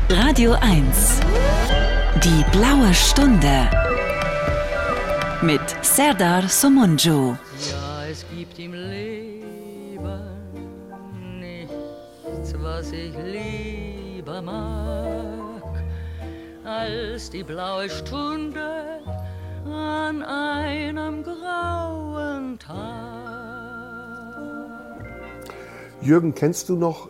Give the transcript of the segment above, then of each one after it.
Radio 1. Die blaue Stunde. Mit Serdar Somuncu. Ja, es gibt im Leben nichts, was ich lieber mag, als die blaue Stunde an einem grauen Tag. Jürgen, kennst du noch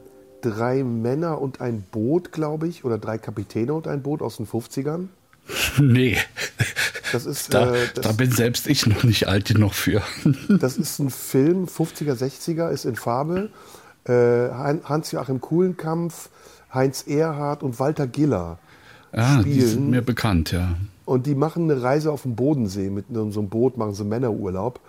3 Männer und ein Boot, glaube ich, oder 3 Kapitäne und ein Boot aus den 50ern? Nee, Das ist, da bin selbst ich noch nicht alt genug für. Das ist ein Film, 50er, 60er, ist in Farbe. Hans-Joachim Kulenkampf, Heinz Erhardt und Walter Giller Die sind spielen. mir bekannt, ja. Und die machen eine Reise auf dem Bodensee. Mit so einem Boot machen sie Männerurlaub.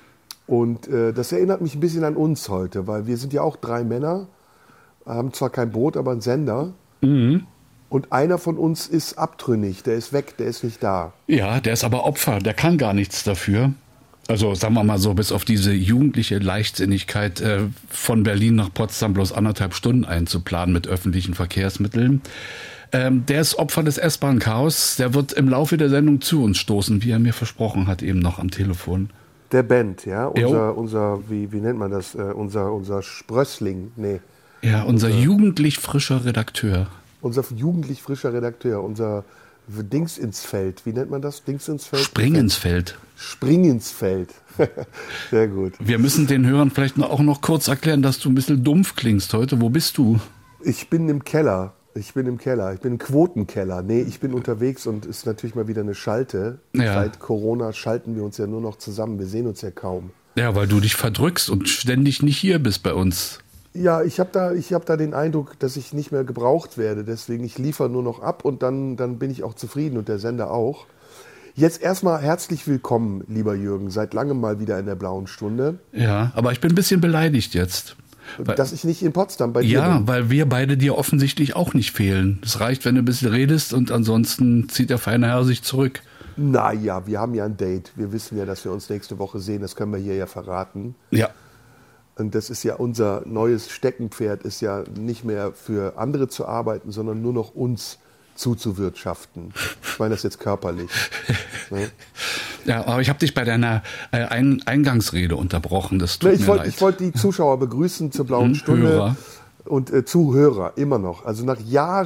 Und das erinnert mich ein bisschen an uns heute, weil wir sind ja auch 3 Männer, haben zwar kein Boot, aber einen Sender. Mhm. Und einer von uns ist abtrünnig, der ist weg, der ist nicht da. Ja, der ist aber Opfer, der kann gar nichts dafür. Also sagen wir mal so, bis auf diese jugendliche Leichtsinnigkeit, von Berlin nach Potsdam bloß 1,5 Stunden einzuplanen mit öffentlichen Verkehrsmitteln. Der ist Opfer des S-Bahn-Chaos, der wird im Laufe der Sendung zu uns stoßen, wie er mir versprochen hat, eben noch am Telefon. Der Band, ja, unser wie nennt man das, unser Sprössling, nee. Ja, unser jugendlich frischer Redakteur. Unser jugendlich frischer Redakteur, unser Dings ins Feld. Wie nennt man das? Dings ins Feld? Springensfeld. Springensfeld. Sehr gut. Wir müssen den Hörern vielleicht auch noch kurz erklären, dass du ein bisschen dumpf klingst heute. Wo bist du? Ich bin im Keller. Ich bin im Quotenkeller. Nee, ich bin unterwegs und ist natürlich mal wieder eine Schalte. Ja. Seit Corona schalten wir uns ja nur noch zusammen. Wir sehen uns ja kaum. Ja, weil du dich verdrückst und ständig nicht hier bist bei uns. Ja, ich hab da den Eindruck, dass ich nicht mehr gebraucht werde. Deswegen, ich liefere nur noch ab und dann bin ich auch zufrieden und der Sender auch. Jetzt erstmal herzlich willkommen, lieber Jürgen. Seit langem mal wieder in der blauen Stunde. Ja, aber ich bin ein bisschen beleidigt jetzt. Dass ich nicht in Potsdam bei dir bin. Ja, weil wir beide dir offensichtlich auch nicht fehlen. Es reicht, wenn du ein bisschen redest und ansonsten zieht der feine Herr sich zurück. Naja, wir haben ja ein Date. Wir wissen ja, dass wir uns nächste Woche sehen. Das können wir hier ja verraten. Ja. Und das ist ja unser neues Steckenpferd, ist ja nicht mehr für andere zu arbeiten, sondern nur noch uns zuzuwirtschaften. Ich meine das jetzt körperlich. Ne? Ja, aber ich habe dich bei deiner Eingangsrede unterbrochen. Das tut mir leid. Ich wollte die Zuschauer begrüßen zur blauen Stunde. Hörer. Und Zuhörer, immer noch. Also nach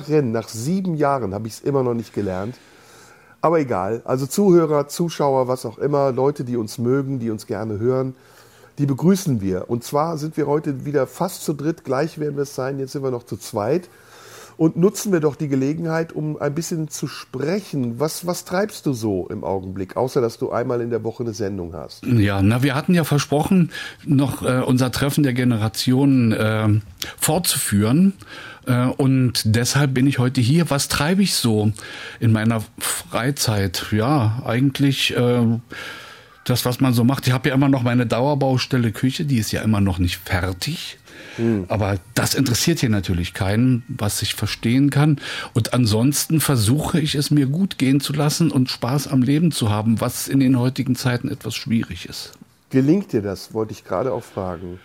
7 Jahren habe ich es immer noch nicht gelernt. Aber egal. Also Zuhörer, Zuschauer, was auch immer, Leute, die uns mögen, die uns gerne hören, die begrüßen wir. Und zwar sind wir heute wieder fast zu dritt, gleich werden wir es sein, jetzt sind wir noch zu zweit. Und nutzen wir doch die Gelegenheit, um ein bisschen zu sprechen. Was treibst du so im Augenblick, außer dass du einmal in der Woche eine Sendung hast? Ja, wir hatten ja versprochen, noch unser Treffen der Generationen fortzuführen. Und deshalb bin ich heute hier. Was treibe ich so in meiner Freizeit? Ja, eigentlich das, was man so macht. Ich habe ja immer noch meine Dauerbaustelle Küche, die ist ja immer noch nicht fertig. Aber das interessiert hier natürlich keinen, was ich verstehen kann. Und ansonsten versuche ich es mir gut gehen zu lassen und Spaß am Leben zu haben, was in den heutigen Zeiten etwas schwierig ist. Gelingt dir das, wollte ich gerade auch fragen.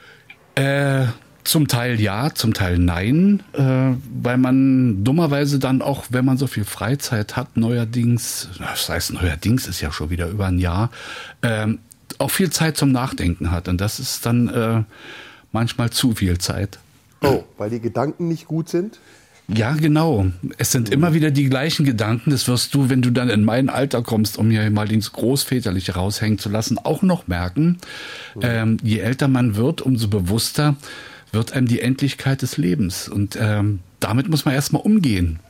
Zum Teil ja, zum Teil nein, weil man dummerweise dann auch, wenn man so viel Freizeit hat, neuerdings, das heißt neuerdings ist ja schon wieder über ein Jahr, auch viel Zeit zum Nachdenken hat. Und das ist dann manchmal zu viel Zeit. Oh, weil die Gedanken nicht gut sind? Ja, genau. Es sind immer wieder die gleichen Gedanken. Das wirst du, wenn du dann in mein Alter kommst, um hier mal ins Großväterliche raushängen zu lassen, auch noch merken. Je älter man wird, umso bewusster wird einem die Endlichkeit des Lebens. Und damit muss man erstmal umgehen.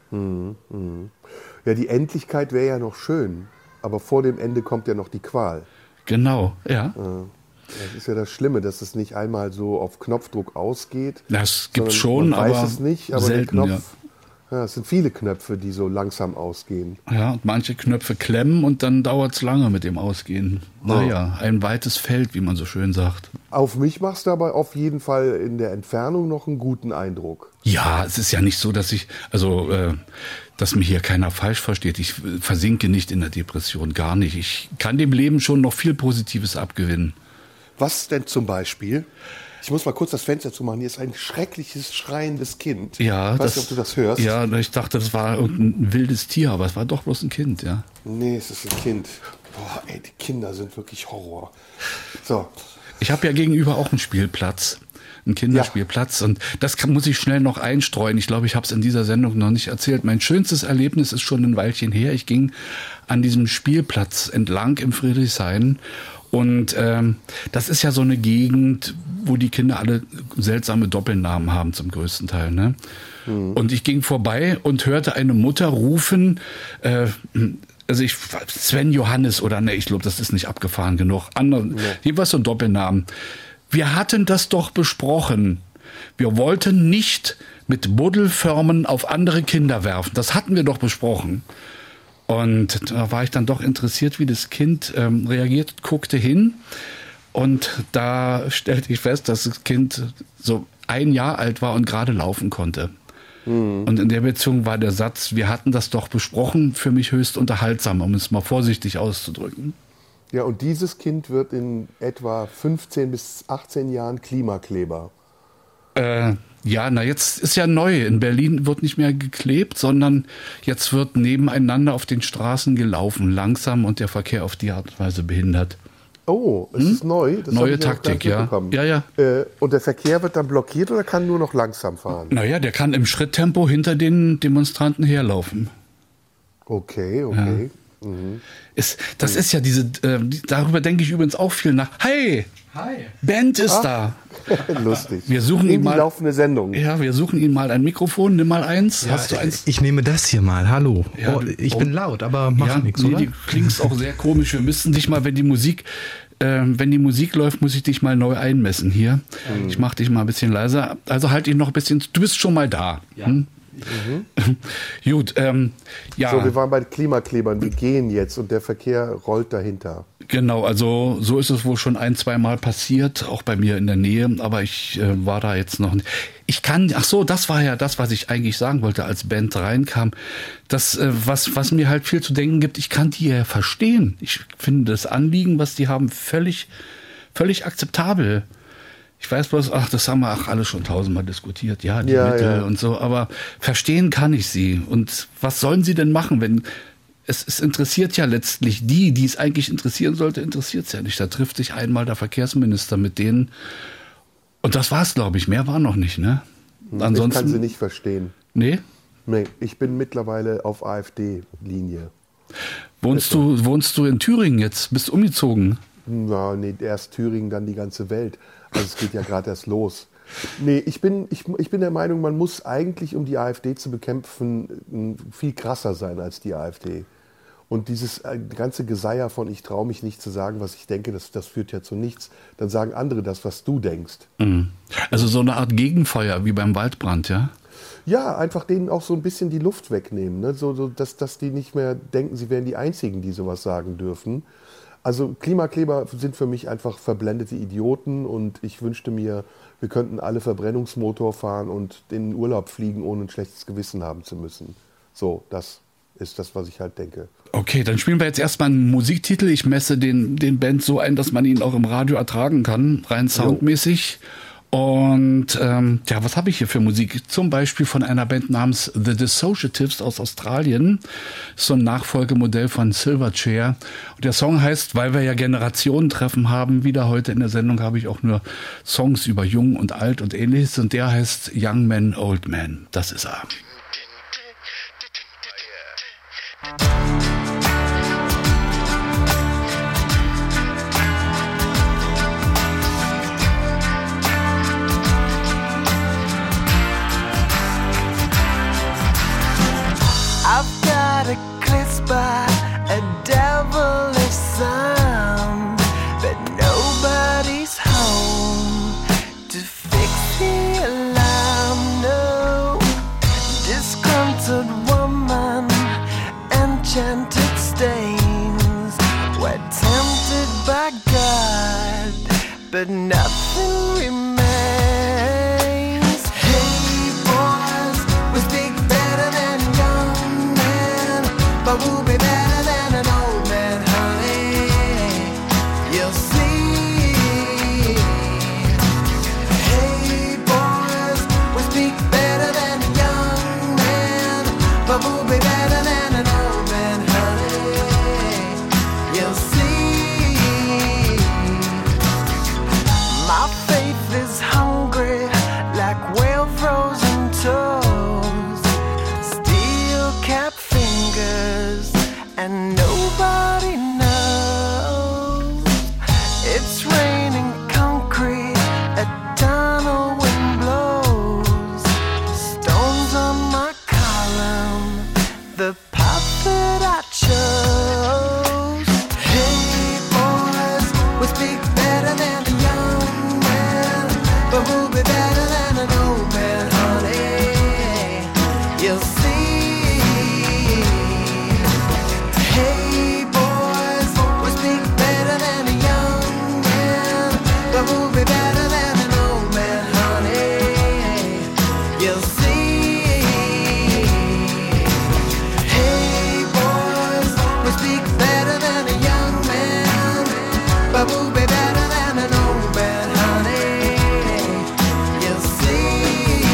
Ja, die Endlichkeit wäre ja noch schön. Aber vor dem Ende kommt ja noch die Qual. Genau, ja. Das ist ja das Schlimme, dass es nicht einmal so auf Knopfdruck ausgeht. Das gibt's sondern schon, man weiß aber es nicht, aber selten, der Knopf, ja, es sind viele Knöpfe, die so langsam ausgehen. Ja, und manche Knöpfe klemmen und dann dauert's lange mit dem Ausgehen. Naja, ein weites Feld, wie man so schön sagt. Auf mich machst du aber auf jeden Fall in der Entfernung noch einen guten Eindruck. Ja, es ist ja nicht so, dass dass mich hier keiner falsch versteht. Ich versinke nicht in der Depression, gar nicht. Ich kann dem Leben schon noch viel Positives abgewinnen. Was denn zum Beispiel? Ich muss mal kurz das Fenster zumachen. Hier ist ein schreckliches, schreiendes Kind. Ja, ich weiß nicht, ob du das hörst. Ja, ich dachte, das war irgendein wildes Tier, aber es war doch bloß ein Kind, ja. Nee, es ist ein Kind. Boah, ey, die Kinder sind wirklich Horror. So. Ich habe ja gegenüber auch einen Spielplatz. Ein Kinderspielplatz. Und das muss ich schnell noch einstreuen. Ich glaube, ich habe es in dieser Sendung noch nicht erzählt. Mein schönstes Erlebnis ist schon ein Weilchen her. Ich ging an diesem Spielplatz entlang im Friedrichshain. Und das ist ja so eine Gegend, wo die Kinder alle seltsame Doppelnamen haben zum größten Teil. Ne? Und ich ging vorbei und hörte eine Mutter rufen, Sven Johannes oder ne, ich glaube, das ist nicht abgefahren genug. Jeweils so ein Doppelnamen. Wir hatten das doch besprochen. Wir wollten nicht mit Buddelfirmen auf andere Kinder werfen. Das hatten wir doch besprochen. Und da war ich dann doch interessiert, wie das Kind reagiert, guckte hin. Und da stellte ich fest, dass das Kind so 1 Jahr alt war und gerade laufen konnte. Und in der Beziehung war der Satz, wir hatten das doch besprochen, für mich höchst unterhaltsam, um es mal vorsichtig auszudrücken. Ja, und dieses Kind wird in etwa 15 bis 18 Jahren Klimakleber. Jetzt ist ja neu. In Berlin wird nicht mehr geklebt, sondern jetzt wird nebeneinander auf den Straßen gelaufen, langsam und der Verkehr auf die Art und Weise behindert. Oh, es ist neu? Das neue Taktik, ja. Ja. Und der Verkehr wird dann blockiert oder kann nur noch langsam fahren? Naja, der kann im Schritttempo hinter den Demonstranten herlaufen. Okay. Ja. Das ist ja darüber denke ich übrigens auch viel nach. Hey! Bent ist da. Lustig. Wir suchen ihn mal. Laufende Sendung. Ja, wir suchen ihn mal ein Mikrofon. Nimm mal eins. Ja, hast du eins? Ich nehme das hier mal. Hallo. Ja, ich bin laut, aber macht nichts, oder? Du klingst auch sehr komisch. Wir müssten dich mal, wenn die Musik läuft, muss ich dich mal neu einmessen hier. Ich mache dich mal ein bisschen leiser. Also halt ihn noch ein bisschen. Du bist schon mal da. Ja. Gut, So, wir waren bei Klimaklebern, die gehen jetzt und der Verkehr rollt dahinter. Genau, also so ist es wohl schon 1-2 Mal passiert, auch bei mir in der Nähe, aber ich war da jetzt noch nicht. Das war ja das, was ich eigentlich sagen wollte, als Band reinkam. Das, was mir halt viel zu denken gibt, ich kann die ja verstehen. Ich finde das Anliegen, was die haben, völlig akzeptabel. Ich weiß bloß, das haben wir alle schon 1000-mal diskutiert, die Mittel und so, aber verstehen kann ich sie. Und was sollen sie denn machen, wenn es interessiert ja letztlich die es eigentlich interessieren sollte, interessiert es ja nicht. Da trifft sich einmal der Verkehrsminister mit denen und das war's, glaube ich. Mehr war noch nicht, ne? Ansonsten, ich kann sie nicht verstehen. Nee, ich bin mittlerweile auf AfD-Linie. Wohnst du in Thüringen jetzt? Bist du umgezogen? Ja, nee, erst Thüringen, dann die ganze Welt. Also es geht ja gerade erst los. Nee, ich bin der Meinung, man muss eigentlich, um die AfD zu bekämpfen, viel krasser sein als die AfD. Und dieses ganze Geseier von ich traue mich nicht zu sagen, was ich denke, das führt ja zu nichts. Dann sagen andere das, was du denkst. Also so eine Art Gegenfeuer wie beim Waldbrand, ja? Ja, einfach denen auch so ein bisschen die Luft wegnehmen. Ne? So, dass die nicht mehr denken, sie wären die Einzigen, die sowas sagen dürfen. Also Klimakleber sind für mich einfach verblendete Idioten und ich wünschte mir, wir könnten alle Verbrennungsmotor fahren und in den Urlaub fliegen, ohne ein schlechtes Gewissen haben zu müssen. So, das ist das, was ich halt denke. Okay, dann spielen wir jetzt erstmal einen Musiktitel. Ich messe den Band so ein, dass man ihn auch im Radio ertragen kann, rein soundmäßig. Und was habe ich hier für Musik? Zum Beispiel von einer Band namens The Dissociatives aus Australien. So ein Nachfolgemodell von Silverchair. Und der Song heißt, weil wir ja Generationentreffen haben, wieder heute in der Sendung habe ich auch nur Songs über Jung und Alt und ähnliches. Und der heißt Young Man, Old Man. Das ist er. A devilish sound, but nobody's home to fix the alarm. No, disgruntled woman, enchanted stains. We're tempted by God, but nothing remains. Hey boys, we speak better than young men, but we'll be better. the path that I chose. Hey boys, we'll speak better than a young man, but we'll be better than an old man, honey. You'll see. Hey boys, we'll speak better than a young man, but we'll be better than an old man, honey. You'll see. Hey boys, we speak better than a young man, but we'll be better than an old man, honey. You'll see.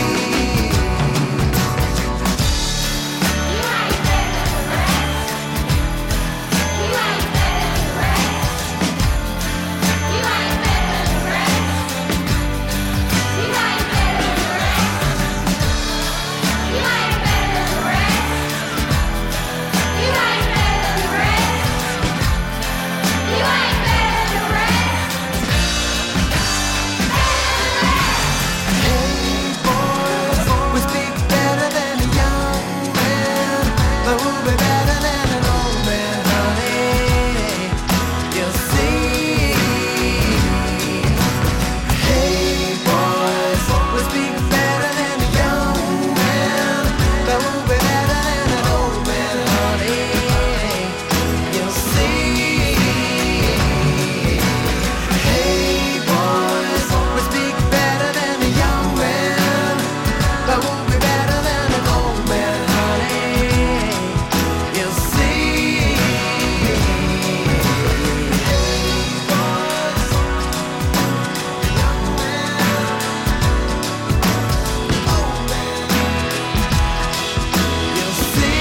Hey boys, we speak better than a young man, but we'll be better than an old man, honey. You'll see. Hey boys, we speak better than a young man, but we'll be better than an old man, honey. You'll see. Hey boys, we speak better than a young man, but we'll be better than an old man, honey. You'll see. You'll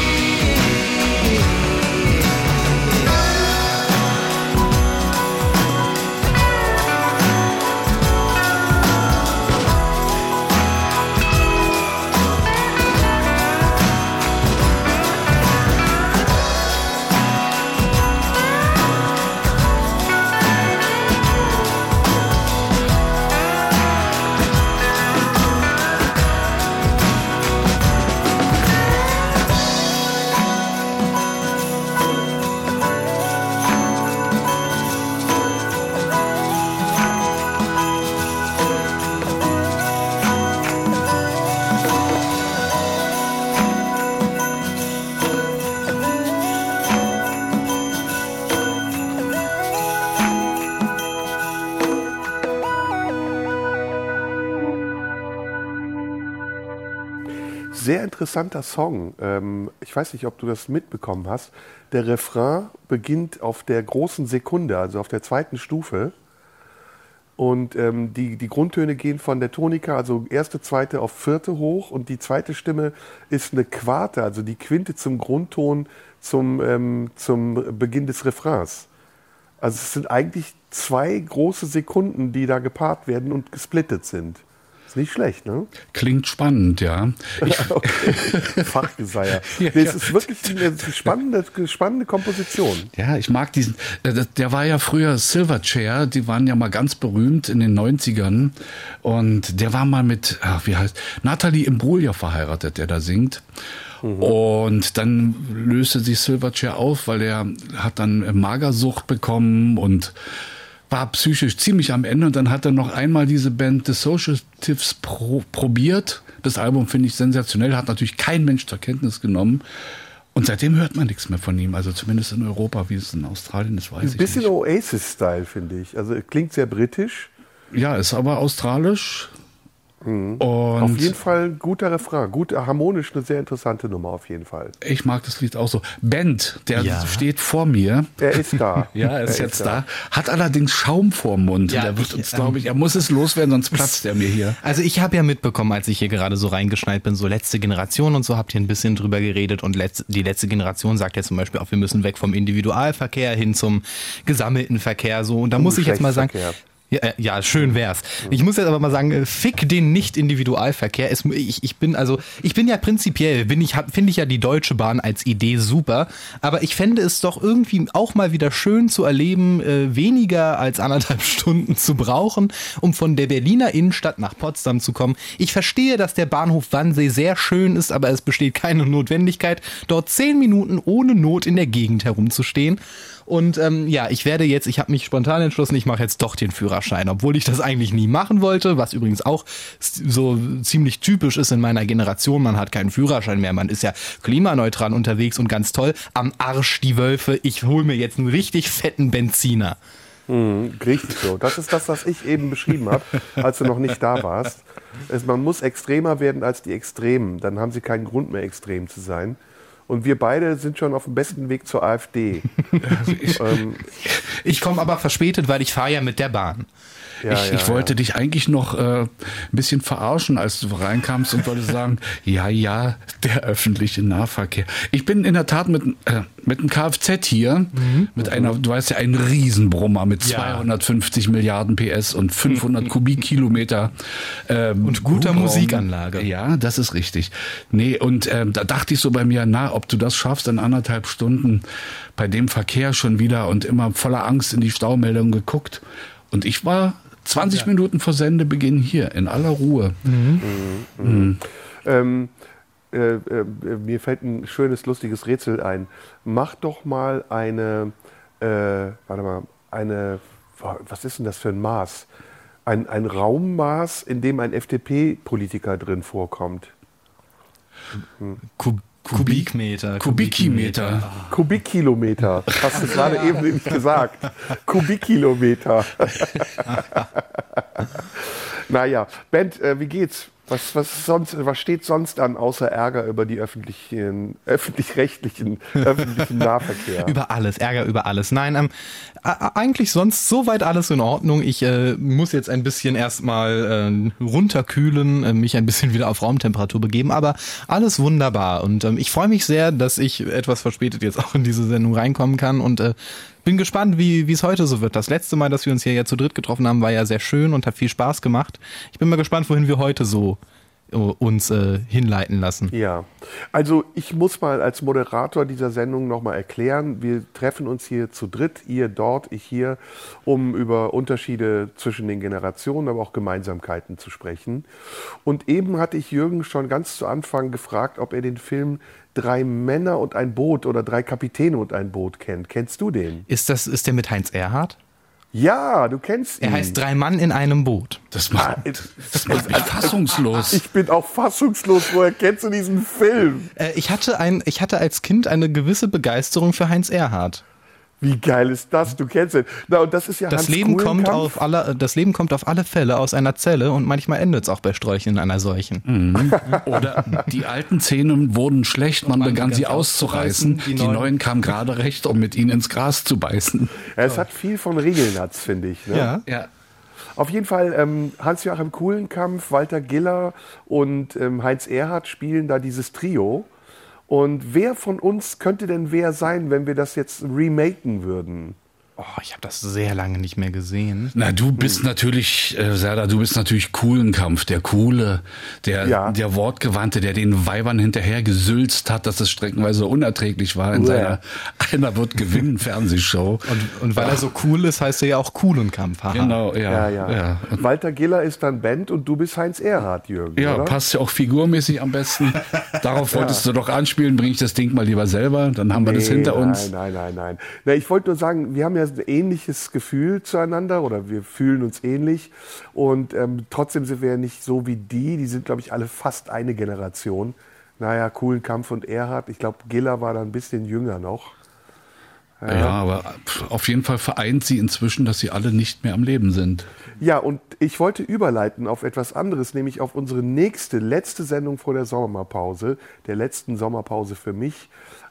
Sehr interessanter Song. Ich weiß nicht, ob du das mitbekommen hast. Der Refrain beginnt auf der großen Sekunde, also auf der zweiten Stufe. Und die Grundtöne gehen von der Tonika, also erste, zweite auf vierte hoch. Und die zweite Stimme ist eine Quarte, also die Quinte zum Grundton zum Beginn des Refrains. Also es sind eigentlich zwei große Sekunden, die da gepaart werden und gesplittet sind. Ist nicht schlecht, ne? Klingt spannend, ja. Okay. Fachgeseier. Ja, Es ist wirklich eine spannende Komposition. Ja, ich mag diesen. Der war ja früher Silverchair, die waren ja mal ganz berühmt in den 90ern. Und der war mal mit, Nathalie Imbruglia verheiratet, der da singt. Und dann löste sich Silverchair auf, weil er hat dann Magersucht bekommen und war psychisch ziemlich am Ende. Und dann hat er noch einmal diese Band The Sociatives probiert. Das Album finde ich sensationell, hat natürlich kein Mensch zur Kenntnis genommen. Und seitdem hört man nichts mehr von ihm. Also zumindest in Europa, wie es in Australien ist, weiß ich nicht. Ein bisschen Oasis-Style, finde ich. Also klingt sehr britisch. Ja, ist aber australisch. Und Auf jeden Fall guter Refrain, gut harmonisch, eine sehr interessante Nummer auf jeden Fall. ich mag das Lied auch so. Bent, der steht vor mir. Er ist da. Ja, er ist jetzt da. Hat allerdings Schaum vorm Mund. Ja, Der wird uns, glaube ich, er muss es loswerden, sonst platzt er mir hier. Also ich habe ja mitbekommen, als ich hier gerade so reingeschneit bin, so letzte Generation und so, habt ihr ein bisschen drüber geredet und die letzte Generation sagt ja zum Beispiel auch, wir müssen weg vom Individualverkehr hin zum gesammelten Verkehr so. Und da muss ich jetzt mal sagen, Ja, schön wär's. Ich muss jetzt aber mal sagen, fick den Nicht-Individualverkehr. Ich bin ja prinzipiell, finde ich ja die Deutsche Bahn als Idee super, aber ich fände es doch irgendwie auch mal wieder schön zu erleben, weniger als 1,5 Stunden zu brauchen, um von der Berliner Innenstadt nach Potsdam zu kommen. Ich verstehe, dass der Bahnhof Wannsee sehr schön ist, aber es besteht keine Notwendigkeit, dort 10 Minuten ohne Not in der Gegend herumzustehen. Und ich habe mich spontan entschlossen, ich mache jetzt doch den Führerschein, obwohl ich das eigentlich nie machen wollte, was übrigens auch so ziemlich typisch ist in meiner Generation. Man hat keinen Führerschein mehr, man ist ja klimaneutral unterwegs und ganz toll. Am Arsch die Wölfe, ich hole mir jetzt einen richtig fetten Benziner. Richtig so. Das ist das, was ich eben beschrieben habe, als du noch nicht da warst. Man muss extremer werden als die Extremen, dann haben sie keinen Grund mehr, extrem zu sein. Und wir beide sind schon auf dem besten Weg zur AfD. Ich komme aber verspätet, weil ich fahre ja mit der Bahn. Ich wollte dich eigentlich noch ein bisschen verarschen, als du reinkamst und wollte sagen, ja, der öffentliche Nahverkehr. Ich bin in der Tat mit einem Kfz hier, mit einer, du weißt ja, ein Riesenbrummer mit 250 Milliarden PS und 500 Kubikkilometer und guter Hubraum. Musikanlage. Ja, das ist richtig. Nee, und da dachte ich so bei mir, ob du das schaffst, in 1,5 Stunden bei dem Verkehr schon wieder und immer voller Angst in die Staumeldung geguckt. Und ich war 20 Minuten vor Sendebeginn hier, in aller Ruhe. Mir fällt ein schönes, lustiges Rätsel ein. Mach doch mal was ist denn das für ein Maß? Ein Raummaß, in dem ein FDP-Politiker drin vorkommt. Kubikmeter. Kubikkilometer. Hast du gerade eben nicht gesagt. Kubikkilometer. Naja, Bent, wie geht's? Was steht sonst an, außer Ärger über die öffentlichen Nahverkehr? Über alles, Ärger über alles. Nein, eigentlich sonst soweit alles in Ordnung. Ich muss jetzt ein bisschen erstmal runterkühlen, mich ein bisschen wieder auf Raumtemperatur begeben, aber alles wunderbar. Und ich freue mich sehr, dass ich etwas verspätet jetzt auch in diese Sendung reinkommen kann und bin gespannt, wie es heute so wird. Das letzte Mal, dass wir uns hier ja zu dritt getroffen haben, war ja sehr schön und hat viel Spaß gemacht. Ich bin mal gespannt, wohin wir heute so uns hinleiten lassen. Ja, also ich muss mal als Moderator dieser Sendung nochmal erklären, wir treffen uns hier zu dritt, ihr dort, ich hier, um über Unterschiede zwischen den Generationen, aber auch Gemeinsamkeiten zu sprechen. Und eben hatte ich Jürgen schon ganz zu Anfang gefragt, ob er den Film 3 Männer und ein Boot oder 3 Kapitäne und ein Boot kennt. Kennst du den? Ist der mit Heinz Erhardt? Ja, du kennst ihn. Er heißt 3 Mann in einem Boot. Das macht mich fassungslos. Ich bin auch fassungslos. Woher kennst du diesen Film? Ich hatte als Kind eine gewisse Begeisterung für Heinz Erhardt. Wie geil ist das? Du kennst ihn. Na, und das ist ja das Leben kommt auf alle Fälle aus einer Zelle und manchmal endet es auch bei Sträuchen in einer solchen. Oder die alten Zähne wurden schlecht, man begann sie auszureißen. Die neuen kamen gerade recht, um mit ihnen ins Gras zu beißen. Ja, es hat viel von Regelnatz, finde ich. Ne? Ja. Auf jeden Fall Hans-Joachim Kulenkampff, Walter Giller und Heinz Erhardt spielen da dieses Trio. Und wer von uns könnte denn wer sein, wenn wir das jetzt remaken würden? Oh, ich habe das sehr lange nicht mehr gesehen. Na, du bist natürlich, Serdar, Kulenkampff, der Coole, der Wortgewandte, der den Weibern hinterher gesülzt hat, dass es streckenweise unerträglich war in seiner Einer wird gewinnen Fernsehshow. Und weil er so cool ist, heißt er ja auch Kulenkampff. Genau, ja. Walter Giller ist dann Bent und du bist Heinz Erhardt, Jürgen, ja, oder? Passt ja auch figurmäßig am besten. Darauf wolltest du doch anspielen, bringe ich das Ding mal lieber selber, dann haben wir das hinter uns. Nein. Na, ich wollte nur sagen, wir haben ja ein ähnliches Gefühl zueinander oder wir fühlen uns ähnlich und trotzdem sind wir ja nicht so wie die sind, glaube ich, alle fast eine Generation. Naja, Kulenkampff und Erhardt, ich glaube, Giller war da ein bisschen jünger noch. Ja, aber auf jeden Fall vereint sie inzwischen, dass sie alle nicht mehr am Leben sind. Ja, und ich wollte überleiten auf etwas anderes, nämlich auf unsere letzte Sendung vor der Sommerpause, der letzten Sommerpause für mich,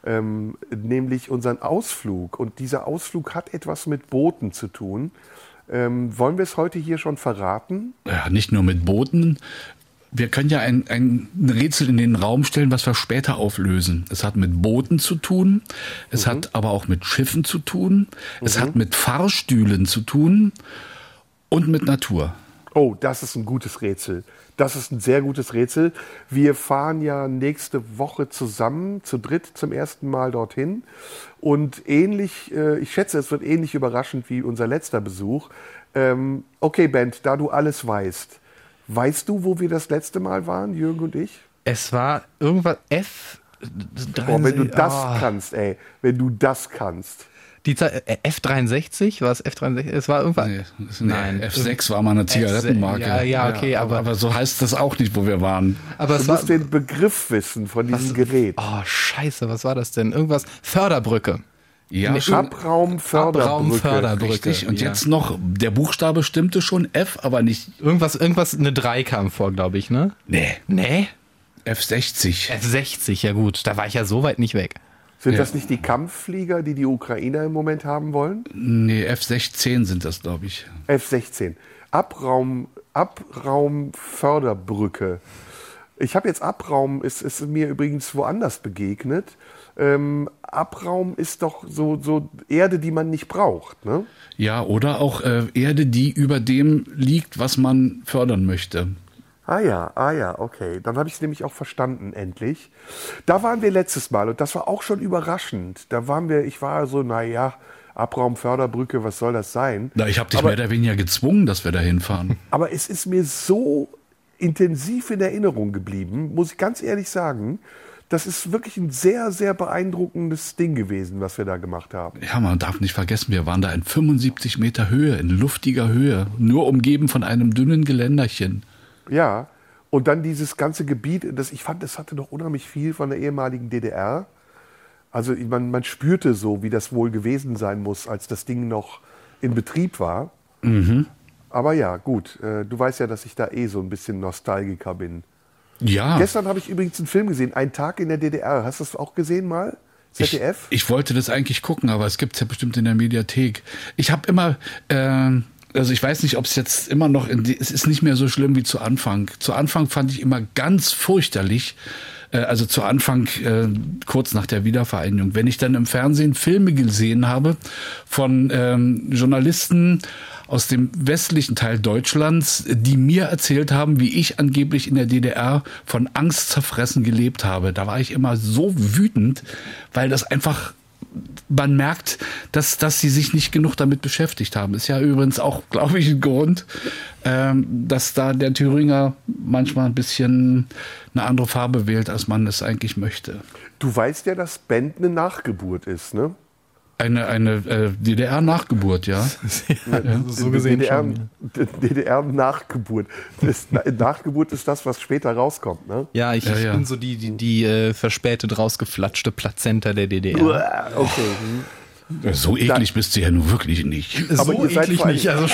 nämlich unseren Ausflug. Und dieser Ausflug hat etwas mit Booten zu tun. Wollen wir es heute hier schon verraten? Ja, nicht nur mit Booten. Wir können ja ein Rätsel in den Raum stellen, was wir später auflösen. Es hat mit Booten zu tun, es hat aber auch mit Schiffen zu tun, es hat mit Fahrstühlen zu tun und mit Natur. Oh, das ist ein gutes Rätsel. Das ist ein sehr gutes Rätsel. Wir fahren ja nächste Woche zusammen, zu dritt, zum ersten Mal dorthin. Und ähnlich, ich schätze, es wird ähnlich überraschend wie unser letzter Besuch. Okay, Bent, da du alles weißt, weißt du, wo wir das letzte Mal waren, Jürgen und ich? Es war irgendwas F. Boah, wenn du das kannst, ey. Wenn du das kannst. Die Zahl, F63? War es F63? Es war irgendwas. Nein, F6 war mal eine Zigarettenmarke. Ja, okay, aber so heißt das auch nicht, wo wir waren. Aber Du es war, musst den Begriff wissen von diesem Gerät. oh, scheiße, was war das denn? Irgendwas, Förderbrücke. Ja, Abraumförderbrücke. richtig. Und ja. jetzt noch, der Buchstabe stimmte schon, F, aber nicht. Irgendwas, eine 3 kam vor, glaube ich, ne? Nee? F60. F60, ja gut, da war ich ja so weit nicht weg. Sind das nicht die Kampfflieger, die die Ukrainer im Moment haben wollen? Nee, F16 sind das, glaube ich. F16. Abraumförderbrücke. Ich habe jetzt Abraum, ist mir übrigens woanders begegnet. Abraum ist doch so Erde, die man nicht braucht, ne? Ja, oder auch Erde, die über dem liegt, was man fördern möchte. Ah ja, okay. Dann habe ich es nämlich auch verstanden, endlich. Da waren wir letztes Mal und das war auch schon überraschend. Ich war so, Abraumförderbrücke, was soll das sein? Na, ich habe dich mehr oder weniger gezwungen, dass wir da hinfahren. Aber es ist mir so intensiv in Erinnerung geblieben, muss ich ganz ehrlich sagen. Das ist wirklich ein sehr, sehr beeindruckendes Ding gewesen, was wir da gemacht haben. Ja, man darf nicht vergessen, wir waren da in 75 Meter Höhe, in luftiger Höhe, nur umgeben von einem dünnen Geländerchen. Ja, und dann dieses ganze Gebiet, ich fand, das hatte doch unheimlich viel von der ehemaligen DDR. Also man spürte so, wie das wohl gewesen sein muss, als das Ding noch in Betrieb war. Mhm. Aber ja, gut, du weißt ja, dass ich da so ein bisschen Nostalgiker bin. Ja. Gestern habe ich übrigens einen Film gesehen, Ein Tag in der DDR. Hast du das auch gesehen mal? ZDF? Ich wollte das eigentlich gucken, aber es gibt's ja bestimmt in der Mediathek. Ich habe immer... Also ich weiß nicht, ob es jetzt immer noch, es ist nicht mehr so schlimm wie zu Anfang. Zu Anfang fand ich immer ganz fürchterlich, also zu Anfang kurz nach der Wiedervereinigung, wenn ich dann im Fernsehen Filme gesehen habe von Journalisten aus dem westlichen Teil Deutschlands, die mir erzählt haben, wie ich angeblich in der DDR von Angst zerfressen gelebt habe. Da war ich immer so wütend, weil das einfach... Man merkt, dass sie sich nicht genug damit beschäftigt haben. Ist ja übrigens auch, glaube ich, ein Grund, dass da der Thüringer manchmal ein bisschen eine andere Farbe wählt, als man es eigentlich möchte. Du weißt ja, dass Bent eine Nachgeburt ist, ne? Eine DDR-Nachgeburt, ja. So gesehen schon. DDR-Nachgeburt. Nachgeburt ist das, was später rauskommt, ne? Ja, ich bin so die verspätet rausgeflatschte Plazenta der DDR. Okay. So eklig bist du ja nun wirklich nicht. Aber so ihr seid eklig vor allem- nicht. Also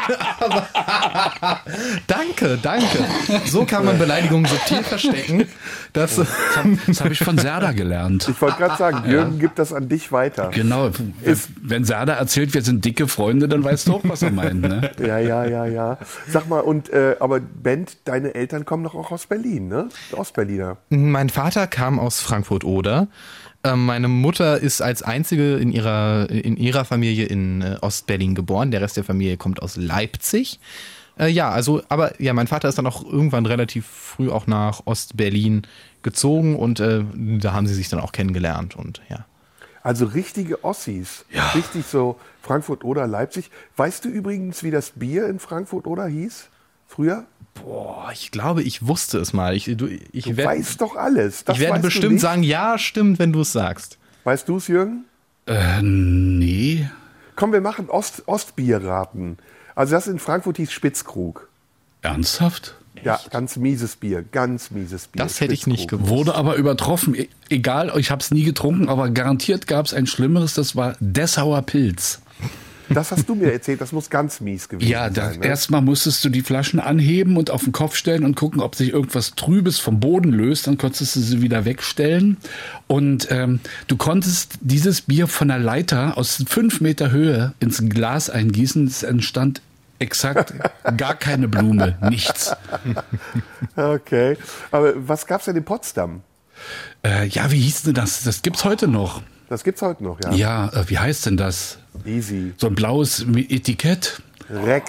danke. So kann man Beleidigungen subtil verstecken. Das habe ich von Serda gelernt. Ich wollte gerade sagen, Jürgen gibt das an dich weiter. Genau. Wenn Serda erzählt, wir sind dicke Freunde, dann weißt du auch, was er meint. Ne? Ja. Sag mal, aber Bent, deine Eltern kommen doch auch aus Berlin, ne? Ostberliner. Mein Vater kam aus Frankfurt-Oder. Meine Mutter ist als einzige in ihrer Familie in Ostberlin geboren. Der Rest der Familie kommt aus Leipzig. Mein Vater ist dann auch irgendwann relativ früh auch nach Ostberlin gezogen und da haben sie sich dann auch kennengelernt und ja. Also richtige Ossis. Ja. Richtig so Frankfurt oder Leipzig. Weißt du übrigens, wie das Bier in Frankfurt oder hieß? Früher? Boah, ich glaube, ich wusste es mal. Du weißt doch alles. Das ich werde weißt du bestimmt nicht? sagen, ja, stimmt, wenn du es sagst. Weißt du es, Jürgen? Nee. Komm, wir machen Ostbierraten. Also das in Frankfurt hieß Spitzkrug. Ernsthaft? Ja, ganz mieses Bier. Das hätte ich nicht Spitzkrug. gewusst. Wurde aber übertroffen. Egal, ich habe es nie getrunken, aber garantiert gab es ein Schlimmeres, das war Dessauer Pilz. Das hast du mir erzählt, das muss ganz mies gewesen sein. Ne? Erstmal musstest du die Flaschen anheben und auf den Kopf stellen und gucken, ob sich irgendwas Trübes vom Boden löst. Dann konntest du sie wieder wegstellen. Und du konntest dieses Bier von der Leiter aus 5 Meter Höhe ins Glas eingießen. Es entstand exakt gar keine Blume, nichts. Okay, aber was gab's denn in Potsdam? Wie hieß denn das? Das gibt's heute noch. Das gibt's heute noch, ja. Ja, wie heißt denn das? Easy. So ein blaues Etikett. Rex.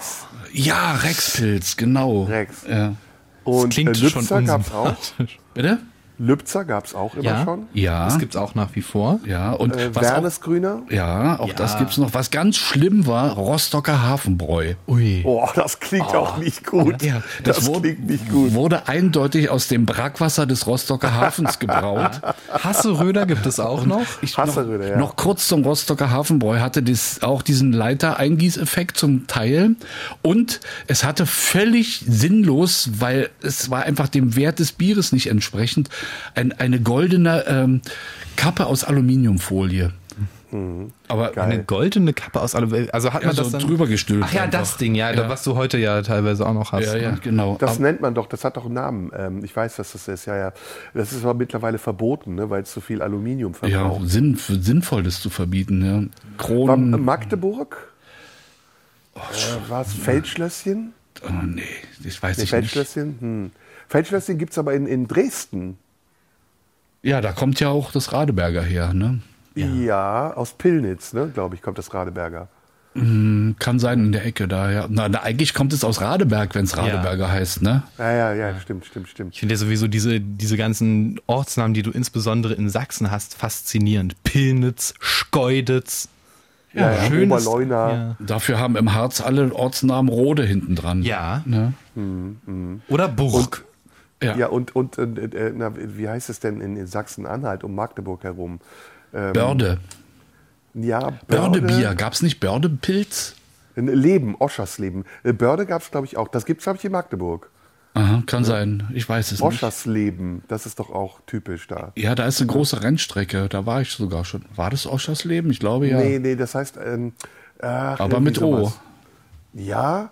Ja, Rexpilz, genau. Rex. Ja. Und klingt schon Lübzer gab's auch. Bitte? Lübzer gab's auch immer Ja, schon. Ja. das gibt's auch nach wie vor. Ja, und was auch, Wernesgrüner. ja, auch Ja. das gibt's noch. Was ganz schlimm war, Rostocker Hafenbräu. Ui. Oh, das klingt auch nicht gut. Ja, das klingt nicht gut. wurde eindeutig aus dem Brackwasser des Rostocker Hafens gebraut. Hasseröder gibt es auch noch. Hasseröder, ja. Noch kurz zum Rostocker Hafenbräu hatte das auch diesen Leiter-Eingießeffekt zum Teil und es hatte völlig sinnlos, weil es war einfach dem Wert des Bieres nicht entsprechend, eine goldene Kappe aus Aluminiumfolie. Aber Eine goldene Kappe aus Aluminium. Also hat man so das dann drüber gestülpt. Ach ja, einfach. das Ding, ja, was du heute ja teilweise auch noch hast. Ja, ja, genau. Das nennt man doch, das hat doch einen Namen. Ich weiß, dass das ist, ja. Das ist aber mittlerweile verboten, ne, weil es zu viel Aluminium Ja, verbraucht. sinnvoll, das zu verbieten. Ja. War Kronen. Magdeburg? War es Feldschlösschen? Oh, nee, das weiß Nee, ich nicht. Feldschlösschen? Feldschlösschen gibt es aber in Dresden. Ja, da kommt ja auch das Radeberger her. Ne? Ja, aus Pillnitz, ne, glaube ich, kommt das Radeberger. Kann sein in der Ecke da, ja. Na, eigentlich kommt es aus Radeberg, wenn es Radeberger heißt, ne? Ja, stimmt. Ich finde ja sowieso diese ganzen Ortsnamen, die du insbesondere in Sachsen hast, faszinierend. Pillnitz, Schkeuditz. Ja, schönes- Oberleuna. Ja. Dafür haben im Harz alle Ortsnamen Rode hinten dran. Ja. Ne? Oder Burg. Ja, und na, wie heißt es denn in Sachsen-Anhalt um Magdeburg herum? Börde. Ja, Bördebier. Gab es nicht Bördepilz? Leben, Oschersleben. Börde gab es, glaube ich, auch. Das gibt es, glaube ich, in Magdeburg. Aha, kann sein. Ich weiß es nicht. Oschersleben, das ist doch auch typisch da. Ja, da ist eine große Rennstrecke. Da war ich sogar schon. War das Oschersleben? Ich glaube ja. Nee, das heißt... Aber mit O. sowas. Ja?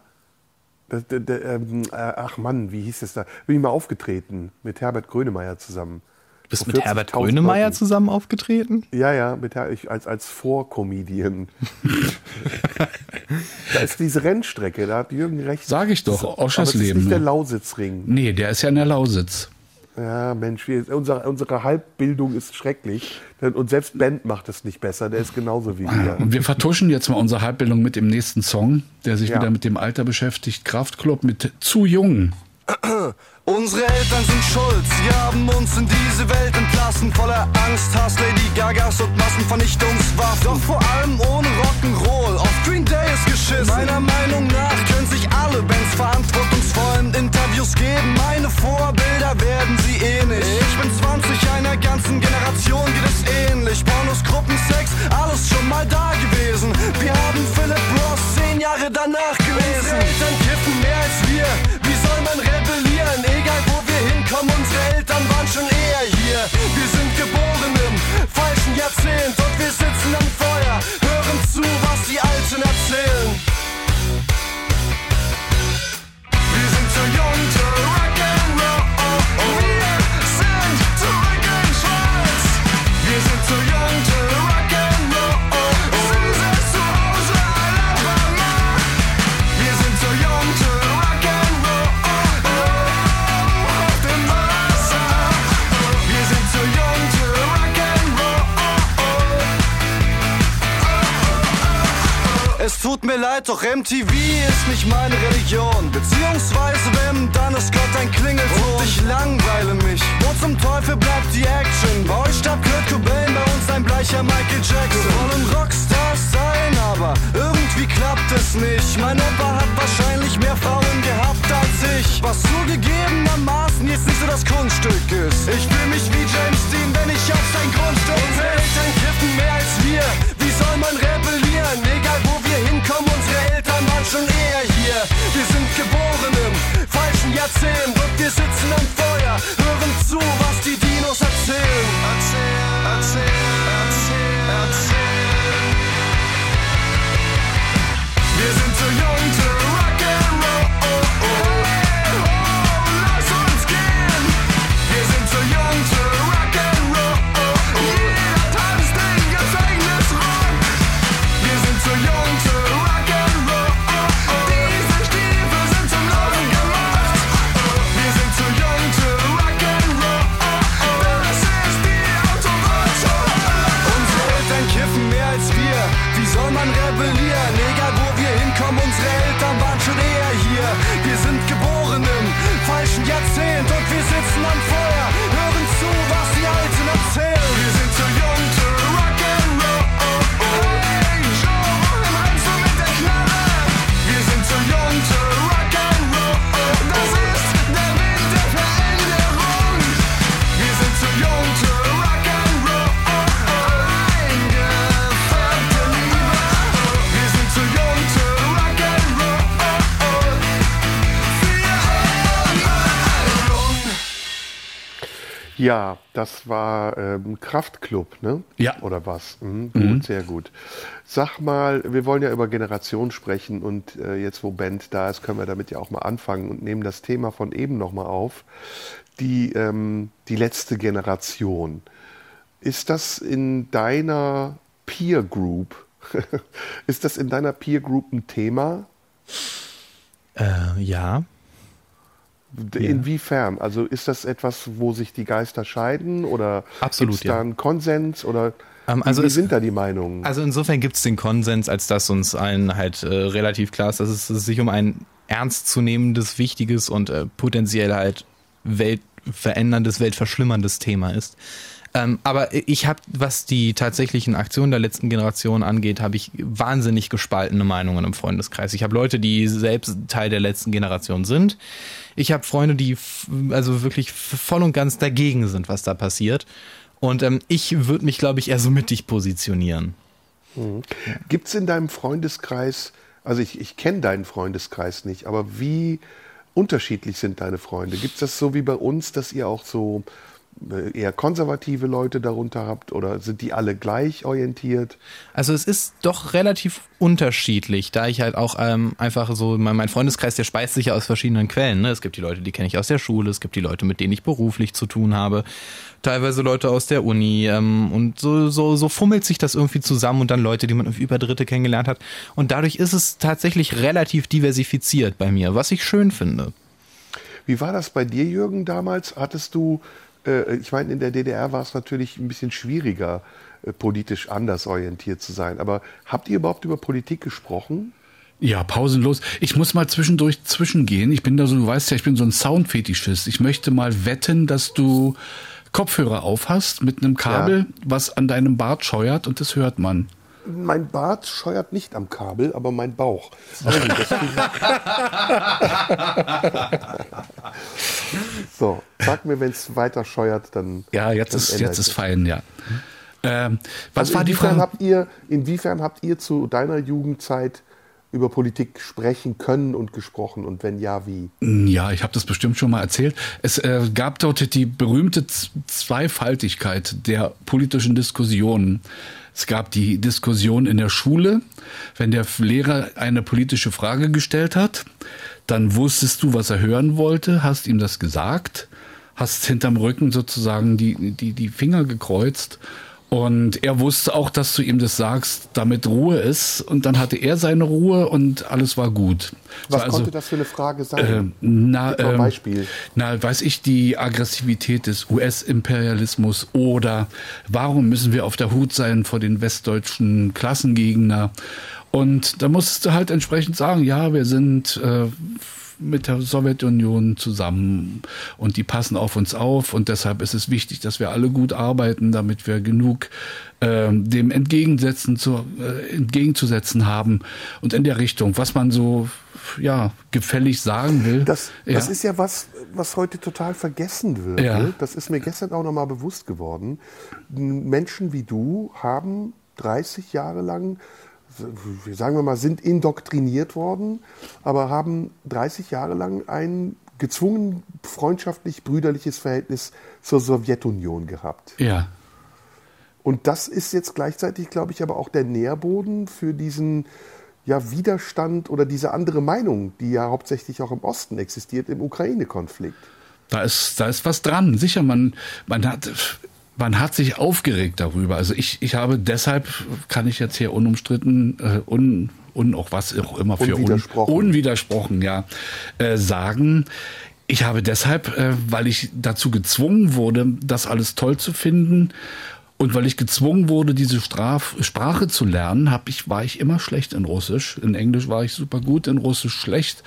Ach Mann, wie hieß es da? Bin ich mal aufgetreten mit Herbert Grönemeyer zusammen. Du bist Vor mit Herbert 40.000 Grönemeyer Leuten. zusammen aufgetreten? Ja, als Vorcomedian. Da ist diese Rennstrecke, da hat Jürgen recht. Sag ich doch, Aber es ist Oschersleben. nicht der Ne? Lausitzring. Nee, der ist ja in der Lausitz. Ja, Mensch, unsere Halbbildung ist schrecklich. Und selbst Bent macht es nicht besser, der ist genauso wie wir. Und wir vertuschen jetzt mal unsere Halbbildung mit dem nächsten Song, der sich Ja. wieder mit dem Alter beschäftigt. Kraftklub mit Zu Jung. Unsere Eltern sind schuld, sie haben uns in diese Welt entlassen. Voller Angst, Hass, Lady Gagas und Massenvernichtungswaffen. Doch vor allem ohne Rock'n'Roll, auf Green Day ist geschissen. Meiner Meinung nach können sich alle Bands verantwortungsvollen Interviews geben. Meine Vorbilder werden sie eh nicht. Ich bin 20, einer ganzen Generation geht es ähnlich. Pornos, Gruppen, Sex, alles schon mal da gewesen. Wir haben Philip Ross 10 Jahre danach gelesen. Unsere Eltern kiffen mehr als wir, wie soll man rebellieren? Egal wo wir hinkommen, unsere Eltern waren schon eher hier. Wir sind geboren im falschen Jahrzehnt und wir sitzen am Feuer, hören zu, was die Alten erzählen. Wir sind zu jung zu Rock'n'Roll. Wir sind zurück in Schwarz. Wir sind zu jung zu Rock'n'Roll. Sie sind zu Hause Alabama. Wir sind zu jung zu Rock'n'Roll. Auf dem Wasser. Wir sind zu jung zu Rock'n'Roll. Es tut mir leid, doch MTV ist nicht meine Religion. Beziehungsweise wenn, dann ist Gott ein Klingelton. Und ich langweile mich. Wo zum Teufel bleibt die Action? Bei euch starb Kurt Cobain, bei uns ein bleicher Michael Jackson. Wir wollen Rockstars sein, aber irgendwie klappt es nicht. Mein Opa hat wahrscheinlich mehr Frauen gehabt als ich. Was zugegebenermaßen jetzt nicht so das Kunststück ist. Ich fühle mich wie James Dean, wenn ich auf sein Grundstück bin. Unsere Eltern kiffen mehr als wir. Wie soll man rebellieren? Egal wo wir hinkommen, unsere Eltern waren schon eher hier. Wir sind geboren im falschen Jahrzehnt und wir sitzen am Feuer, hören zu, was die Dinos erzählen. Wir sind zu jung zu Rock'n'Roll. Lass uns gehen. Wir sind zu jung zu Rock'n'Roll. Jeder tanzt den Gefängnisrock. Wir sind zu jung zu Rock'n'Roll. Diese Stiefel sind zum Laufen gemacht. Wir sind zu jung zu Rock'n'Roll. Das ist die Autobahn. Unsere Eltern kiffen Ja, das war Kraftklub, ne? Ja. Oder was? Gut, sehr gut. Sag mal, wir wollen ja über Generationen sprechen und jetzt, wo Bent da ist, können wir damit ja auch mal anfangen und nehmen das Thema von eben nochmal auf. Die letzte Generation. Ist das in deiner Peer Group, ein Thema? Ja. Inwiefern? Also ist das etwas, wo sich die Geister scheiden oder Absolut, gibt es da einen Konsens oder Also wie es- sind da die Meinungen? Also insofern gibt es den Konsens, als dass uns allen halt relativ klar ist, dass es sich um ein ernstzunehmendes, wichtiges und potenziell halt weltveränderndes, weltverschlimmerndes Thema ist. Aber ich habe, was die tatsächlichen Aktionen der letzten Generation angeht, habe ich wahnsinnig gespaltene Meinungen im Freundeskreis. Ich habe Leute, die selbst Teil der letzten Generation sind. Ich habe Freunde, die also wirklich voll und ganz dagegen sind, was da passiert. Und ich würde mich, glaube ich, eher so mittig positionieren. Gibt es in deinem Freundeskreis, also ich kenne deinen Freundeskreis nicht, aber wie unterschiedlich sind deine Freunde? Gibt es das so wie bei uns, dass ihr auch so eher konservative Leute darunter habt oder sind die alle gleich orientiert? Also es ist doch relativ unterschiedlich, da ich halt auch einfach so, mein Freundeskreis, der speist sich ja aus verschiedenen Quellen. Ne? Es gibt die Leute, die kenne ich aus der Schule, es gibt die Leute, mit denen ich beruflich zu tun habe, teilweise Leute aus der Uni und so fummelt sich das irgendwie zusammen und dann Leute, die man über Dritte kennengelernt hat. Und dadurch ist es tatsächlich relativ diversifiziert bei mir, was ich schön finde. Wie war das bei dir, Jürgen, damals? Hattest du, ich meine, in der DDR war es natürlich ein bisschen schwieriger, politisch anders orientiert zu sein. Aber habt ihr überhaupt über Politik gesprochen? Ja, pausenlos. Ich muss mal zwischendurch zwischengehen. Ich bin da so, du weißt ja, ich bin so ein Soundfetischist. Ich möchte mal wetten, dass du Kopfhörer auf hast mit einem Kabel, was an deinem Bart scheuert und das hört man. Mein Bart scheuert nicht am Kabel, aber mein Bauch. Aber gut, so, sag mir, wenn es weiter scheuert, dann. Ja, jetzt dann ist ändert jetzt ist es. fein, ja. Was Also war die Frage? Inwiefern habt ihr zu deiner Jugendzeit über Politik sprechen können und gesprochen und wenn ja, wie? Ja, ich habe das bestimmt schon mal erzählt. Es gab dort die berühmte Zweifaltigkeit der politischen Diskussionen. Es gab die Diskussion in der Schule, wenn der Lehrer eine politische Frage gestellt hat, dann wusstest du, was er hören wollte, hast ihm das gesagt, hast hinterm Rücken sozusagen die Finger gekreuzt. Und er wusste auch, dass du ihm das sagst, damit Ruhe ist. Und dann hatte er seine Ruhe und alles war gut. Was konnte das für eine Frage sein? Gib mal ein Beispiel. Weiß ich, die Aggressivität des US-Imperialismus oder warum müssen wir auf der Hut sein vor den westdeutschen Klassengegner? Und da musst du halt entsprechend sagen, ja, wir sind mit der Sowjetunion zusammen und die passen auf uns auf und deshalb ist es wichtig, dass wir alle gut arbeiten, damit wir genug dem entgegenzusetzen haben und in der Richtung, was man so gefällig sagen will. Das ist ja was heute total vergessen wird. Ja. Ne? Das ist mir gestern auch nochmal bewusst geworden. Menschen wie du haben 30 Jahre lang, sagen wir mal, sind indoktriniert worden, aber haben 30 Jahre lang ein gezwungen freundschaftlich-brüderliches Verhältnis zur Sowjetunion gehabt. Ja. Und das ist jetzt gleichzeitig, glaube ich, aber auch der Nährboden für diesen Widerstand oder diese andere Meinung, die ja hauptsächlich auch im Osten existiert, im Ukraine-Konflikt. Da ist was dran. Sicher, man hat sich aufgeregt darüber. Also ich habe deshalb, kann ich jetzt hier unumstritten, auch was auch immer für unwidersprochen, sagen, ich habe deshalb, weil ich dazu gezwungen wurde, das alles toll zu finden und weil ich gezwungen wurde, diese Sprache zu lernen, war ich immer schlecht in Russisch. In Englisch war ich super gut, in Russisch schlecht.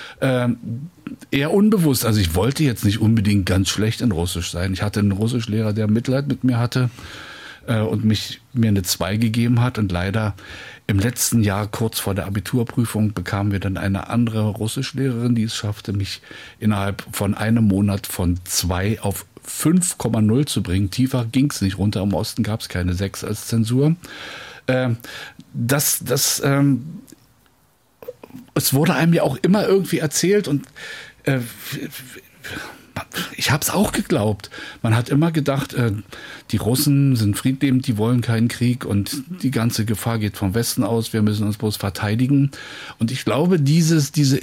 Eher unbewusst. Also ich wollte jetzt nicht unbedingt ganz schlecht in Russisch sein. Ich hatte einen Russischlehrer, der Mitleid mit mir hatte und mir eine 2 gegeben hat. Und leider im letzten Jahr, kurz vor der Abiturprüfung, bekamen wir dann eine andere Russischlehrerin, die es schaffte, mich innerhalb von einem Monat von 2 auf 5,0 zu bringen. Tiefer ging es nicht. Runter im Osten gab es keine 6 als Zensur. Es wurde einem ja auch immer irgendwie erzählt und ich habe es auch geglaubt. Man hat immer gedacht, die Russen sind friedliebend, die wollen keinen Krieg und die ganze Gefahr geht vom Westen aus, wir müssen uns bloß verteidigen. Und ich glaube, diese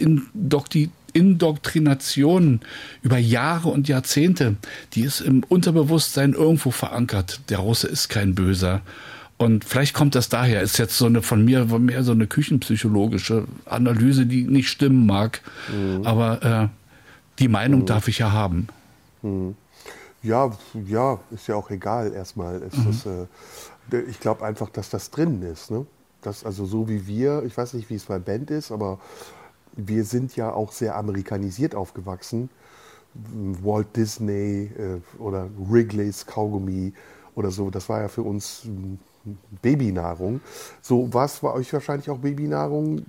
Indoktrination über Jahre und Jahrzehnte, die ist im Unterbewusstsein irgendwo verankert. Der Russe ist kein Böser. Und vielleicht kommt das daher, ist jetzt so eine von mir mehr so eine küchenpsychologische Analyse, die nicht stimmen mag. Aber die Meinung darf ich ja haben. Ja, ist ja auch egal erstmal. Ich glaube einfach, dass das drin ist. Ne? Das, also so wie wir, ich weiß nicht, wie es bei Band ist, aber wir sind ja auch sehr amerikanisiert aufgewachsen. Walt Disney oder Wrigley's Kaugummi oder so, das war ja für uns Babynahrung. So war es bei euch wahrscheinlich auch Babynahrung,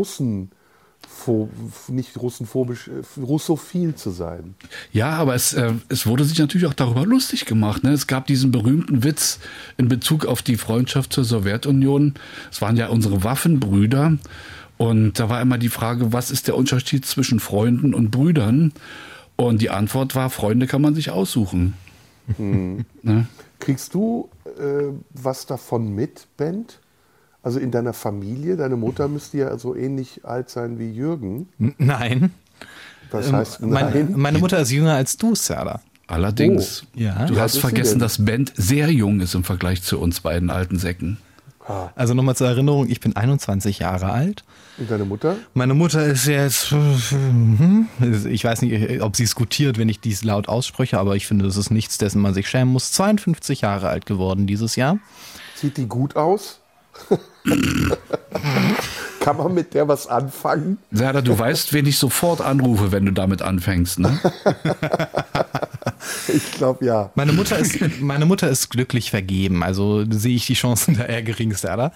nicht russenphobisch, russophil zu sein. Ja, aber es wurde sich natürlich auch darüber lustig gemacht. Ne? Es gab diesen berühmten Witz in Bezug auf die Freundschaft zur Sowjetunion. Es waren ja unsere Waffenbrüder. Und da war immer die Frage, was ist der Unterschied zwischen Freunden und Brüdern? Und die Antwort war, Freunde kann man sich aussuchen. Ne? Kriegst du was davon mit, Bent? Also in deiner Familie, deine Mutter müsste ja so ähnlich alt sein wie Jürgen. Nein. Was heißt nein? Meine Mutter ist jünger als du, Serdar. Allerdings. Ja. Du Wie alt hast ist sie vergessen, denn? dass Bent sehr jung ist im Vergleich zu uns beiden alten Säcken. Also nochmal zur Erinnerung, ich bin 21 Jahre alt. Und deine Mutter? Meine Mutter ist jetzt, ich weiß nicht, ob sie es gutiert, wenn ich dies laut ausspreche, aber ich finde, das ist nichts, dessen man sich schämen muss. 52 Jahre alt geworden dieses Jahr. Sieht die gut aus? Kann man mit der was anfangen? Serdar, du weißt, wen ich sofort anrufe, wenn du damit anfängst, ne? Ich glaube, ja. Meine Mutter ist glücklich vergeben, also sehe ich die Chancen da eher gering, Serdar.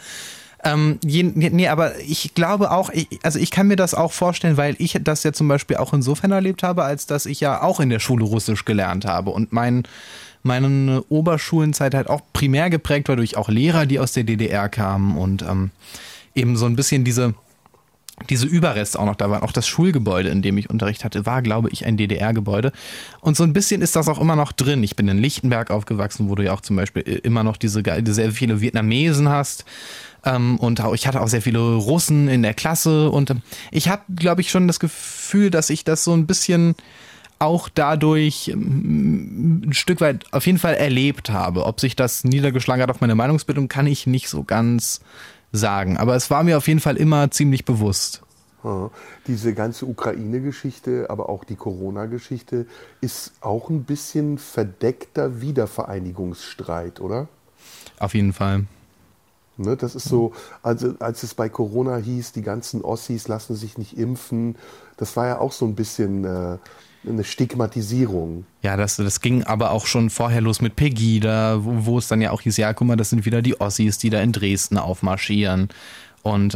Nee, aber ich glaube auch, ich kann mir das auch vorstellen, weil ich das ja zum Beispiel auch insofern erlebt habe, als dass ich ja auch in der Schule Russisch gelernt habe und meine Oberschulenzeit halt auch primär geprägt war durch auch Lehrer, die aus der DDR kamen und eben so ein bisschen diese Überreste auch noch da waren. Auch das Schulgebäude, in dem ich Unterricht hatte, war, glaube ich, ein DDR-Gebäude. Und so ein bisschen ist das auch immer noch drin. Ich bin in Lichtenberg aufgewachsen, wo du ja auch zum Beispiel immer noch sehr viele Vietnamesen hast. Und ich hatte auch sehr viele Russen in der Klasse. Und ich habe, glaube ich, schon das Gefühl, dass ich das so ein bisschen auch dadurch ein Stück weit auf jeden Fall erlebt habe. Ob sich das niedergeschlagen hat auf meine Meinungsbildung, kann ich nicht so ganz sagen. Aber es war mir auf jeden Fall immer ziemlich bewusst. Diese ganze Ukraine-Geschichte, aber auch die Corona-Geschichte ist auch ein bisschen verdeckter Wiedervereinigungsstreit, oder? Auf jeden Fall. Ne, das ist so, also als es bei Corona hieß, die ganzen Ossis lassen sich nicht impfen, das war ja auch so ein bisschen eine Stigmatisierung. Ja, das ging aber auch schon vorher los mit Pegida, wo es dann ja auch hieß, ja, guck mal, das sind wieder die Ossis, die da in Dresden aufmarschieren. Und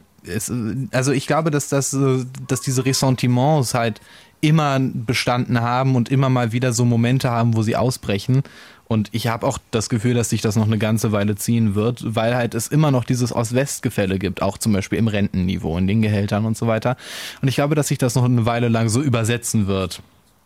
also ich glaube, dass diese Ressentiments halt immer bestanden haben und immer mal wieder so Momente haben, wo sie ausbrechen. Und ich habe auch das Gefühl, dass sich das noch eine ganze Weile ziehen wird, weil halt es immer noch dieses Ost-West-Gefälle gibt, auch zum Beispiel im Rentenniveau, in den Gehältern und so weiter. Und ich glaube, dass sich das noch eine Weile lang so übersetzen wird.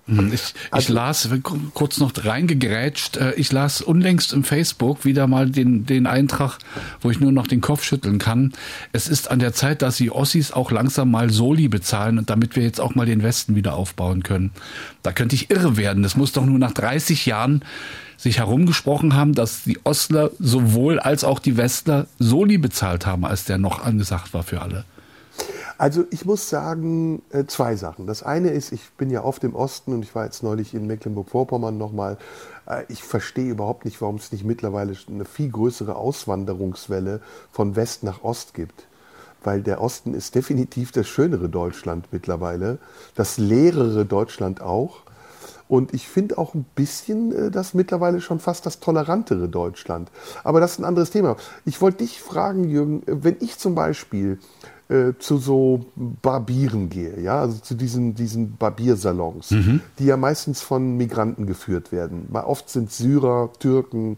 Ich las, kurz noch reingegrätscht, ich las unlängst im Facebook wieder mal den Eintrag, wo ich nur noch den Kopf schütteln kann. Es ist an der Zeit, dass die Ossis auch langsam mal Soli bezahlen, und damit wir jetzt auch mal den Westen wieder aufbauen können. Da könnte ich irre werden. Das muss doch nur nach 30 Jahren sich herumgesprochen haben, dass die Ostler sowohl als auch die Westler Soli bezahlt haben, als der noch angesagt war für alle. Also ich muss sagen, zwei Sachen. Das eine ist, ich bin ja oft im Osten und ich war jetzt neulich in Mecklenburg-Vorpommern nochmal. Ich verstehe überhaupt nicht, warum es nicht mittlerweile eine viel größere Auswanderungswelle von West nach Ost gibt. Weil der Osten ist definitiv das schönere Deutschland mittlerweile, das leerere Deutschland auch. Und ich finde auch ein bisschen das mittlerweile schon fast das tolerantere Deutschland. Aber das ist ein anderes Thema. Ich wollte dich fragen, Jürgen, wenn ich zum Beispiel zu so Barbieren gehe, ja, also zu diesen Barbiersalons, die ja meistens von Migranten geführt werden. Oft sind Syrer, Türken.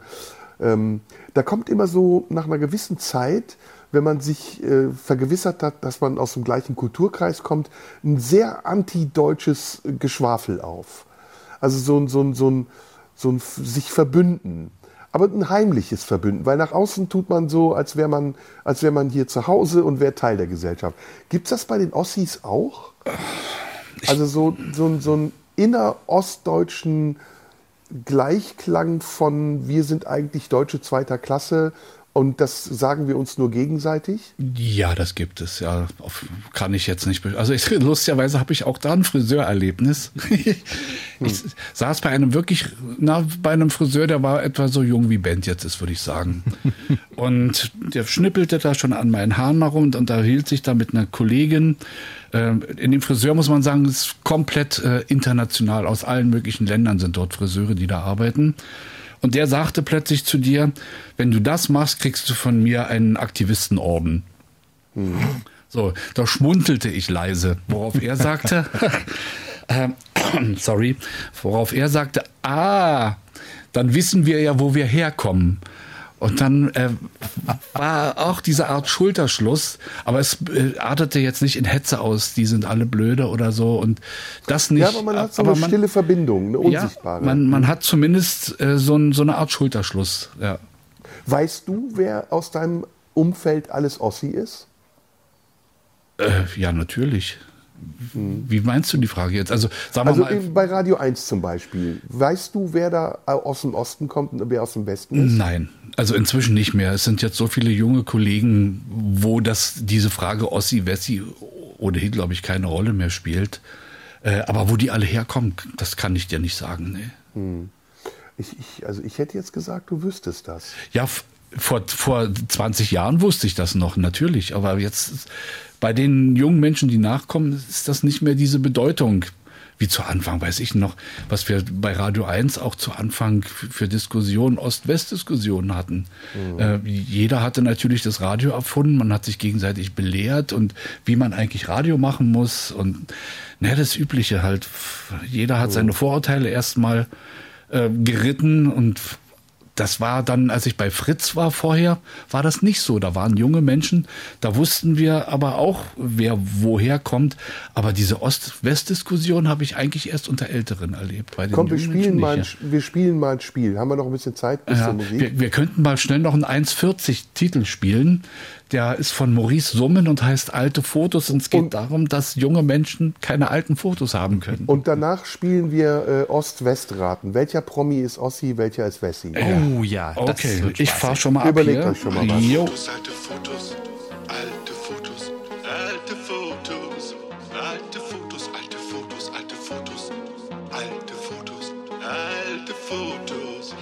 Da kommt immer so nach einer gewissen Zeit, wenn man sich vergewissert hat, dass man aus dem gleichen Kulturkreis kommt, ein sehr antideutsches Geschwafel auf. Also so ein sich verbünden. Aber ein heimliches Verbünden, weil nach außen tut man so, als wäre man hier zu Hause und wäre Teil der Gesellschaft. Gibt's das bei den Ossis auch? Also so einen innerostdeutschen Gleichklang von wir sind eigentlich Deutsche zweiter Klasse und das sagen wir uns nur gegenseitig? Ja, das gibt es, ja. Kann ich jetzt nicht. Also lustigerweise habe ich auch da ein Friseurerlebnis. Ich saß bei einem bei einem Friseur, der war etwa so jung wie Bent jetzt ist, würde ich sagen. Und der schnippelte da schon an meinen Haaren herum und unterhielt sich da mit einer Kollegin. In dem Friseur muss man sagen, es ist komplett international. Aus allen möglichen Ländern sind dort Friseure, die da arbeiten. Und der sagte plötzlich zu dir, wenn du das machst, kriegst du von mir einen Aktivistenorden. So, da schmunzelte ich leise, worauf er sagte, dann wissen wir ja, wo wir herkommen. Und dann war auch diese Art Schulterschluss, aber es artete jetzt nicht in Hetze aus, die sind alle blöde oder so und das nicht. Ja, aber man hat so eine stille Verbindung, eine unsichtbare. Ja, man hat zumindest so eine Art Schulterschluss. Ja. Weißt du, wer aus deinem Umfeld alles Ossi ist? Ja, natürlich. Wie meinst du die Frage jetzt? Also, sagen wir mal, bei Radio 1 zum Beispiel. Weißt du, wer da aus dem Osten kommt und wer aus dem Westen ist? Nein, also inzwischen nicht mehr. Es sind jetzt so viele junge Kollegen, wo diese Frage Ossi-Wessi ohnehin, glaube ich, keine Rolle mehr spielt. Aber wo die alle herkommen, das kann ich dir nicht sagen. Nee. Ich hätte jetzt gesagt, du wüsstest das. Ja, vor 20 Jahren wusste ich das noch, natürlich. Aber jetzt bei den jungen Menschen, die nachkommen, ist das nicht mehr diese Bedeutung. Wie zu Anfang, weiß ich noch, was wir bei Radio 1 auch zu Anfang für Diskussionen, Ost-West-Diskussionen hatten. Jeder hatte natürlich das Radio erfunden, man hat sich gegenseitig belehrt und wie man eigentlich Radio machen muss und das Übliche halt. Jeder hat seine Vorurteile erstmal geritten und das war dann, als ich bei Fritz war vorher, war das nicht so. Da waren junge Menschen, da wussten wir aber auch, wer woher kommt. Aber diese Ost-West-Diskussion habe ich eigentlich erst unter Älteren erlebt. Bei den Komm, wir spielen mal ein Spiel. Haben wir noch ein bisschen Zeit bis zur Musik? Wir könnten mal schnell noch einen 1,40-Titel spielen. Der ist von Maurice Summen und heißt Alte Fotos. Und es geht darum, dass junge Menschen keine alten Fotos haben können. Und danach spielen wir Ost-West-Raten. Welcher Promi ist Ossi, welcher ist Wessi? Oh ja, das okay. wird Ich fahre schon mal ab Überlegt hier. euch schon mal was. Jo. Alte Fotos, alte Fotos, alte Fotos, alte Fotos, alte Fotos, alte Fotos, alte Fotos, alte Fotos,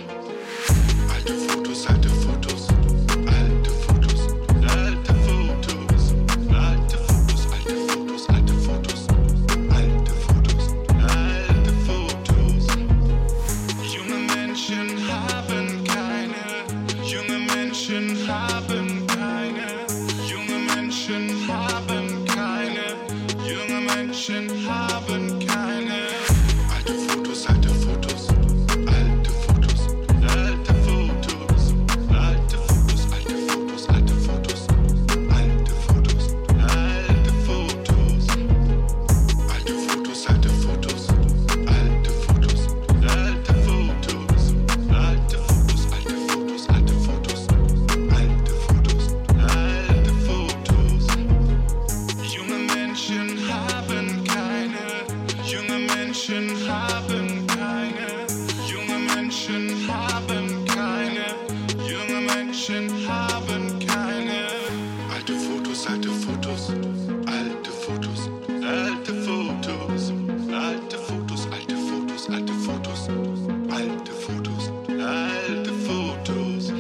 alte Fotos, alte Fotos, alte Fotos, alte Fotos, alte Fotos, alte Fotos, alte Fotos, alte Fotos, alte Fotos. Junge Menschen haben keine, junge Menschen haben keine, junge Menschen haben keine, junge Menschen haben keine. Alte Fotos, alte Fotos, alte Fotos, alte Fotos, alte Fotos, alte Fotos, alte Fotos, alte Fotos, alte Fotos, alte Fotos, alte Fotos, alte Fotos, alte Fotos, alte Fotos, alte Fotos, alte Fotos, alte Fotos, alte Fotos. Junge Menschen haben keine, junge Menschen haben keine, junge Menschen haben keine, junge Menschen haben keine. Alte Fotos, alte Fotos, alte Fotos, alte Fotos, alte Fotos, alte Fotos, alte Fotos, alte Fotos, alte Fotos.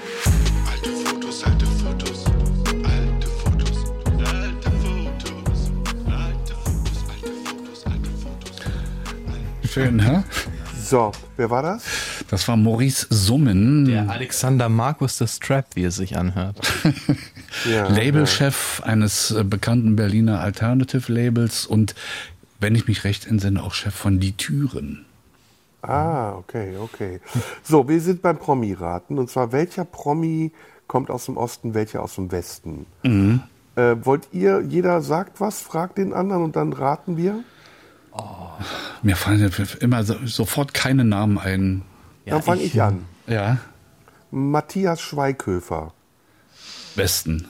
Alte Fotos, alte Fotos, alte Fotos, alte Fotos, alte Fotos, alte Fotos, alte Fotos. Schön, hä? So, wer war das? Das war Maurice Summen, Der Alexander Markus the Strap, wie es sich anhört. Ja, Labelchef eines bekannten Berliner Alternative-Labels und, wenn ich mich recht entsinne, auch Chef von Die Türen. Okay. So, wir sind beim Promi-Raten. Und zwar, welcher Promi kommt aus dem Osten, welcher aus dem Westen? Wollt ihr, jeder sagt was, fragt den anderen und dann raten wir? Mir fallen immer sofort keine Namen ein. Dann fange ich an. Ja, Matthias Schweighöfer. Westen.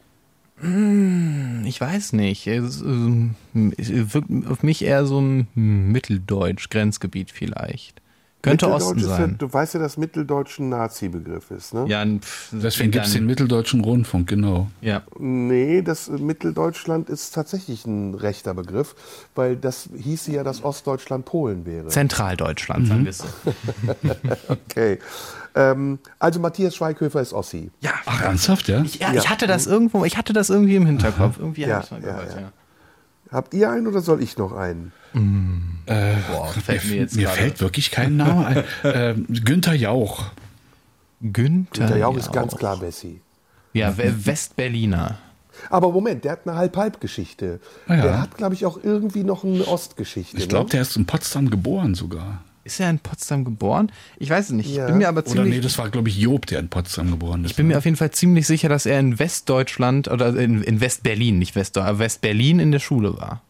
Ich weiß nicht. Es wirkt auf mich eher so ein Mitteldeutsch, Grenzgebiet vielleicht. Könnte Mitteldeutsch Osten ist ja, sein. du weißt ja, dass Mitteldeutsch ein Nazi-Begriff ist, ne? Ja, Deswegen gibt es den Mitteldeutschen Rundfunk, genau. Ja. Nee, das Mitteldeutschland ist tatsächlich ein rechter Begriff, weil das hieße ja, dass Ostdeutschland Polen wäre. Zentraldeutschland, sagen wir es so. Okay. Also Matthias Schweighöfer ist Ossi. Ja, Ach, ernsthaft, ja? ich hatte das irgendwie im Hinterkopf. Irgendwie Ja, habe ich mal ja, gehört, ja. ja. Habt ihr einen oder soll ich noch einen? Boah, fällt mir jetzt Mir gerade- fällt wirklich kein Name ein. Günther Jauch. Günther Der Jauch ist ganz klar Bessi. Ja, Westberliner. Aber Moment, der hat eine Halb-Halb-Geschichte. Ah, ja. Der hat, glaube ich, auch irgendwie noch eine Ostgeschichte. Ich glaube, der ist in Potsdam geboren sogar. Ist er in Potsdam geboren? Ich weiß es nicht. Ja. Ich bin mir aber Oder ziemlich... nee, das war, glaube ich, Job, der in Potsdam geboren ist. Ich bin mir auf jeden Fall ziemlich sicher, dass er in Westdeutschland oder in Westberlin, nicht Westdeutschland, aber Westberlin in der Schule war.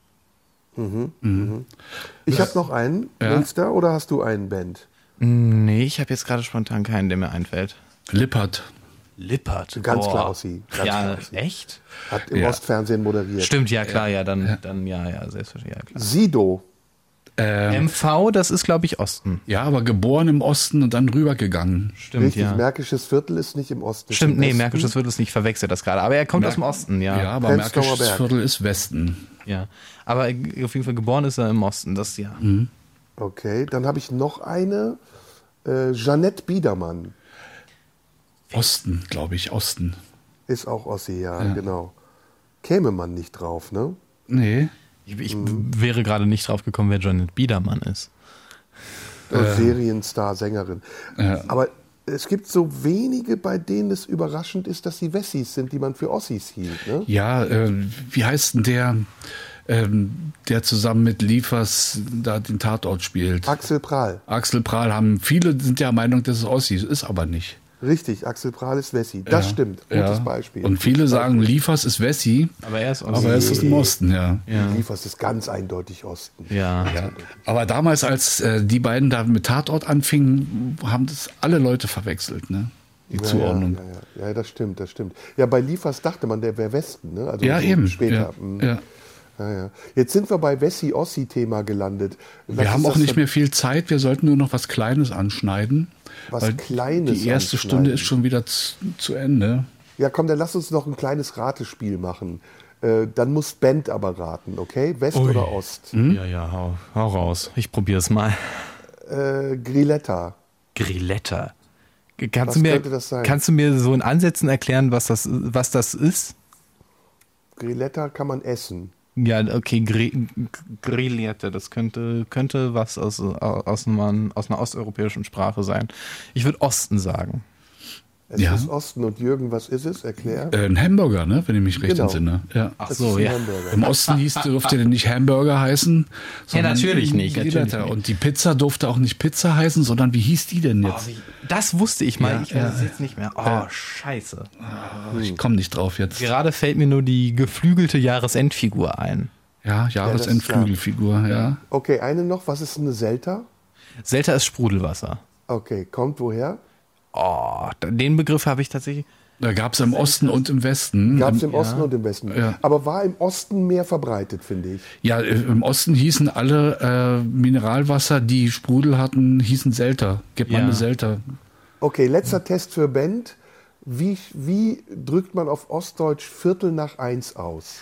Ich habe noch einen. Ja. Willst du, oder hast du einen, Band? Nee, ich habe jetzt gerade spontan keinen, der mir einfällt. Lippert. Lippert. Ganz klar Ossi. Ganz Ja, klar Ossi. echt? Hat im Ja. Ostfernsehen moderiert. Stimmt, ja klar, ja, dann ja, selbstverständlich, ja klar. Sido. MV, das ist glaube ich Osten. Ja, aber geboren im Osten und dann rübergegangen. Stimmt, Richtig, ja. Märkisches Viertel ist nicht im Osten. ist Stimmt, im nee, Westen. Märkisches Viertel ist nicht, verwechselt das gerade. Aber er kommt aus dem Osten, ja. Ja, aber Prenzlauer Märkisches Berg. Viertel ist Westen. Ja. Aber auf jeden Fall geboren ist er im Osten, das ja. Okay, dann habe ich noch eine. Jeanette Biedermann Osten, glaube ich, Osten. ist auch Ossi, ja, genau. Käme man nicht drauf, ne? Nee. Ich wäre gerade nicht drauf gekommen, wer Janet Biedermann ist. Serienstar, Sängerin. Ja. Aber es gibt so wenige, bei denen es überraschend ist, dass sie Wessis sind, die man für Ossis hielt. Ne? Ja, wie heißt denn der zusammen mit Liefers da den Tatort spielt? Axel Prahl. Axel Prahl viele sind der Meinung, das ist Ossi, ist aber nicht. Richtig, Axel Prahl ist Wessi. Das Ja. stimmt. Gutes Ja. Beispiel. Und viele sagen, Liefers ist Wessi, Aber er ist aber es ist im Osten, ja. Liefers ist ganz eindeutig Osten. Ja. Ja. Aber damals, als die beiden da mit Tatort anfingen, haben das alle Leute verwechselt, ne? Die Zuordnung. Ja, das stimmt, das stimmt. Ja, bei Liefers dachte man, der wäre Westen, ne? Also Ja, so eben. Später. Ja. Mhm. Ja. Ja. Jetzt sind wir bei Wessi-Ossi-Thema gelandet. Was Wir ist haben auch das nicht für- mehr viel Zeit, wir sollten nur noch was Kleines anschneiden. Was weil Kleines Die erste anschneiden. Stunde ist schon wieder zu Ende. Ja, komm, dann lass uns noch ein kleines Ratespiel machen. Dann muss Band aber raten, okay? West oder Ost? Ja, hau raus. Ich probiere es mal. Grilletta. Grilletta. Was könnte das sein? Kannst du mir so in Ansätzen erklären, was das ist? Grilletta kann man essen. Ja, okay, Grillette, das könnte was aus einer osteuropäischen Sprache sein. Ich würde Osten sagen. Es Ja. ist Osten. Und Jürgen, was ist es? Erklär. Ein Hamburger, ne? Wenn ich mich recht Genau. entsinne. Ja. Ach Das so, ist ein ja. Hamburger. Im Osten durfte der nicht Hamburger heißen. sondern natürlich nicht, Grilletta. natürlich nicht. Und die Pizza durfte auch nicht Pizza heißen, sondern wie hieß die denn jetzt? Das wusste ich mal, Ja, ich weiß es ja. jetzt nicht mehr. Oh, scheiße. Ich komme nicht drauf jetzt. Gerade fällt mir nur die geflügelte Jahresendfigur ein. Ja, Jahresendflügelfigur, ja. Okay, eine noch. Was ist eine Selta? Selta ist Sprudelwasser. Okay, kommt woher? Oh, den Begriff habe ich tatsächlich. Da gab es im Osten und im Westen. Gab es im Osten und im Westen. Ja. Aber war im Osten mehr verbreitet, finde ich. Ja, im Osten hießen alle Mineralwasser, die Sprudel hatten, hießen Selter. Gib mal Ja. eine Selter. Okay, letzter Test für Band. Wie drückt man auf Ostdeutsch Viertel nach 1 aus?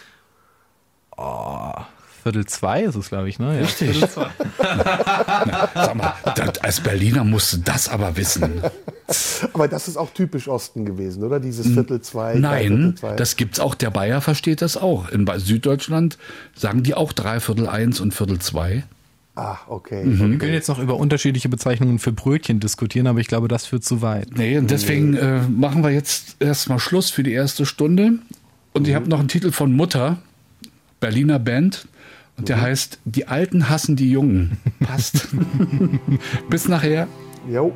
Viertel 2 ist es, glaube ich, ne? Ja. Richtig. Sag mal, als Berliner musst du das aber wissen. Aber das ist auch typisch Osten gewesen, oder? Dieses Viertel 2. Nein, das gibt's auch. Der Bayer versteht das auch. In Süddeutschland sagen die auch 3/4 und Viertel 2. Ah, okay. Wir können jetzt noch über unterschiedliche Bezeichnungen für Brötchen diskutieren, aber ich glaube, das führt zu weit. Nee, und deswegen machen wir jetzt erstmal Schluss für die erste Stunde. Und ich habe noch einen Titel von Mutter, Berliner Band. Und der heißt Die Alten hassen die Jungen. Passt. Bis nachher. Jo.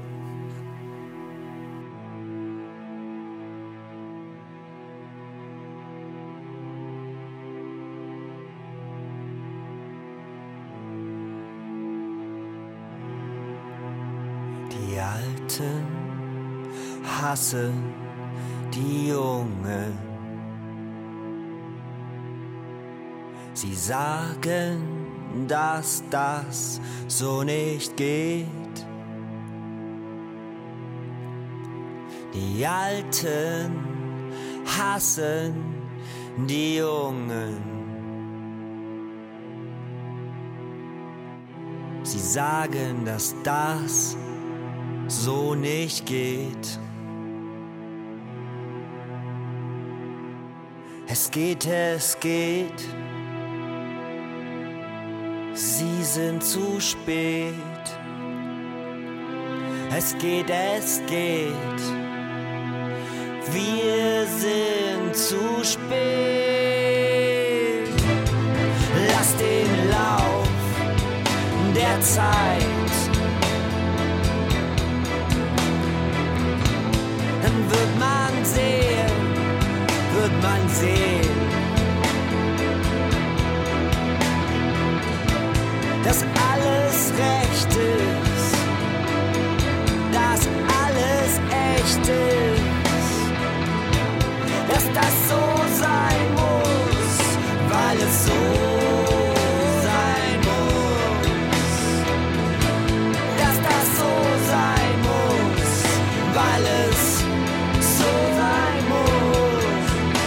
hassen die Jungen. Sie sagen, dass das so nicht geht. Die Alten hassen die Jungen. Sie sagen, dass das so nicht geht. Es geht, es geht. Sie sind zu spät. Es geht, es geht. Wir sind zu spät. Lass den Lauf der Zeit. Dann wird man sehen, dass alles recht ist, dass alles echt ist, dass das so sein muss, weil es so sein muss, dass das so sein muss, weil es so sein muss,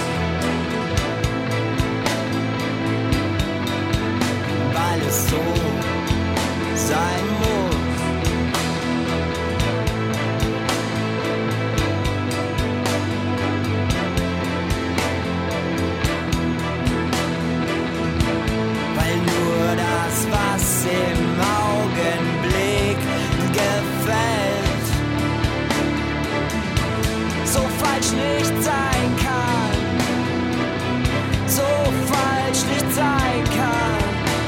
weil es so sein muss. Weil nur das, was im Augenblick gefällt, so falsch nicht sein kann, so falsch nicht sein kann.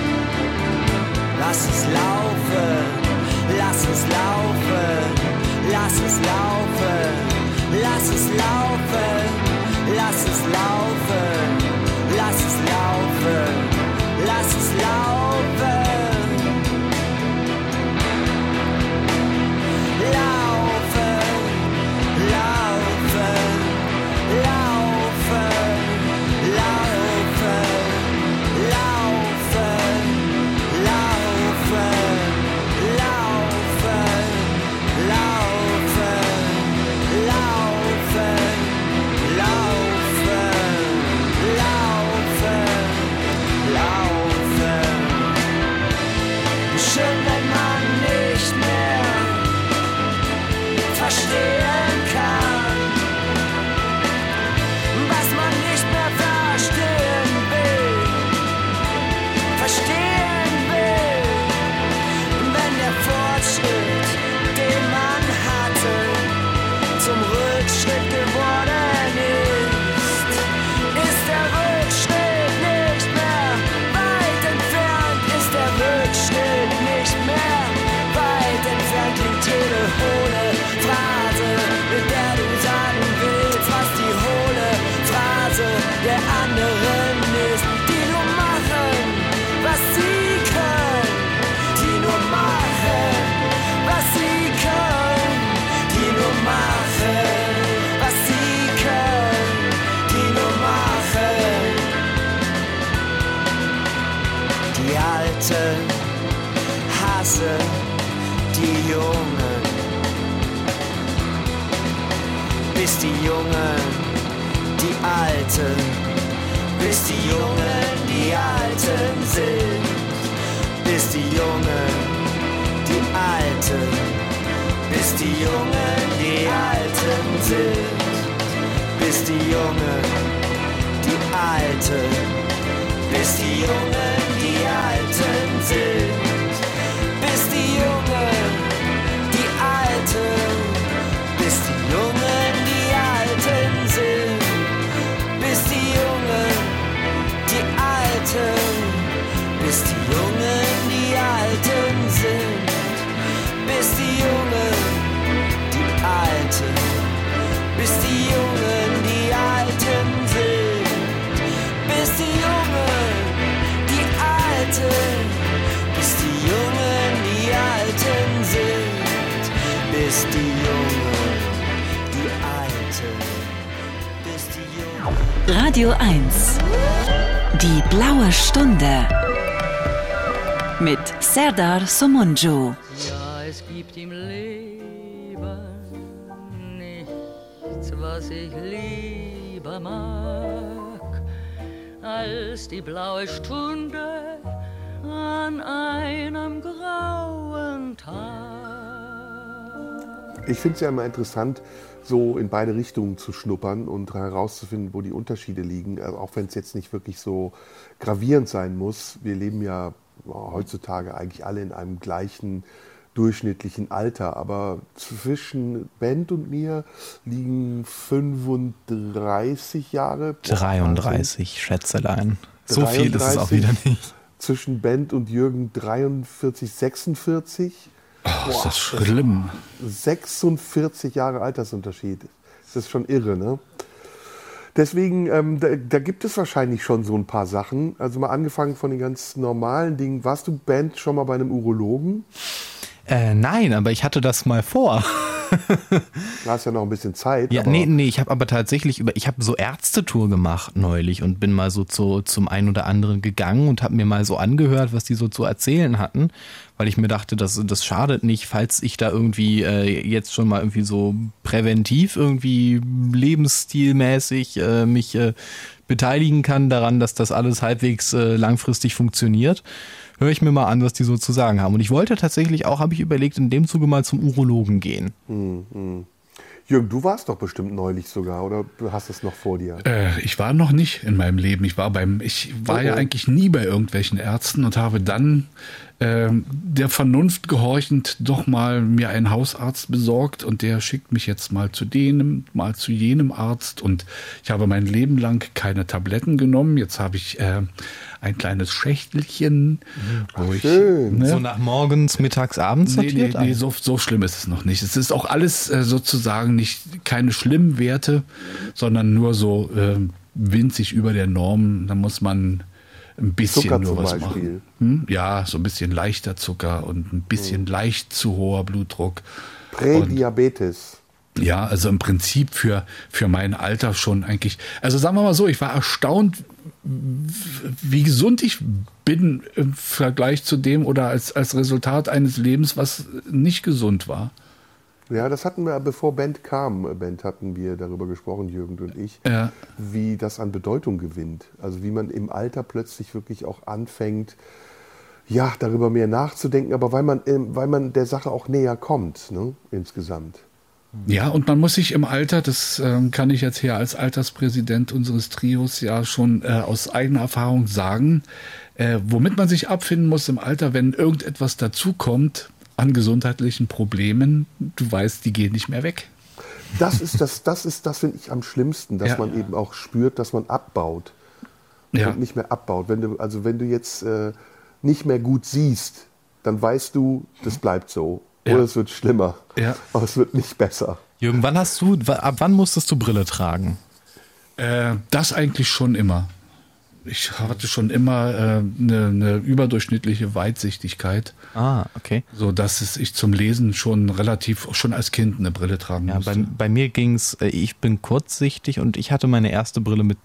Lass es laufen, lass es laufen, lass es laufen, lass es laufen, lass es laufen, lass es laufen, lass es laufen. Laufen, laufen, laufen, laufen, laufen, laufen, laufen, laufen, laufen, laufen, laufen. Schön, wenn man nicht mehr verstehen kann, was man nicht mehr verstehen will, wenn der Fortschritt, den man hatte, zum Rückschritt geworden ist der Rückschritt nicht mehr weit entfernt, ist der Rückschritt nicht mehr weit entfernt, klingt jede hohle Phrase, mit der du sagen willst, was die hohle Phrase der anderen ist, die nur machen, was sie können, die nur machen, was sie können, die nur machen, was sie können, die nur machen. Die Alten hassen die Jungen, bis die Jungen die Alten, bis die Jungen die Alten sind, bis die Jungen die Alten, bis die Jungen die Alten sind, bis die Jungen die Alten, bis die Jungen die Alten sind, bis die Jungen die Alten, bis die Jungen die Alten sind, bis die Jungen die Alten, bis die Jungen die Alten sind, bis die Jungen die Alten, bis die Jungen die Alten sind, bis die Jungen die Alten, bis die Jungen die Alten sind, bis die Jungen die Alten. warte, bis die Junge Radio 1. Die blaue Stunde. Mit Serdar Somuncu. Ja, es gibt im Leben nichts, was ich lieber mag, als die blaue Stunde an einem grauen Tag. Ich finde es ja immer interessant, so in beide Richtungen zu schnuppern und herauszufinden, wo die Unterschiede liegen, also auch wenn es jetzt nicht wirklich so gravierend sein muss. Wir leben ja heutzutage eigentlich alle in einem gleichen durchschnittlichen Alter, aber zwischen Bent und mir liegen 35 Jahre. 33, Schätzelein. So viel ist es auch wieder nicht. Zwischen Bent und Jürgen 43, 46. Oh, ist das schlimm. 46 Jahre Altersunterschied. Das ist schon irre, ne? Deswegen, da gibt es wahrscheinlich schon so ein paar Sachen. Also mal angefangen von den ganz normalen Dingen. Warst du, Bent, schon mal bei einem Urologen? Nein, aber ich hatte das mal vor. Du hast ja noch ein bisschen Zeit. Ja, aber nee, ich habe aber tatsächlich ich habe so Ärztetour gemacht neulich und bin mal so zum einen oder anderen gegangen und habe mir mal so angehört, was die so zu erzählen hatten, weil ich mir dachte, das schadet nicht, falls ich da irgendwie jetzt schon mal irgendwie so präventiv irgendwie lebensstilmäßig mich beteiligen kann daran, dass das alles halbwegs langfristig funktioniert. Höre ich mir mal an, was die so zu sagen haben. Und ich wollte tatsächlich auch, habe ich überlegt, in dem Zuge mal zum Urologen gehen. Jürgen, du warst doch bestimmt neulich sogar, oder du hast es noch vor dir? Ich war noch nicht in meinem Leben. Ich war ja eigentlich nie bei irgendwelchen Ärzten und habe dann der Vernunft gehorchend doch mal mir einen Hausarzt besorgt und der schickt mich jetzt mal zu dem, mal zu jenem Arzt und ich habe mein Leben lang keine Tabletten genommen. Jetzt habe ich ein kleines Schächtelchen, wo ich So nach morgens, mittags, abends sortiert? Nee, so schlimm ist es noch nicht. Es ist auch alles sozusagen keine Schlimmwerte, sondern nur so winzig über der Norm. Da muss man ein bisschen Zucker nur zum was Beispiel. machen. Ja, so ein bisschen leichter Zucker und ein bisschen leicht zu hoher Blutdruck. Prädiabetes. Ja, also im Prinzip für mein Alter schon eigentlich. Also sagen wir mal so, ich war erstaunt, wie gesund ich bin im Vergleich zu dem oder als Resultat eines Lebens, was nicht gesund war. Ja, das hatten wir, bevor Bent kam, hatten wir darüber gesprochen, Jürgen und ich, Ja. wie das an Bedeutung gewinnt. Also wie man im Alter plötzlich wirklich auch anfängt, ja, darüber mehr nachzudenken, aber weil man der Sache auch näher kommt, ne, insgesamt. Ja, und man muss sich im Alter, das kann ich jetzt hier als Alterspräsident unseres Trios ja schon aus eigener Erfahrung sagen, womit man sich abfinden muss im Alter, wenn irgendetwas dazukommt an gesundheitlichen Problemen, du weißt, die gehen nicht mehr weg. Das finde ich am schlimmsten, dass Ja. man eben auch spürt, dass man abbaut Ja. und nicht mehr abbaut. Wenn du jetzt nicht mehr gut siehst, dann weißt du, das bleibt so. Ja. Oder es wird schlimmer. Ja. Aber es wird nicht besser. Jürgen, ab wann musstest du Brille tragen? Das eigentlich schon immer. Ich hatte schon immer eine überdurchschnittliche Weitsichtigkeit, Ah, okay. so dass ich zum Lesen schon als Kind eine Brille tragen Ja, musste. bei mir ging's, ich bin kurzsichtig und ich hatte meine erste Brille mit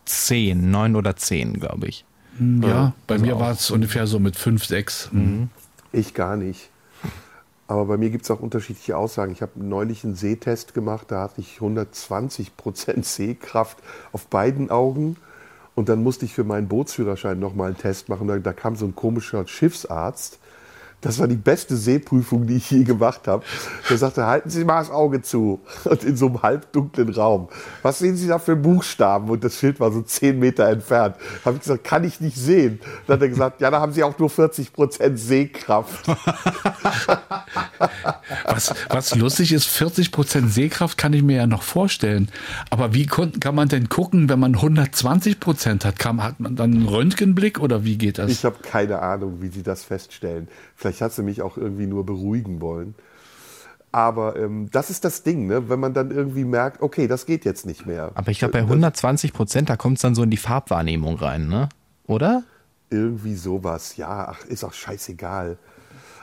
9 oder 10, glaube ich. Ja, bei also mir auch war es ungefähr so mit 5, 6. Ich gar nicht. Aber bei mir gibt es auch unterschiedliche Aussagen. Ich habe neulich einen Sehtest gemacht, da hatte ich 120% Sehkraft auf beiden Augen. Und dann musste ich für meinen Bootsführerschein nochmal einen Test machen. Da kam so ein komischer Schiffsarzt. Das war die beste Sehprüfung, die ich je gemacht habe. Der sagte, halten Sie mal das Auge zu. Und in so einem halbdunklen Raum. Was sehen Sie da für Buchstaben? Und das Schild war so 10 Meter entfernt. Habe ich gesagt, kann ich nicht sehen. Dann hat er gesagt, ja, da haben Sie auch nur 40% Sehkraft. Was lustig ist, 40% Sehkraft kann ich mir ja noch vorstellen. Aber wie kann man denn gucken, wenn man 120% hat? Hat man dann einen Röntgenblick oder wie geht das? Ich habe keine Ahnung, wie Sie das feststellen. Vielleicht hat sie mich auch irgendwie nur beruhigen wollen. Aber das ist das Ding, ne? Wenn man dann irgendwie merkt, okay, das geht jetzt nicht mehr. Aber ich glaube, bei 120%, da kommt es dann so in die Farbwahrnehmung rein, ne? Oder? Irgendwie sowas, ja, ach, ist auch scheißegal.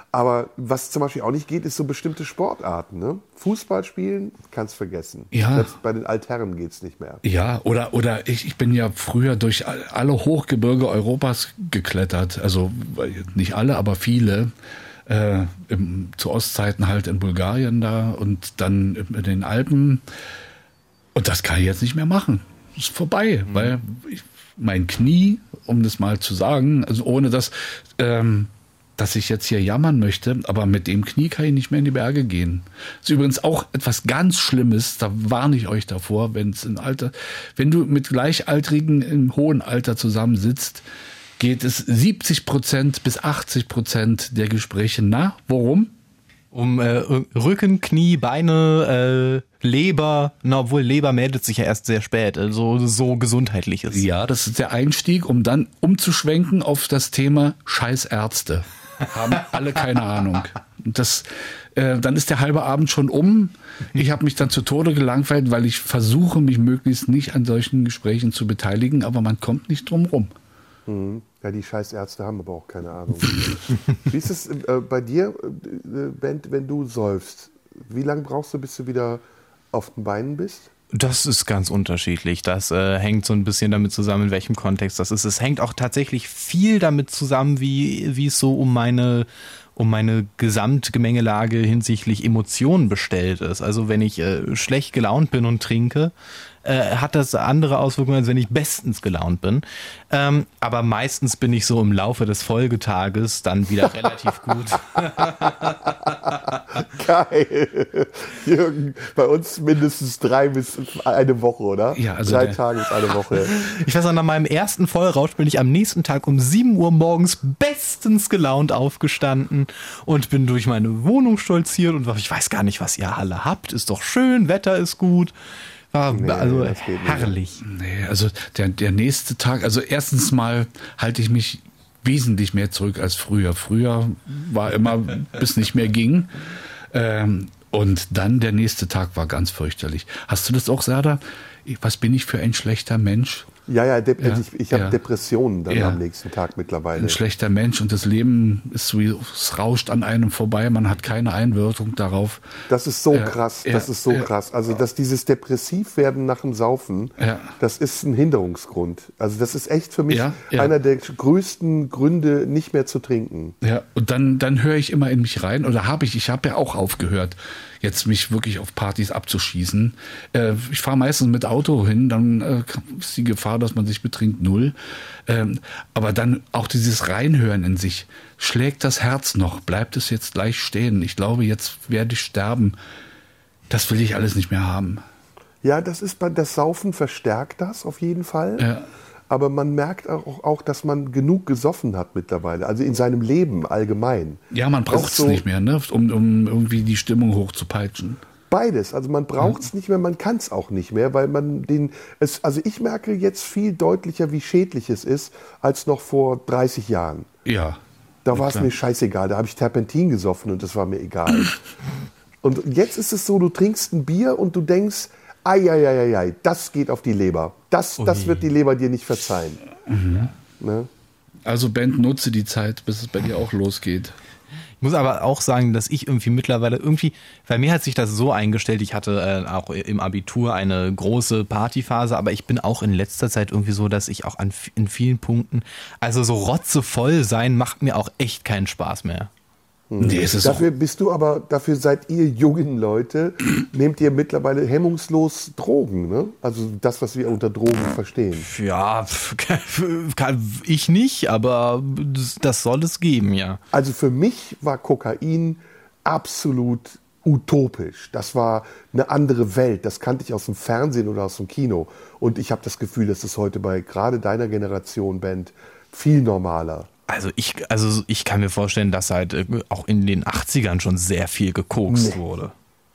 Aber was zum Beispiel auch nicht geht, ist so bestimmte Sportarten. Ne? Fußball spielen, kannst vergessen. Ja. Selbst bei den Altherren geht's nicht mehr. Ja, oder ich bin ja früher durch alle Hochgebirge Europas geklettert. Also nicht alle, aber viele. Zu Ostzeiten halt in Bulgarien da und dann in den Alpen. Und das kann ich jetzt nicht mehr machen. Ist vorbei, weil mein Knie, um das mal zu sagen, also ohne dass ich jetzt hier jammern möchte, aber mit dem Knie kann ich nicht mehr in die Berge gehen. Das ist übrigens auch etwas ganz Schlimmes, da warne ich euch davor, wenn du mit Gleichaltrigen im hohen Alter zusammensitzt, geht es 70% bis 80% der Gespräche. Na, worum? Um Rücken, Knie, Beine, Leber, obwohl Leber meldet sich ja erst sehr spät, also so gesundheitliches. Ja, das ist der Einstieg, um dann umzuschwenken auf das Thema Scheißärzte. Haben alle keine Ahnung. Dann ist der halbe Abend schon um. Ich habe mich dann zu Tode gelangweilt, weil ich versuche, mich möglichst nicht an solchen Gesprächen zu beteiligen, aber man kommt nicht drum rum. Ja, die Scheißärzte haben aber auch keine Ahnung. Wie ist es bei dir, Bent, wenn du säufst? Wie lange brauchst du, bis du wieder auf den Beinen bist? Das ist ganz unterschiedlich. Das hängt so ein bisschen damit zusammen, in welchem Kontext das ist. Es hängt auch tatsächlich viel damit zusammen, wie es so um meine Gesamtgemengelage hinsichtlich Emotionen bestellt ist. Also wenn ich schlecht gelaunt bin und trinke, hat das andere Auswirkungen, als wenn ich bestens gelaunt bin. Aber meistens bin ich so im Laufe des Folgetages dann wieder relativ gut. Geil. Jürgen, bei uns mindestens 3 bis eine Woche, oder? Ja, also 3 Tage bis eine Woche. Ich weiß noch, nach meinem ersten Vollrausch bin ich am nächsten Tag um 7 Uhr morgens bestens gelaunt aufgestanden und bin durch meine Wohnung stolziert und ich weiß gar nicht, was ihr alle habt. Ist doch schön, Wetter ist gut. War also herrlich. Nee, also der nächste Tag, also erstens mal halte ich mich wesentlich mehr zurück als früher. Früher war immer, bis nicht mehr ging. Und dann der nächste Tag war ganz fürchterlich. Hast du das auch, Serdar? Was bin ich für ein schlechter Mensch? Ja, ich habe Depressionen dann am nächsten Tag mittlerweile. Ein schlechter Mensch und das Leben ist so, es rauscht an einem vorbei, man hat keine Einwirkung darauf. Das ist so krass, krass. Also, dass dieses Depressivwerden nach dem Saufen, das ist ein Hinderungsgrund. Also, das ist echt für mich einer der größten Gründe, nicht mehr zu trinken. Ja, und dann höre ich immer in mich rein, oder ich habe ja auch aufgehört, jetzt mich wirklich auf Partys abzuschießen. Ich fahre meistens mit Auto hin, dann ist die Gefahr, dass man sich betrinkt, 0. Aber dann auch dieses Reinhören in sich. Schlägt das Herz noch? Bleibt es jetzt gleich stehen? Ich glaube, jetzt werde ich sterben. Das will ich alles nicht mehr haben. Ja, das Saufen verstärkt das auf jeden Fall. Ja. Aber man merkt auch, dass man genug gesoffen hat mittlerweile, also in seinem Leben allgemein. Ja, man braucht es so nicht mehr, ne? um irgendwie die Stimmung hochzupeitschen. Beides, also man braucht es nicht mehr, man kann es auch nicht mehr, weil also ich merke jetzt viel deutlicher, wie schädlich es ist, als noch vor 30 Jahren. Ja. Da war es mir scheißegal, da habe ich Terpentin gesoffen und das war mir egal. Und jetzt ist es so, du trinkst ein Bier und du denkst, ei, das geht auf die Leber. Das wird die Leber dir nicht verzeihen. Mhm. Ne? Also Bent, nutze die Zeit, bis es bei dir auch losgeht. Ich muss aber auch sagen, dass ich mittlerweile bei mir hat sich das so eingestellt, ich hatte auch im Abitur eine große Partyphase, aber ich bin auch in letzter Zeit irgendwie so, dass ich auch in vielen Punkten, also so rotzevoll sein macht mir auch echt keinen Spaß mehr. Nee, dafür seid ihr jungen Leute, nehmt ihr mittlerweile hemmungslos Drogen, ne? Also das, was wir unter Drogen verstehen. Ja, kann ich nicht, aber das soll es geben, ja. Also für mich war Kokain absolut utopisch. Das war eine andere Welt. Das kannte ich aus dem Fernsehen oder aus dem Kino. Und ich habe das Gefühl, dass es heute bei gerade deiner Generation, Band, viel normaler. Also ich kann mir vorstellen, dass halt auch in den 80ern schon sehr viel gekokst wurde.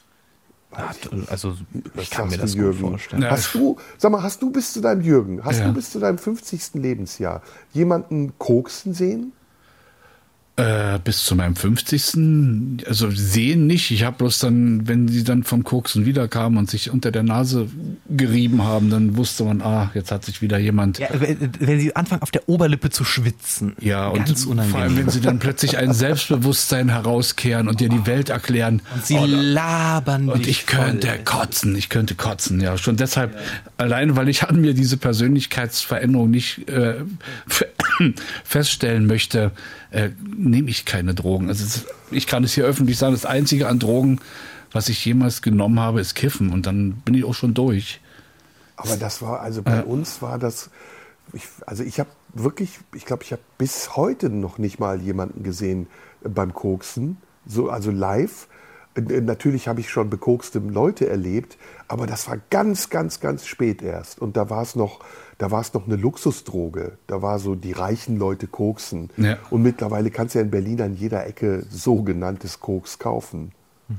Also ich kann mir das gut vorstellen. Hast du bis zu deinem 50. Lebensjahr jemanden koksen sehen? Bis zu meinem 50. Also sehen nicht. Ich habe bloß dann, wenn sie dann vom Koksen wiederkamen und sich unter der Nase gerieben haben, dann wusste man, jetzt hat sich wieder jemand... Ja, wenn sie anfangen, auf der Oberlippe zu schwitzen. Ja, ganz und unangenehm. vor allem, wenn sie dann plötzlich ein Selbstbewusstsein herauskehren und dir die Welt erklären. Und sie labern Und dich ich könnte kotzen, ja. Schon deshalb, allein weil ich an mir diese Persönlichkeitsveränderung nicht feststellen möchte, nehme ich keine Drogen. Also ich kann es hier öffentlich sagen, das Einzige an Drogen, was ich jemals genommen habe, ist Kiffen. Und dann bin ich auch schon durch. Aber das war, also bei uns war das, ich habe wirklich, ich glaube, ich habe bis heute noch nicht mal jemanden gesehen beim Koksen, also live. Natürlich habe ich schon bekokste Leute erlebt, aber das war ganz, ganz, ganz spät erst. Und da war es noch eine Luxusdroge. Da war so, die reichen Leute koksen. Ja. Und mittlerweile kannst du ja in Berlin an jeder Ecke sogenanntes Koks kaufen.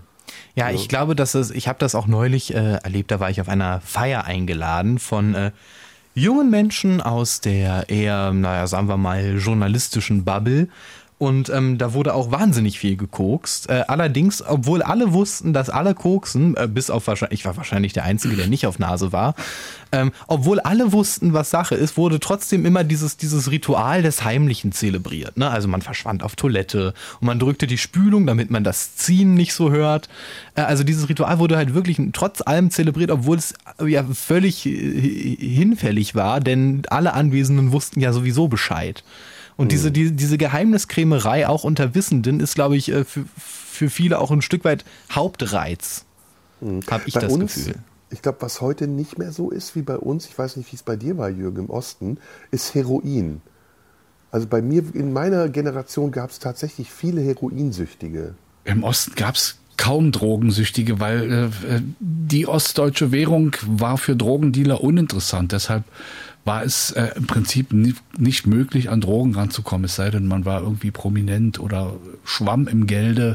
Ja, ich glaube, ich habe das auch neulich erlebt, da war ich auf einer Feier eingeladen von jungen Menschen aus der eher, sagen wir mal, journalistischen Bubble. Und da wurde auch wahnsinnig viel gekokst. Allerdings, obwohl alle wussten, dass alle koksen, bis auf ich war wahrscheinlich der Einzige, der nicht auf Nase war, obwohl alle wussten, was Sache ist, wurde trotzdem immer dieses Ritual des Heimlichen zelebriert. Ne? Also man verschwand auf Toilette und man drückte die Spülung, damit man das Ziehen nicht so hört. Also dieses Ritual wurde halt wirklich trotz allem zelebriert, obwohl es ja völlig hinfällig war, denn alle Anwesenden wussten ja sowieso Bescheid. Und diese Geheimniskrämerei auch unter Wissenden ist, glaube ich, für viele auch ein Stück weit Hauptreiz, habe ich das Gefühl. Ich glaube, was heute nicht mehr so ist wie bei uns, ich weiß nicht, wie es bei dir war, Jürgen, im Osten, ist Heroin. Also bei mir, in meiner Generation gab es tatsächlich viele Heroinsüchtige. Im Osten gab es kaum Drogensüchtige, weil die ostdeutsche Währung war für Drogendealer uninteressant. Deshalb war es im Prinzip nicht möglich, an Drogen ranzukommen, es sei denn, man war irgendwie prominent oder schwamm im Gelde.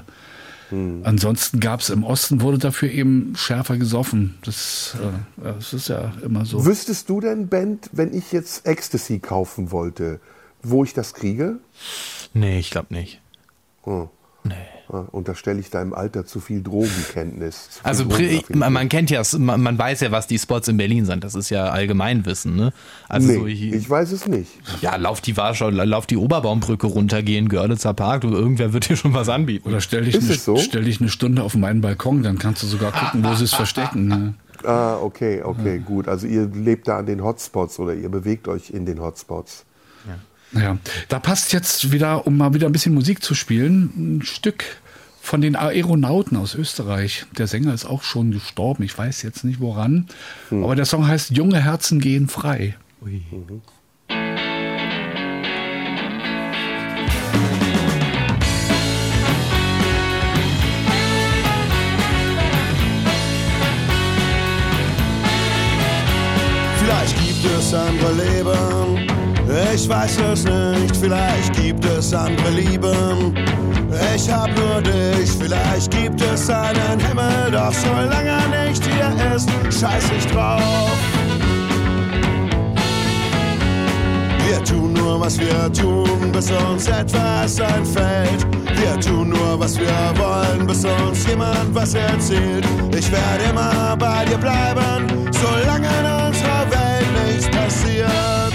Ansonsten gab es im Osten, wurde dafür eben schärfer gesoffen. Das ist ja immer so. Wüsstest du denn, Ben, wenn ich jetzt Ecstasy kaufen wollte, wo ich das kriege? Nee, ich glaube nicht. Oh. Nee. Unterstelle ich deinem Alter zu viel Drogenkenntnis. Also man kennt ja, man weiß ja, was die Spots in Berlin sind. Das ist ja Allgemeinwissen, ne? Also nee, ich weiß es nicht. Ja, lauf die Oberbaumbrücke runter, geh in Görlitzer Park, irgendwer wird dir schon was anbieten. Oder stell dich eine Stunde auf meinen Balkon, dann kannst du sogar gucken, wo sie es verstecken. Ne? Okay, gut. Also ihr lebt da an den Hotspots oder ihr bewegt euch in den Hotspots. Ja, da passt jetzt wieder, um mal wieder ein bisschen Musik zu spielen, ein Stück von den Aeronauten aus Österreich. Der Sänger ist auch schon gestorben, ich weiß jetzt nicht woran, aber der Song heißt Junge Herzen gehen frei. Ui. Vielleicht gibt es andere Leben, ich weiß es nicht, vielleicht gibt es andere Lieben. Ich hab nur dich, vielleicht gibt es einen Himmel, doch solange er nicht hier ist, scheiß ich drauf. Wir tun nur, was wir tun, bis uns etwas einfällt. Wir tun nur, was wir wollen, bis uns jemand was erzählt. Ich werde immer bei dir bleiben, solange in unserer Welt nichts passiert.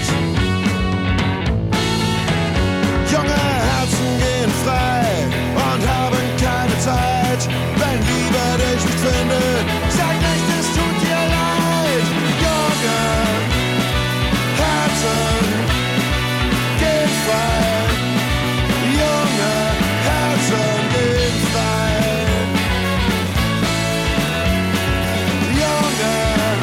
Junge Herzen gehen frei und haben keine Zeit. Wenn Liebe dich nicht findet, sag nicht, es tut dir leid. Junge Herzen gehen frei. Junge Herzen gehen frei. Junge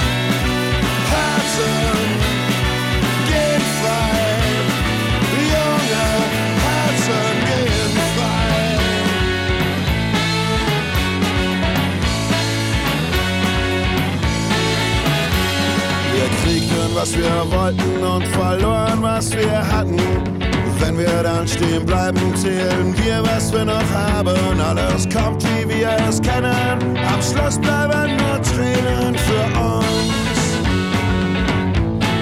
Herzen gehen frei. Kriegten, was wir wollten und verloren, was wir hatten. Wenn wir dann stehen bleiben, zählen wir, was wir noch haben. Alles kommt, wie wir es kennen. Am Schluss bleiben nur Tränen für uns.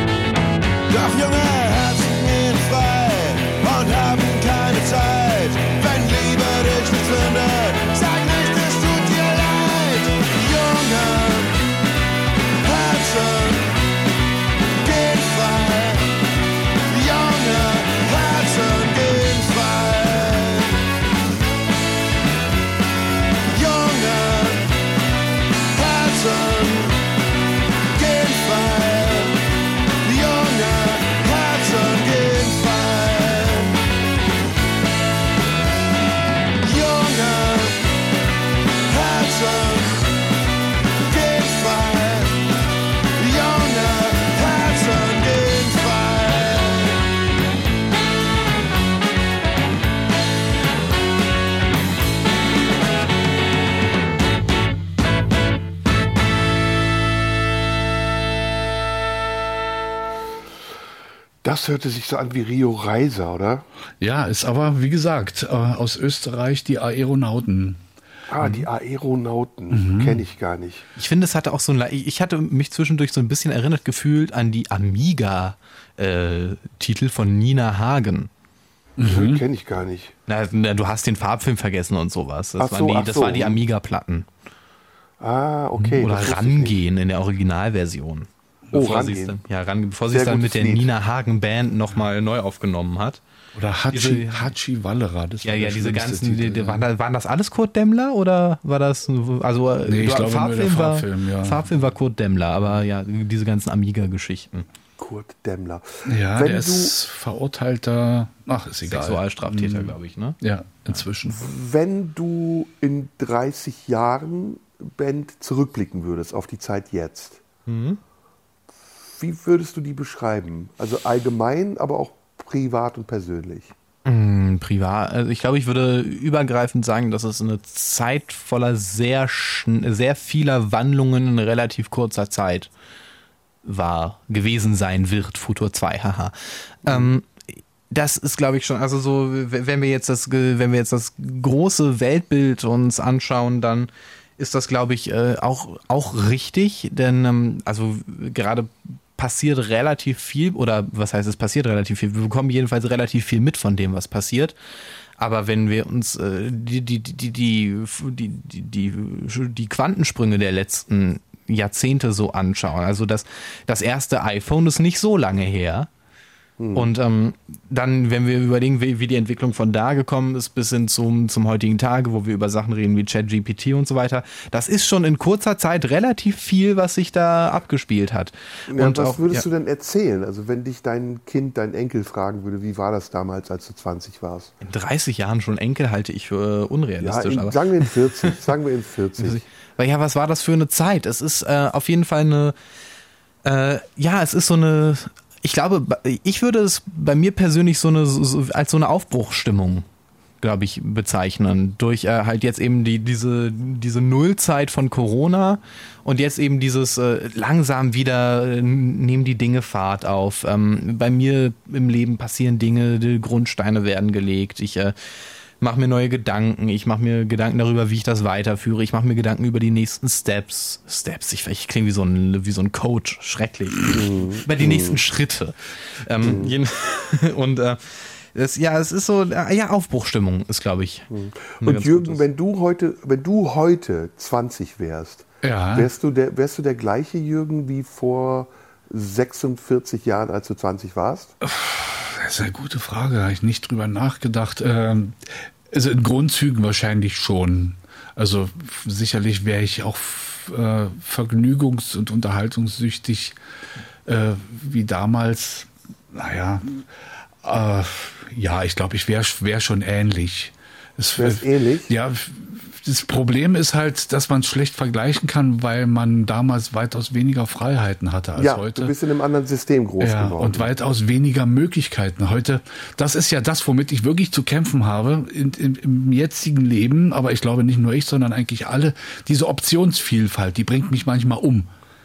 Doch junge Herzen gehen frei und haben keine Zeit. Das hörte sich so an wie Rio Reiser, oder? Ja, ist aber, wie gesagt, aus Österreich die Aeronauten. Ah, die Aeronauten. Kenne ich gar nicht. Ich finde, es hatte auch so ein, ich hatte mich zwischendurch so ein bisschen erinnert gefühlt an die Amiga-Titel von Nina Hagen. Kenne ich gar nicht. Na, du hast den Farbfilm vergessen und sowas. Das Ach so. waren die Amiga-Platten. Ah, okay. Oder das wusste ich Rangehen in der Originalversion. Bevor sie es Sehr dann mit gutes der Lied. Nina Hagen Band nochmal neu aufgenommen hat. Oder Hachi Wallera. Das war der Diese schlimmste ganzen, Titel, waren das alles Kurt Demmler oder war das, also Nee, ich glaube nur der Farbfilm, ja. Farbfilm war Kurt Demmler, aber ja, diese ganzen Amiga-Geschichten. Kurt Demmler. Ja, Wenn der du- ist verurteilter, ist egal. Sexualstraftäter, glaube ich, ne? Ja, inzwischen. Wenn du in 30 Jahren, Band, zurückblicken würdest auf die Zeit jetzt, wie würdest du die beschreiben? Also allgemein, aber auch privat und persönlich. Privat, also ich glaube, ich würde übergreifend sagen, dass es eine Zeit voller sehr vieler Wandlungen in relativ kurzer Zeit gewesen sein wird, Futur 2, haha. Das ist, glaube ich, schon, also so, wenn wir jetzt das große Weltbild uns anschauen, dann ist das, glaube ich, auch richtig, denn also gerade passiert relativ viel, oder was heißt, es passiert relativ viel, wir bekommen jedenfalls relativ viel mit von dem, was passiert. Aber wenn wir uns die Quantensprünge der letzten Jahrzehnte so anschauen, also das erste iPhone ist nicht so lange her. Und dann, wenn wir überlegen, wie die Entwicklung von da gekommen ist, bis hin zum heutigen Tage, wo wir über Sachen reden wie ChatGPT und so weiter, das ist schon in kurzer Zeit relativ viel, was sich da abgespielt hat. Ja, und was würdest du denn erzählen? Also wenn dich dein Kind, dein Enkel fragen würde, wie war das damals, als du 20 warst? in 30 Jahren schon Enkel halte ich für unrealistisch. aber Sagen wir in 40. Sagen wir in 40. Weil ja, was war das für eine Zeit? Es ist auf jeden Fall es ist so eine, ich glaube, ich würde es bei mir persönlich als so eine Aufbruchsstimmung, glaube ich, bezeichnen. Durch halt jetzt eben diese Nullzeit von Corona und jetzt eben dieses langsam wieder nehmen die Dinge Fahrt auf. Bei mir im Leben passieren Dinge, die Grundsteine werden gelegt. Ich mache mir neue Gedanken. Ich mache mir Gedanken darüber, wie ich das weiterführe. Ich mache mir Gedanken über die nächsten Steps. Ich klinge wie so ein Coach. Schrecklich. Über die nächsten Schritte. Und es ist so, Aufbruchstimmung ist, glaube ich. Und Jürgen, wenn du heute 20 wärst, Ja. wärst du der gleiche Jürgen wie vor 46 Jahren, als du 20 warst? Das ist eine gute Frage, da habe ich nicht drüber nachgedacht. Also in Grundzügen wahrscheinlich schon. Also sicherlich wäre ich auch vergnügungs- und unterhaltungssüchtig wie damals. Naja, ich glaube, ich wäre schon ähnlich. Wär's ähnlich? Ja, das Problem ist halt, dass man es schlecht vergleichen kann, weil man damals weitaus weniger Freiheiten hatte als heute. Du bist in einem anderen System groß geworden. Und weitaus weniger Möglichkeiten. Heute, das ist ja das, womit ich wirklich zu kämpfen habe im jetzigen Leben, aber ich glaube nicht nur ich, sondern eigentlich alle, diese Optionsvielfalt, die bringt mich manchmal um.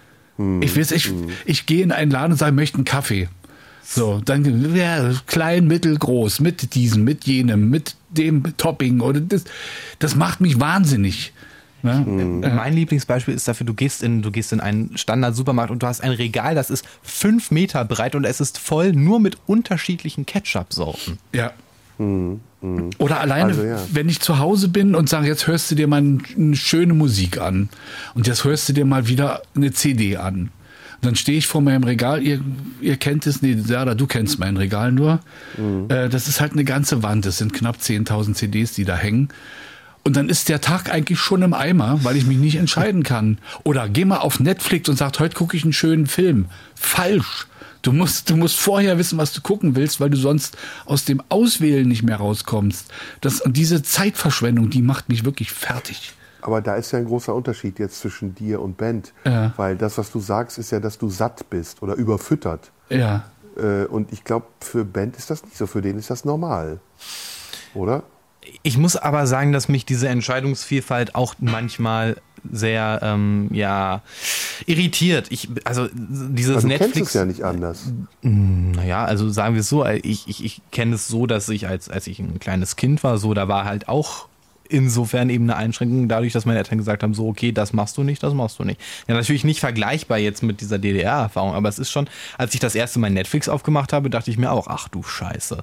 Ich gehe in einen Laden und sage, ich möchte einen Kaffee. So, dann klein, mittel, groß, mit diesem, mit jenem, mit dem Topping oder das macht mich wahnsinnig. Ne? Mein Lieblingsbeispiel ist dafür, du gehst in einen Standard-Supermarkt und du hast ein Regal, das ist 5 Meter breit und es ist voll nur mit unterschiedlichen Ketchup-Sorten. Ja. Oder alleine, wenn ich zu Hause bin und sage, jetzt hörst du dir mal eine schöne Musik an und jetzt hörst du dir mal wieder eine CD an. Dann stehe ich vor meinem Regal, ihr kennt es, du kennst mein Regal nur. Das ist halt eine ganze Wand, das sind knapp 10.000 CDs, die da hängen. Und dann ist der Tag eigentlich schon im Eimer, weil ich mich nicht entscheiden kann. Oder geh mal auf Netflix und sag, heute gucke ich einen schönen Film. Falsch. Du musst vorher wissen, was du gucken willst, weil du sonst aus dem Auswählen nicht mehr rauskommst. Und diese Zeitverschwendung, die macht mich wirklich fertig. Aber da ist ja ein großer Unterschied jetzt zwischen dir und Bent. Ja. Weil das, was du sagst, ist ja, dass du satt bist oder überfüttert. Ja. Und ich glaube, für Bent ist das nicht so. Für den ist das normal. Oder? Ich muss aber sagen, dass mich diese Entscheidungsvielfalt auch manchmal sehr irritiert. Also dieses Also du Netflix. kennst es ja nicht anders. Naja, also sagen wir es so, ich kenne es so, dass ich, als ich ein kleines Kind war, so, da war halt auch insofern eben eine Einschränkung, dadurch, dass meine Eltern gesagt haben, so, okay, das machst du nicht. Ja, natürlich nicht vergleichbar jetzt mit dieser DDR-Erfahrung, aber es ist schon, als ich das erste Mal Netflix aufgemacht habe, dachte ich mir auch, ach du Scheiße.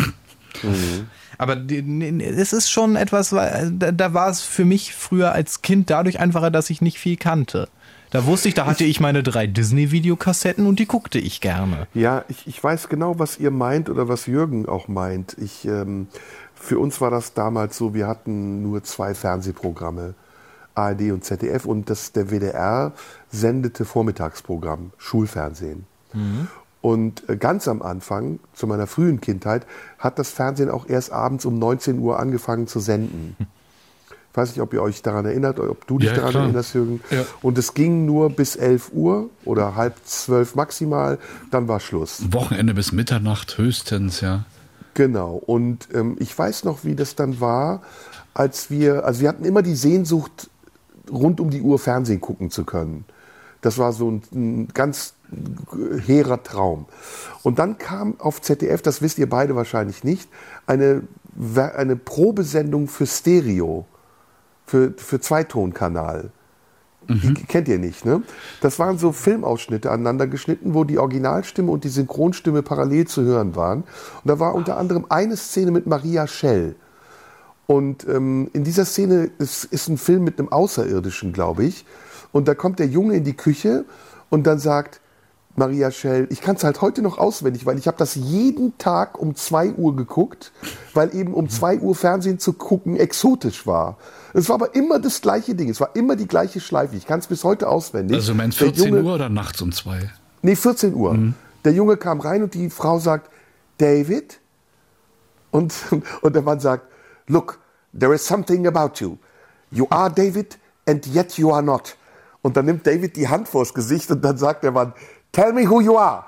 Aber es ist schon etwas, da war es für mich früher als Kind dadurch einfacher, dass ich nicht viel kannte. Da wusste ich, da hatte ich meine 3 Disney-Videokassetten und die guckte ich gerne. Ja, ich weiß genau, was ihr meint oder was Jürgen auch meint. Für uns war das damals so, wir hatten nur 2 Fernsehprogramme, ARD und ZDF, und der WDR sendete Vormittagsprogramm, Schulfernsehen. Und ganz am Anfang, zu meiner frühen Kindheit, hat das Fernsehen auch erst abends um 19 Uhr angefangen zu senden. Ich weiß nicht, ob ihr euch daran erinnert, oder ob du dich daran erinnerst, Jürgen. Ja. Und es ging nur bis 11 Uhr oder 11:30 maximal, dann war Schluss. Wochenende bis Mitternacht höchstens, ja. Genau. Und ich weiß noch, wie das dann war, also wir hatten immer die Sehnsucht, rund um die Uhr Fernsehen gucken zu können. Das war so ein ganz hehrer Traum. Und dann kam auf ZDF, das wisst ihr beide wahrscheinlich nicht, eine Probesendung für Stereo, für Zweitonkanal. Die kennt ihr nicht, ne? Das waren so Filmausschnitte aneinander geschnitten, wo die Originalstimme und die Synchronstimme parallel zu hören waren. Und da war unter anderem eine Szene mit Maria Schell. Und in dieser Szene ist ein Film mit einem Außerirdischen, glaube ich. Und da kommt der Junge in die Küche und dann sagt Maria Schell, ich kann es halt heute noch auswendig, weil ich habe das jeden Tag um 2 Uhr geguckt, weil eben um 2 Uhr Fernsehen zu gucken exotisch war. Es war aber immer das gleiche Ding, es war immer die gleiche Schleife. Ich kann es bis heute auswendig. Also meinst 14 Uhr oder nachts um 2? Nee, 14 Uhr. Der Junge kam rein und die Frau sagt, David? Und der Mann sagt, look, there is something about you. You are David and yet you are not. Und dann nimmt David die Hand vors Gesicht und dann sagt der Mann, tell me who you are.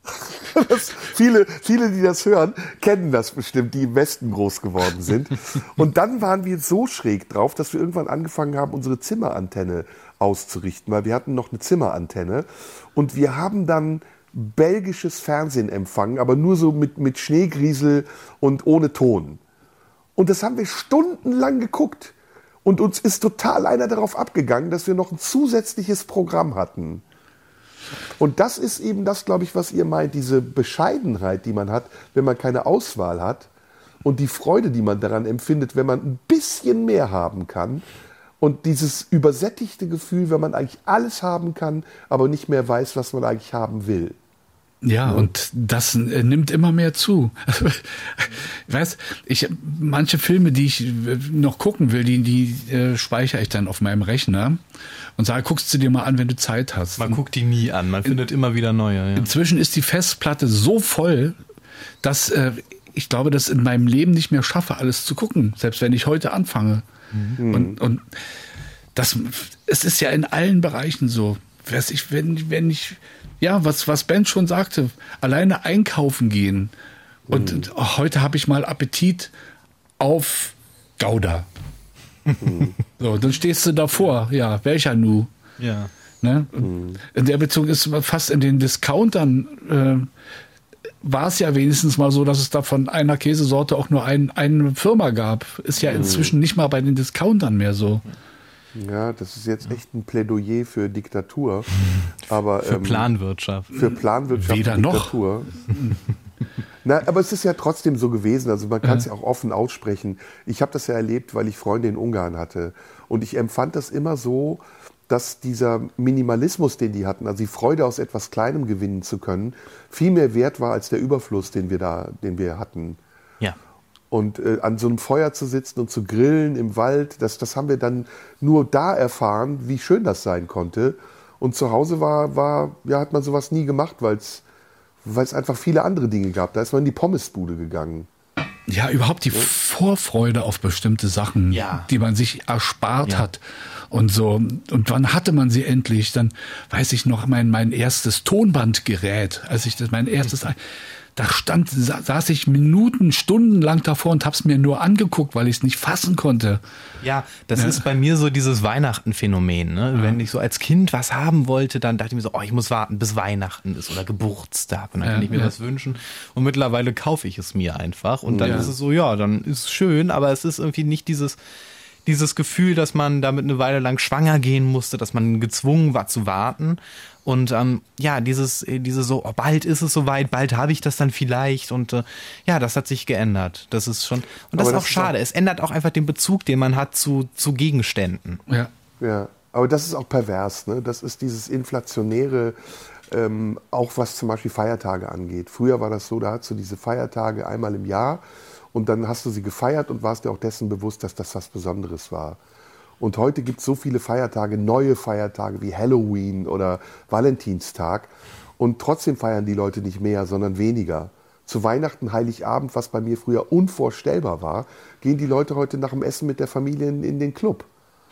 Viele, die das hören, kennen das bestimmt, die im Westen groß geworden sind. Und dann waren wir so schräg drauf, dass wir irgendwann angefangen haben, unsere Zimmerantenne auszurichten, weil wir hatten noch eine Zimmerantenne. Und wir haben dann belgisches Fernsehen empfangen, aber nur so mit Schneegriesel und ohne Ton. Und das haben wir stundenlang geguckt. Und uns ist total einer darauf abgegangen, dass wir noch ein zusätzliches Programm hatten. Und das ist eben das, glaube ich, was ihr meint, diese Bescheidenheit, die man hat, wenn man keine Auswahl hat, und die Freude, die man daran empfindet, wenn man ein bisschen mehr haben kann, und dieses übersättigte Gefühl, wenn man eigentlich alles haben kann, aber nicht mehr weiß, was man eigentlich haben will. Ja, und das nimmt immer mehr zu. Weißt, manche Filme, die ich noch gucken will, die speichere ich dann auf meinem Rechner und sage, guckst du dir mal an, wenn du Zeit hast. Man guckt die nie an, man findet immer wieder neue. Ja. Inzwischen ist die Festplatte so voll, dass ich glaube, das in meinem Leben nicht mehr schaffe, alles zu gucken, selbst wenn ich heute anfange. Und es ist ja in allen Bereichen so. Wenn ich was Ben schon sagte, alleine einkaufen gehen. Und heute habe ich mal Appetit auf Gouda. So, dann stehst du davor. Ja, welcher nu? Ja. Ne? In der Beziehung ist fast in den Discountern war es ja wenigstens mal so, dass es da von einer Käsesorte auch nur eine Firma gab. Ist ja inzwischen nicht mal bei den Discountern mehr so. Ja, das ist jetzt echt ein Plädoyer für Diktatur. Aber, für Planwirtschaft. Für Planwirtschaft Weder und Diktatur. Na, aber es ist ja trotzdem so gewesen, also man kann es ja auch offen aussprechen. Ich habe das ja erlebt, weil ich Freunde in Ungarn hatte. Und ich empfand das immer so, dass dieser Minimalismus, den die hatten, also die Freude aus etwas Kleinem gewinnen zu können, viel mehr wert war als der Überfluss, den wir hatten. Ja. Und an so einem Feuer zu sitzen und zu grillen im Wald, das haben wir dann nur da erfahren, wie schön das sein konnte. Und zu Hause hat man sowas nie gemacht, weil es einfach viele andere Dinge gab. Da ist man in die Pommesbude gegangen. Ja, überhaupt die Vorfreude auf bestimmte Sachen, die man sich erspart hat. Und so. Und wann hatte man sie endlich? Dann weiß ich noch, mein erstes Tonbandgerät, als ich mein erstes... Da saß ich Minuten, stundenlang davor und hab's mir nur angeguckt, weil ich es nicht fassen konnte. Ja, das ist bei mir so dieses Weihnachten-Phänomen. Ne? Wenn ich so als Kind was haben wollte, dann dachte ich mir so, ich muss warten, bis Weihnachten ist oder Geburtstag und dann kann ich mir was wünschen. Und mittlerweile kaufe ich es mir einfach und dann ist es so, dann ist es schön, aber es ist irgendwie nicht dieses Gefühl, dass man damit eine Weile lang schwanger gehen musste, dass man gezwungen war zu warten. Und dieses so, bald ist es soweit, bald habe ich das dann vielleicht. Und das hat sich geändert. Das ist schon, und das ist auch schade. Es ändert auch einfach den Bezug, den man hat zu Gegenständen. Ja, aber das ist auch pervers. Ne? Das ist dieses inflationäre, auch was zum Beispiel Feiertage angeht. Früher war das so, da hattest du diese Feiertage einmal im Jahr. Und dann hast du sie gefeiert und warst dir auch dessen bewusst, dass das was Besonderes war. Und heute gibt es so viele Feiertage, neue Feiertage wie Halloween oder Valentinstag. Und trotzdem feiern die Leute nicht mehr, sondern weniger. Zu Weihnachten, Heiligabend, was bei mir früher unvorstellbar war, gehen die Leute heute nach dem Essen mit der Familie in den Club.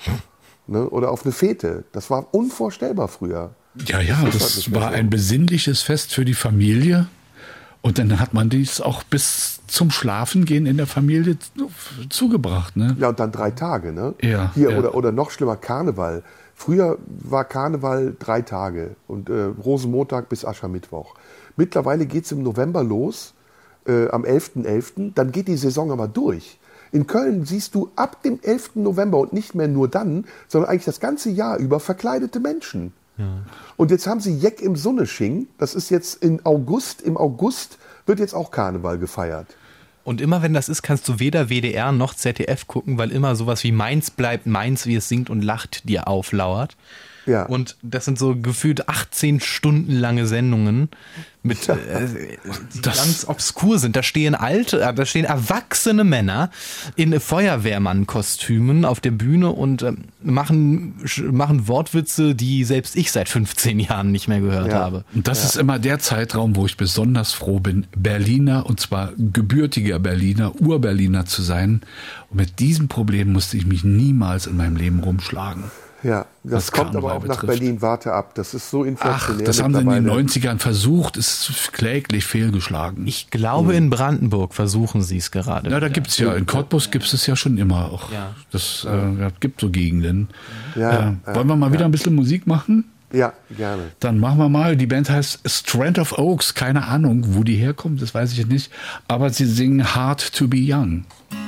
Ne? Oder auf eine Fete. Das war unvorstellbar früher. Ja, das war ein besinnliches Fest für die Familie. Und dann hat man dies auch bis zum Schlafengehen in der Familie zugebracht. Ne? Ja, und dann 3 Tage. Ne? Ja, Oder noch schlimmer, Karneval. Früher war Karneval 3 Tage und Rosenmontag bis Aschermittwoch. Mittlerweile geht es im November los, am 11.11., dann geht die Saison aber durch. In Köln siehst du ab dem 11. November und nicht mehr nur dann, sondern eigentlich das ganze Jahr über verkleidete Menschen. Ja. Und jetzt haben sie Jeck im Sonnesching, das ist jetzt im August wird jetzt auch Karneval gefeiert. Und immer wenn das ist, kannst du weder WDR noch ZDF gucken, weil immer sowas wie Mainz bleibt Mainz, wie es singt und lacht, dir auflauert. Ja. Und das sind so gefühlt 18 Stunden lange Sendungen, mit, die ganz obskur sind. Da stehen erwachsene Männer in Feuerwehrmann-Kostümen auf der Bühne und machen Wortwitze, die selbst ich seit 15 Jahren nicht mehr gehört habe. Und das ist immer der Zeitraum, wo ich besonders froh bin, Berliner, und zwar gebürtiger Berliner, Urberliner zu sein. Und mit diesem Problem musste ich mich niemals in meinem Leben rumschlagen. Ja, das kommt aber auch nach Berlin, warte ab. Das ist so inflationär. Das haben sie in den 90ern versucht, ist kläglich fehlgeschlagen. Ich glaube, in Brandenburg versuchen sie es gerade. Ja, da gibt's in Cottbus gibt es ja schon immer auch. Ja. Das gibt so Gegenden. Wollen wir mal wieder ein bisschen Musik machen? Ja, gerne. Dann machen wir mal. Die Band heißt Strand of Oaks. Keine Ahnung, wo die herkommt, das weiß ich jetzt nicht. Aber sie singen Hard to be Young.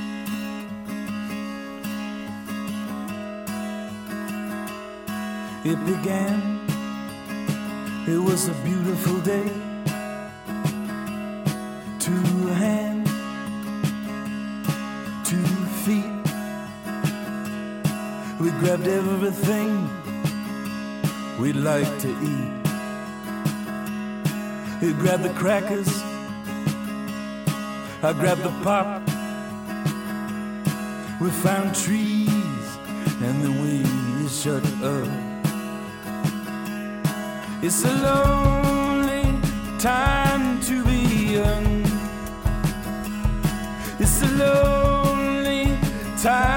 It began, it was a beautiful day. 2 hands, 2 feet. We grabbed everything we'd like to eat. He grabbed the crackers, I grabbed the pop. We found trees and then we shut up. It's a lonely time to be young. It's a lonely time.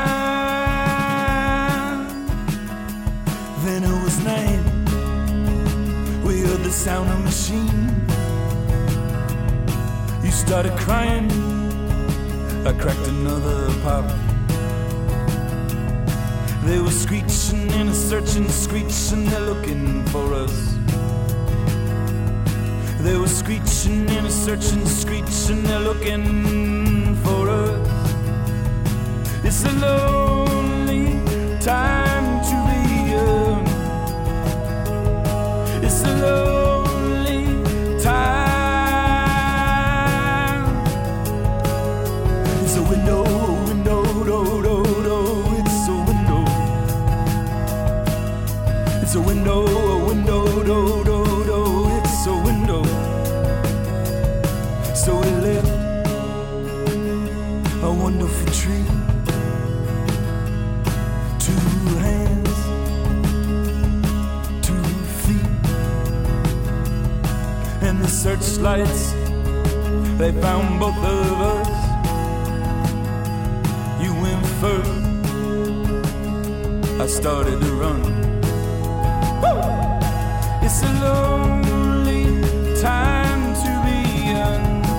Then it was night. We heard the sound of a machine. You started crying. I cracked another pop. They were screeching and searching, screeching, they're looking for us. They were screeching and searching, screeching, they're looking for us. It's a lonely time to be young. It's a lonely time. It's a window, window, do, do, do. It's a window. It's a window, do, do, do. It's a window. So we left a wonderful tree. 2 hands, 2 feet. And the searchlights, they found both of us. You went first, I started to run. Woo! It's a lonely time to be young.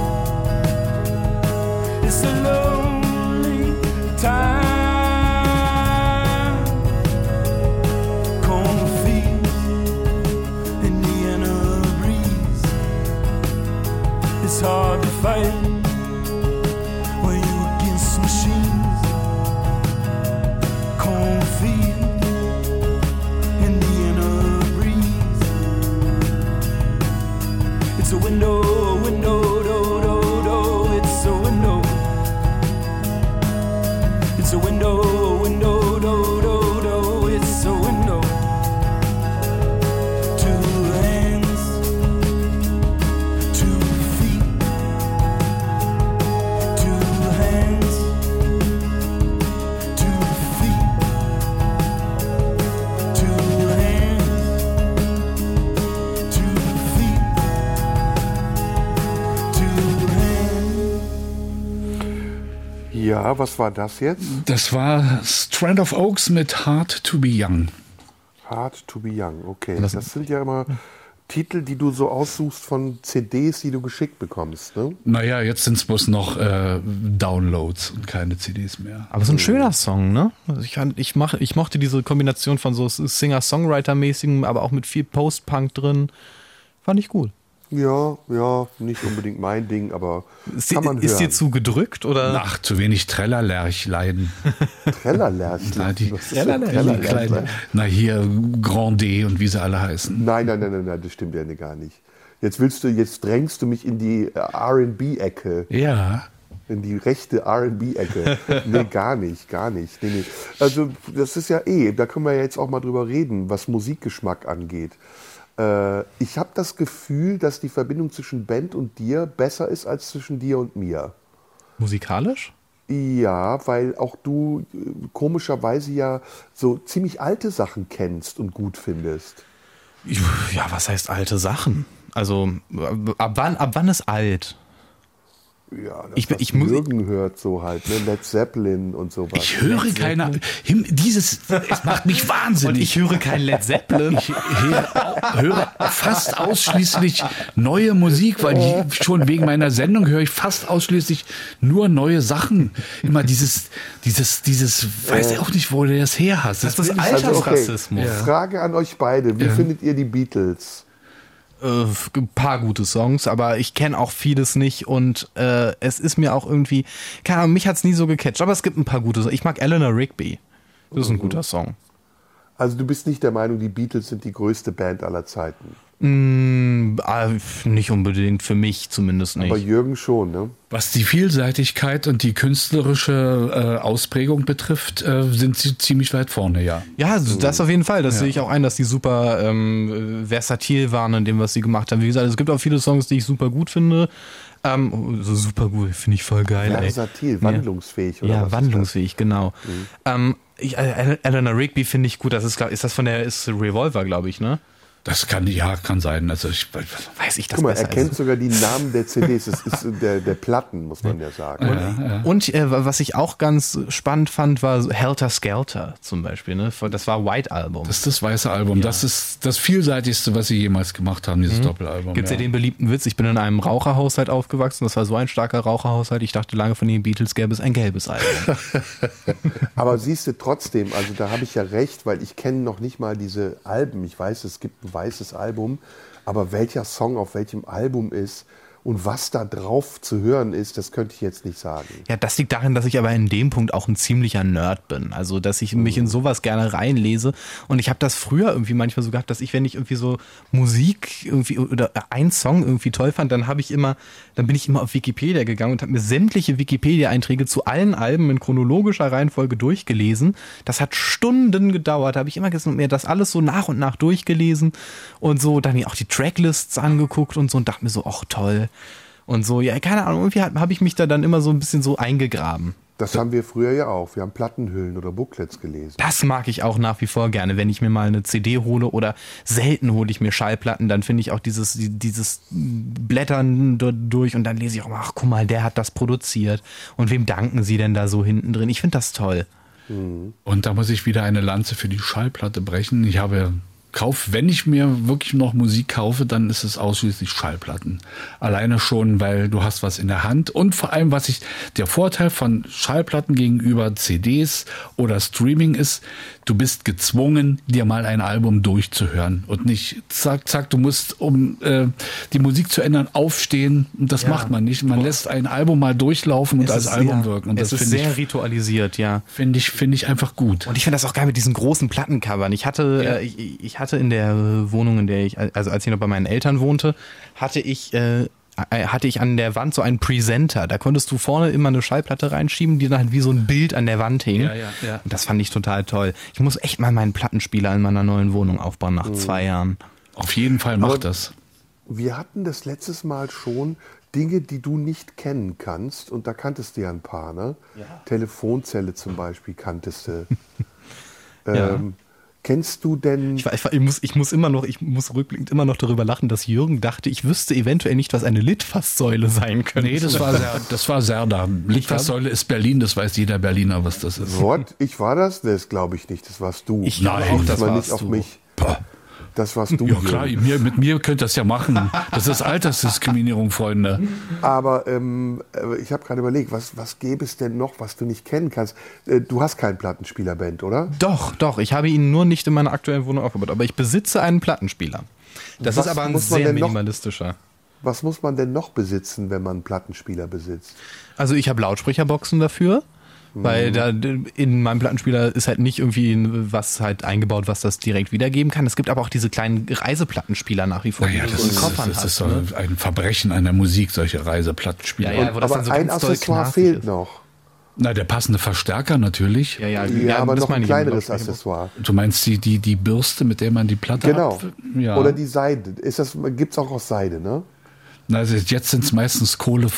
It's a window, window, do, do, do. It's a window. It's a window, window, do, do, do. It's a window. Two hands, 2 feet. 2 hands, 2 feet. 2 hands, 2 feet. 2 hands. Ja, was war das jetzt? Das war Strand of Oaks mit Hard to be Young. Hard to be Young, okay. Das sind ja immer Titel, die du so aussuchst von CDs, die du geschickt bekommst, ne? Naja, jetzt sind es bloß noch Downloads und keine CDs mehr. Aber so ein schöner Song, ne? Also ich mochte diese Kombination von so Singer-Songwriter-mäßigem, aber auch mit viel Post-Punk drin. Fand ich gut. Ja, nicht unbedingt mein Ding, aber kann man hören. Ist dir zu gedrückt oder? Ach, zu wenig Trellerlerch-Leiden. Trellerlerch? Trellerlerch? Na hier, Grande und wie sie alle heißen. Nein, das stimmt ja gar nicht. Jetzt drängst du mich in die R&B-Ecke. Ja. In die rechte R&B-Ecke. Nee, gar nicht. Nee. Also das ist ja da können wir ja jetzt auch mal drüber reden, was Musikgeschmack angeht. Ich habe das Gefühl, dass die Verbindung zwischen Band und dir besser ist als zwischen dir und mir. Musikalisch? Ja, weil auch du komischerweise ja so ziemlich alte Sachen kennst und gut findest. Ja, was heißt alte Sachen? Also ab wann ist alt? Ja, das Jürgen hört so halt, ne? Led Zeppelin und sowas. Ich höre es macht mich wahnsinnig. Und ich höre kein Led Zeppelin. Ich höre fast ausschließlich neue Musik, weil schon wegen meiner Sendung höre ich fast ausschließlich nur neue Sachen. Immer dieses, weiß ich auch nicht, wo du das her hast. Das ist Altersrassismus. Also, Frage an euch beide, wie findet ihr die Beatles? Ein paar gute Songs, aber ich kenne auch vieles nicht und es ist mir auch irgendwie, keine Ahnung, mich hat's nie so gecatcht, aber es gibt ein paar gute Songs. Ich mag Eleanor Rigby. Das ist ein guter Song. Also du bist nicht der Meinung, die Beatles sind die größte Band aller Zeiten? Nicht unbedingt, für mich zumindest nicht. Aber Jürgen schon, ne? Was die Vielseitigkeit und die künstlerische Ausprägung betrifft, sind sie ziemlich weit vorne, ja. Ja, das auf jeden Fall. Das sehe ich auch ein, dass die super versatil waren in dem, was sie gemacht haben. Wie gesagt, es gibt auch viele Songs, die ich super gut finde. So super gut, finde ich voll geil. Versatil, wandlungsfähig, oder? Ja, wandlungsfähig, genau. Eleanor Rigby finde ich gut. Das ist das von der Revolver, glaube ich, ne? Das kann sein. Also weiß ich das Guck mal, besser. Er kennt sogar die Namen der CDs. Das ist der Platten, muss man ja sagen. Und was ich auch ganz spannend fand, war Helter Skelter zum Beispiel. Ne? Das war White Album. Das ist das weiße Album. Ja. Das ist das vielseitigste, was sie jemals gemacht haben, dieses Doppelalbum. Gibt's ja den beliebten Witz, ich bin in einem Raucherhaushalt aufgewachsen. Das war so ein starker Raucherhaushalt. Ich dachte lange, von den Beatles gäbe es ein gelbes Album. Aber siehst du trotzdem, also da habe ich ja recht, weil ich kenne noch nicht mal diese Alben. Ich weiß, es gibt ein weißes Album, aber welcher Song auf welchem Album ist und was da drauf zu hören ist, das könnte ich jetzt nicht sagen. Ja, das liegt darin, dass ich aber in dem Punkt auch ein ziemlicher Nerd bin. Also, dass ich mich in sowas gerne reinlese. Und ich habe das früher irgendwie manchmal so gehabt, dass ich, wenn ich irgendwie so Musik irgendwie oder einen Song irgendwie toll fand, dann bin ich immer auf Wikipedia gegangen und habe mir sämtliche Wikipedia-Einträge zu allen Alben in chronologischer Reihenfolge durchgelesen. Das hat Stunden gedauert. Da habe ich immer mir das alles so nach und nach durchgelesen und so dann mir auch die Tracklists angeguckt und so und dachte mir so, ach toll. Und so, ja, keine Ahnung, irgendwie habe ich mich da dann immer so ein bisschen so eingegraben. Das haben wir früher ja auch. Wir haben Plattenhüllen oder Booklets gelesen. Das mag ich auch nach wie vor gerne. Wenn ich mir mal eine CD hole oder selten hole ich mir Schallplatten, dann finde ich auch dieses Blättern dort durch und dann lese ich auch mal, ach guck mal, der hat das produziert. Und wem danken sie denn da so hinten drin? Ich finde das toll. Und da muss ich wieder eine Lanze für die Schallplatte brechen. Wenn ich mir wirklich noch Musik kaufe, dann ist es ausschließlich Schallplatten. Alleine schon, weil du hast was in der Hand und vor allem, der Vorteil von Schallplatten gegenüber CDs oder Streaming ist, du bist gezwungen, dir mal ein Album durchzuhören und nicht zack, du musst, um die Musik zu ändern, aufstehen und das macht man nicht. Man lässt ein Album mal durchlaufen und als Album wirken. Und es ist sehr ritualisiert, ja. Finde ich einfach gut. Und ich finde das auch geil mit diesen großen Plattencovern. Ich hatte ich hatte in der Wohnung, in der ich, also als ich noch bei meinen Eltern wohnte, hatte ich an der Wand so einen Presenter. Da konntest du vorne immer eine Schallplatte reinschieben, die dann halt wie so ein Bild an der Wand hing. Ja. Und das fand ich total toll. Ich muss echt mal meinen Plattenspieler in meiner neuen Wohnung aufbauen nach 2 Jahren. Auf jeden Fall mach das. Wir hatten das letztes Mal schon Dinge, die du nicht kennen kannst. Und da kanntest du ja ein paar, ne? Ja. Telefonzelle zum Beispiel kanntest du. Kennst du denn... Ich muss rückblickend immer noch darüber lachen, dass Jürgen dachte, ich wüsste eventuell nicht, was eine Litfaßsäule sein könnte. Nee, das war Serdar. Litfaßsäule ist Berlin, das weiß jeder Berliner, was das ist. What? Ich war das? Das glaube ich nicht, das warst du. Ich glaube auch, das warst nicht auf mich. Das warst du. Ja klar, mit mir könnt ihr das ja machen. Das ist Altersdiskriminierung, Freunde. Aber ich habe gerade überlegt, was gäbe es denn noch, was du nicht kennen kannst? Du hast keinen Plattenspielerband, oder? Doch. Ich habe ihn nur nicht in meiner aktuellen Wohnung aufgebaut. Aber ich besitze einen Plattenspieler. Das ist aber ein sehr minimalistischer. Was muss man denn noch besitzen, wenn man einen Plattenspieler besitzt? Also ich habe Lautsprecherboxen dafür. Weil da in meinem Plattenspieler ist halt nicht irgendwie was halt eingebaut, was das direkt wiedergeben kann. Es gibt aber auch diese kleinen Reiseplattenspieler nach wie vor. Naja, das ist so ein Verbrechen an der Musik, solche Reiseplattenspieler. Ja, wo das aber dann so ein Accessoire fehlt noch. Na, der passende Verstärker natürlich. Ja, aber noch ein kleineres Accessoire. Du meinst die Bürste, mit der man die Platte ja. Oder die Seide. Gibt's auch aus Seide, ne? Also jetzt sind es meistens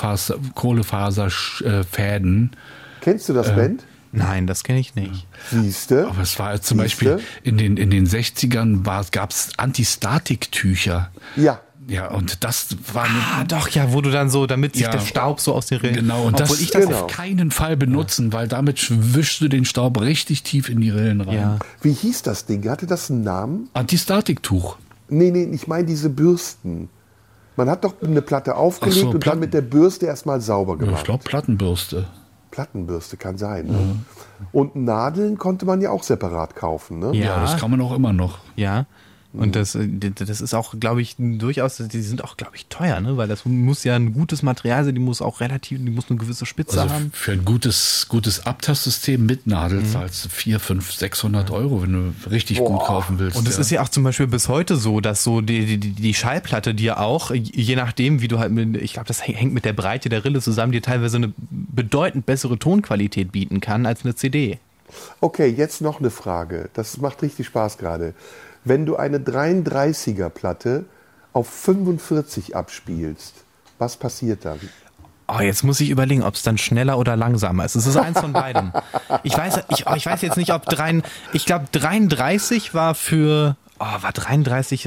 Kohlefaserfäden. Kennst du das Band? Nein, das kenne ich nicht. Siehste? Aber es war zum Beispiel in den 60ern gab es Antistatik-Tücher. Ja. Ja, und das war... wo du dann so, damit sich der Staub so aus den Rillen... Genau, und das auf keinen Fall benutzen, weil damit wischst du den Staub richtig tief in die Rillen rein. Ja. Wie hieß das Ding? Hatte das einen Namen? Antistatiktuch. Nee, ich meine diese Bürsten. Man hat doch eine Platte aufgelegt und dann mit der Bürste erstmal sauber gemacht. Ich glaube Plattenbürste. Plattenbürste kann sein. Ne? Und Nadeln konnte man ja auch separat kaufen. Ne? Ja, das kann man auch immer noch. Ja. Und das ist auch, glaube ich, durchaus, die sind auch, glaube ich, teuer, ne? Weil das muss ja ein gutes Material sein, die muss eine gewisse Spitze haben. Für ein gutes Abtastsystem mit Nadel zahlst du 400, 500, 600 Euro, wenn du richtig gut kaufen willst. Und es ist ja auch zum Beispiel bis heute so, dass so die Schallplatte dir auch, je nachdem, wie du halt ich glaube, das hängt mit der Breite der Rille zusammen, dir teilweise eine bedeutend bessere Tonqualität bieten kann als eine CD. Okay, jetzt noch eine Frage. Das macht richtig Spaß gerade. Wenn du eine 33er-Platte auf 45 abspielst, was passiert dann? Oh, jetzt muss ich überlegen, ob es dann schneller oder langsamer ist. Es ist eins von beiden. Ich weiß jetzt nicht, ich glaube 33 war für, war 33,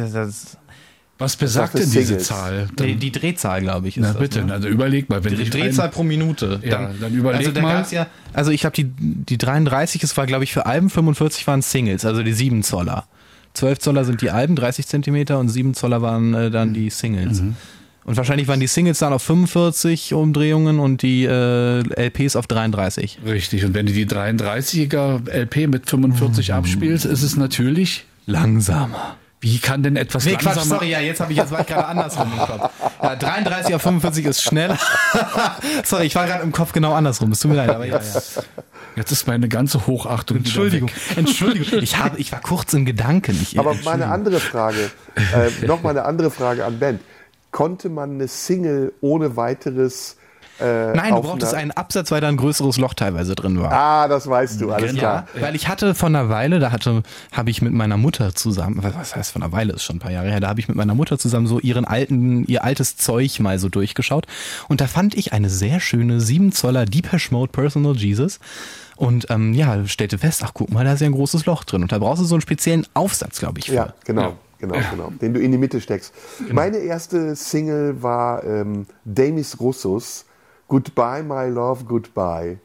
was besagt denn diese Zahl? Die Drehzahl, glaube ich. Na bitte, ne? Also überleg mal. Wenn die Drehzahl pro Minute. Dann überleg mal. Also ich glaube, die 33, es war, glaube ich, für Alben, 45 waren Singles, also die 7 Zoller. 12 Zoller sind die Alben, 30 Zentimeter und 7 Zoller waren dann die Singles. Und wahrscheinlich waren die Singles dann auf 45 Umdrehungen und die LPs auf 33. Richtig, und wenn du die 33er LP mit 45 abspielst, ist es natürlich langsamer. Wie kann denn etwas langsamer... Quatsch, sorry, jetzt war ich gerade andersrum im Kopf. Ja, 33 auf 45 ist schneller. Sorry, ich war gerade im Kopf genau andersrum. Es tut mir leid, aber ja. Jetzt ist meine ganze Hochachtung Entschuldigung. Ich war kurz in Gedanken. Aber meine andere Frage, nochmal eine andere Frage an Ben. Konnte man eine Single ohne weiteres... Nein, du brauchtest einen Absatz, weil da ein größeres Loch teilweise drin war. Ah, das weißt du, alles klar. Weil ich hatte vor einer Weile, habe ich mit meiner Mutter zusammen, was heißt von einer Weile, ist schon ein paar Jahre her, da habe ich mit meiner Mutter zusammen so ihr altes Zeug mal so durchgeschaut und da fand ich eine sehr schöne 7 Zoller Depeche Mode Personal Jesus und stellte fest, ach guck mal, da ist ja ein großes Loch drin und da brauchst du so einen speziellen Aufsatz, glaube ich, für. Ja, genau. Genau, den du in die Mitte steckst. Genau. Meine erste Single war Demis Roussos, Goodbye, My Love, Goodbye.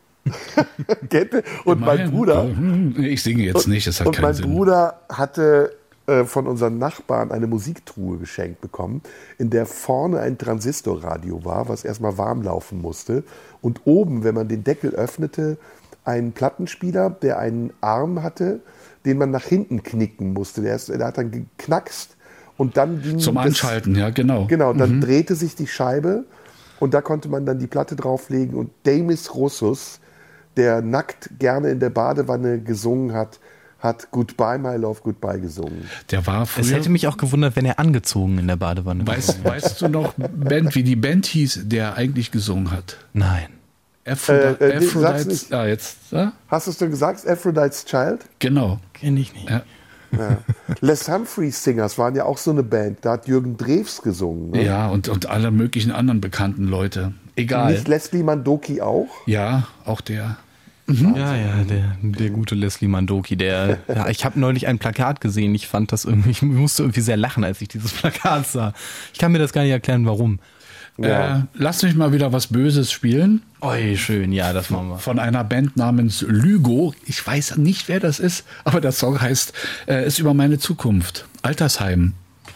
Und mein Bruder... Ich singe jetzt nicht, das hat keinen Sinn. Und mein Bruder hatte von unseren Nachbarn eine Musiktruhe geschenkt bekommen, in der vorne ein Transistorradio war, was erstmal warm laufen musste. Und oben, wenn man den Deckel öffnete, ein Plattenspieler, der einen Arm hatte, den man nach hinten knicken musste. Der hat dann geknackst und dann ging zum Anschalten, ja, genau. Genau, dann drehte sich die Scheibe und da konnte man dann die Platte drauflegen und Demis Roussos, der nackt gerne in der Badewanne gesungen hat, hat Goodbye My Love Goodbye gesungen. Der war Es früher. hätte mich auch gewundert, wenn er angezogen in der Badewanne wäre. Weißt du noch, wie die Band hieß, der eigentlich gesungen hat? Nein. sag's nicht. Jetzt. Ja? Hast du es denn gesagt? Aphrodite's Child? Genau. Kenn ich nicht. Ja. Ja. Les Humphreys Singers waren ja auch so eine Band. Da hat Jürgen Drews gesungen. Ne? Ja, und alle möglichen anderen bekannten Leute. Egal. Nicht Leslie Mandoki auch? Ja, auch der. Ja, der gute Leslie Mandoki, ich habe neulich ein Plakat gesehen, ich musste irgendwie sehr lachen, als ich dieses Plakat sah. Ich kann mir das gar nicht erklären, warum. Lass mich mal wieder was Böses spielen. Oi, schön, ja, das machen wir. Von einer Band namens Lygo. Ich weiß nicht, wer das ist, aber der Song heißt, ist über meine Zukunft. Altersheim.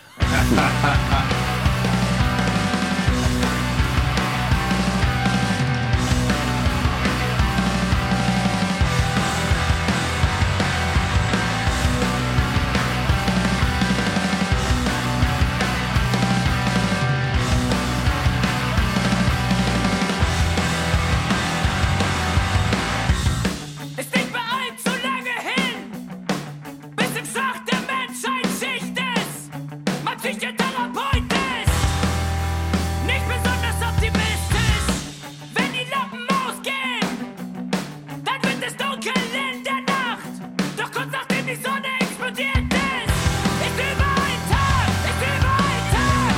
Ist nicht mehr allzu lange hin, bis im Schacht der Menschheit Schicht ist. Man Psychotherapeut ist nicht besonders optimistisch. Wenn die Lampen ausgehen, dann wird es dunkel in der Nacht. Doch kurz nachdem die Sonne explodiert ist überall Tag, ist überall Tag.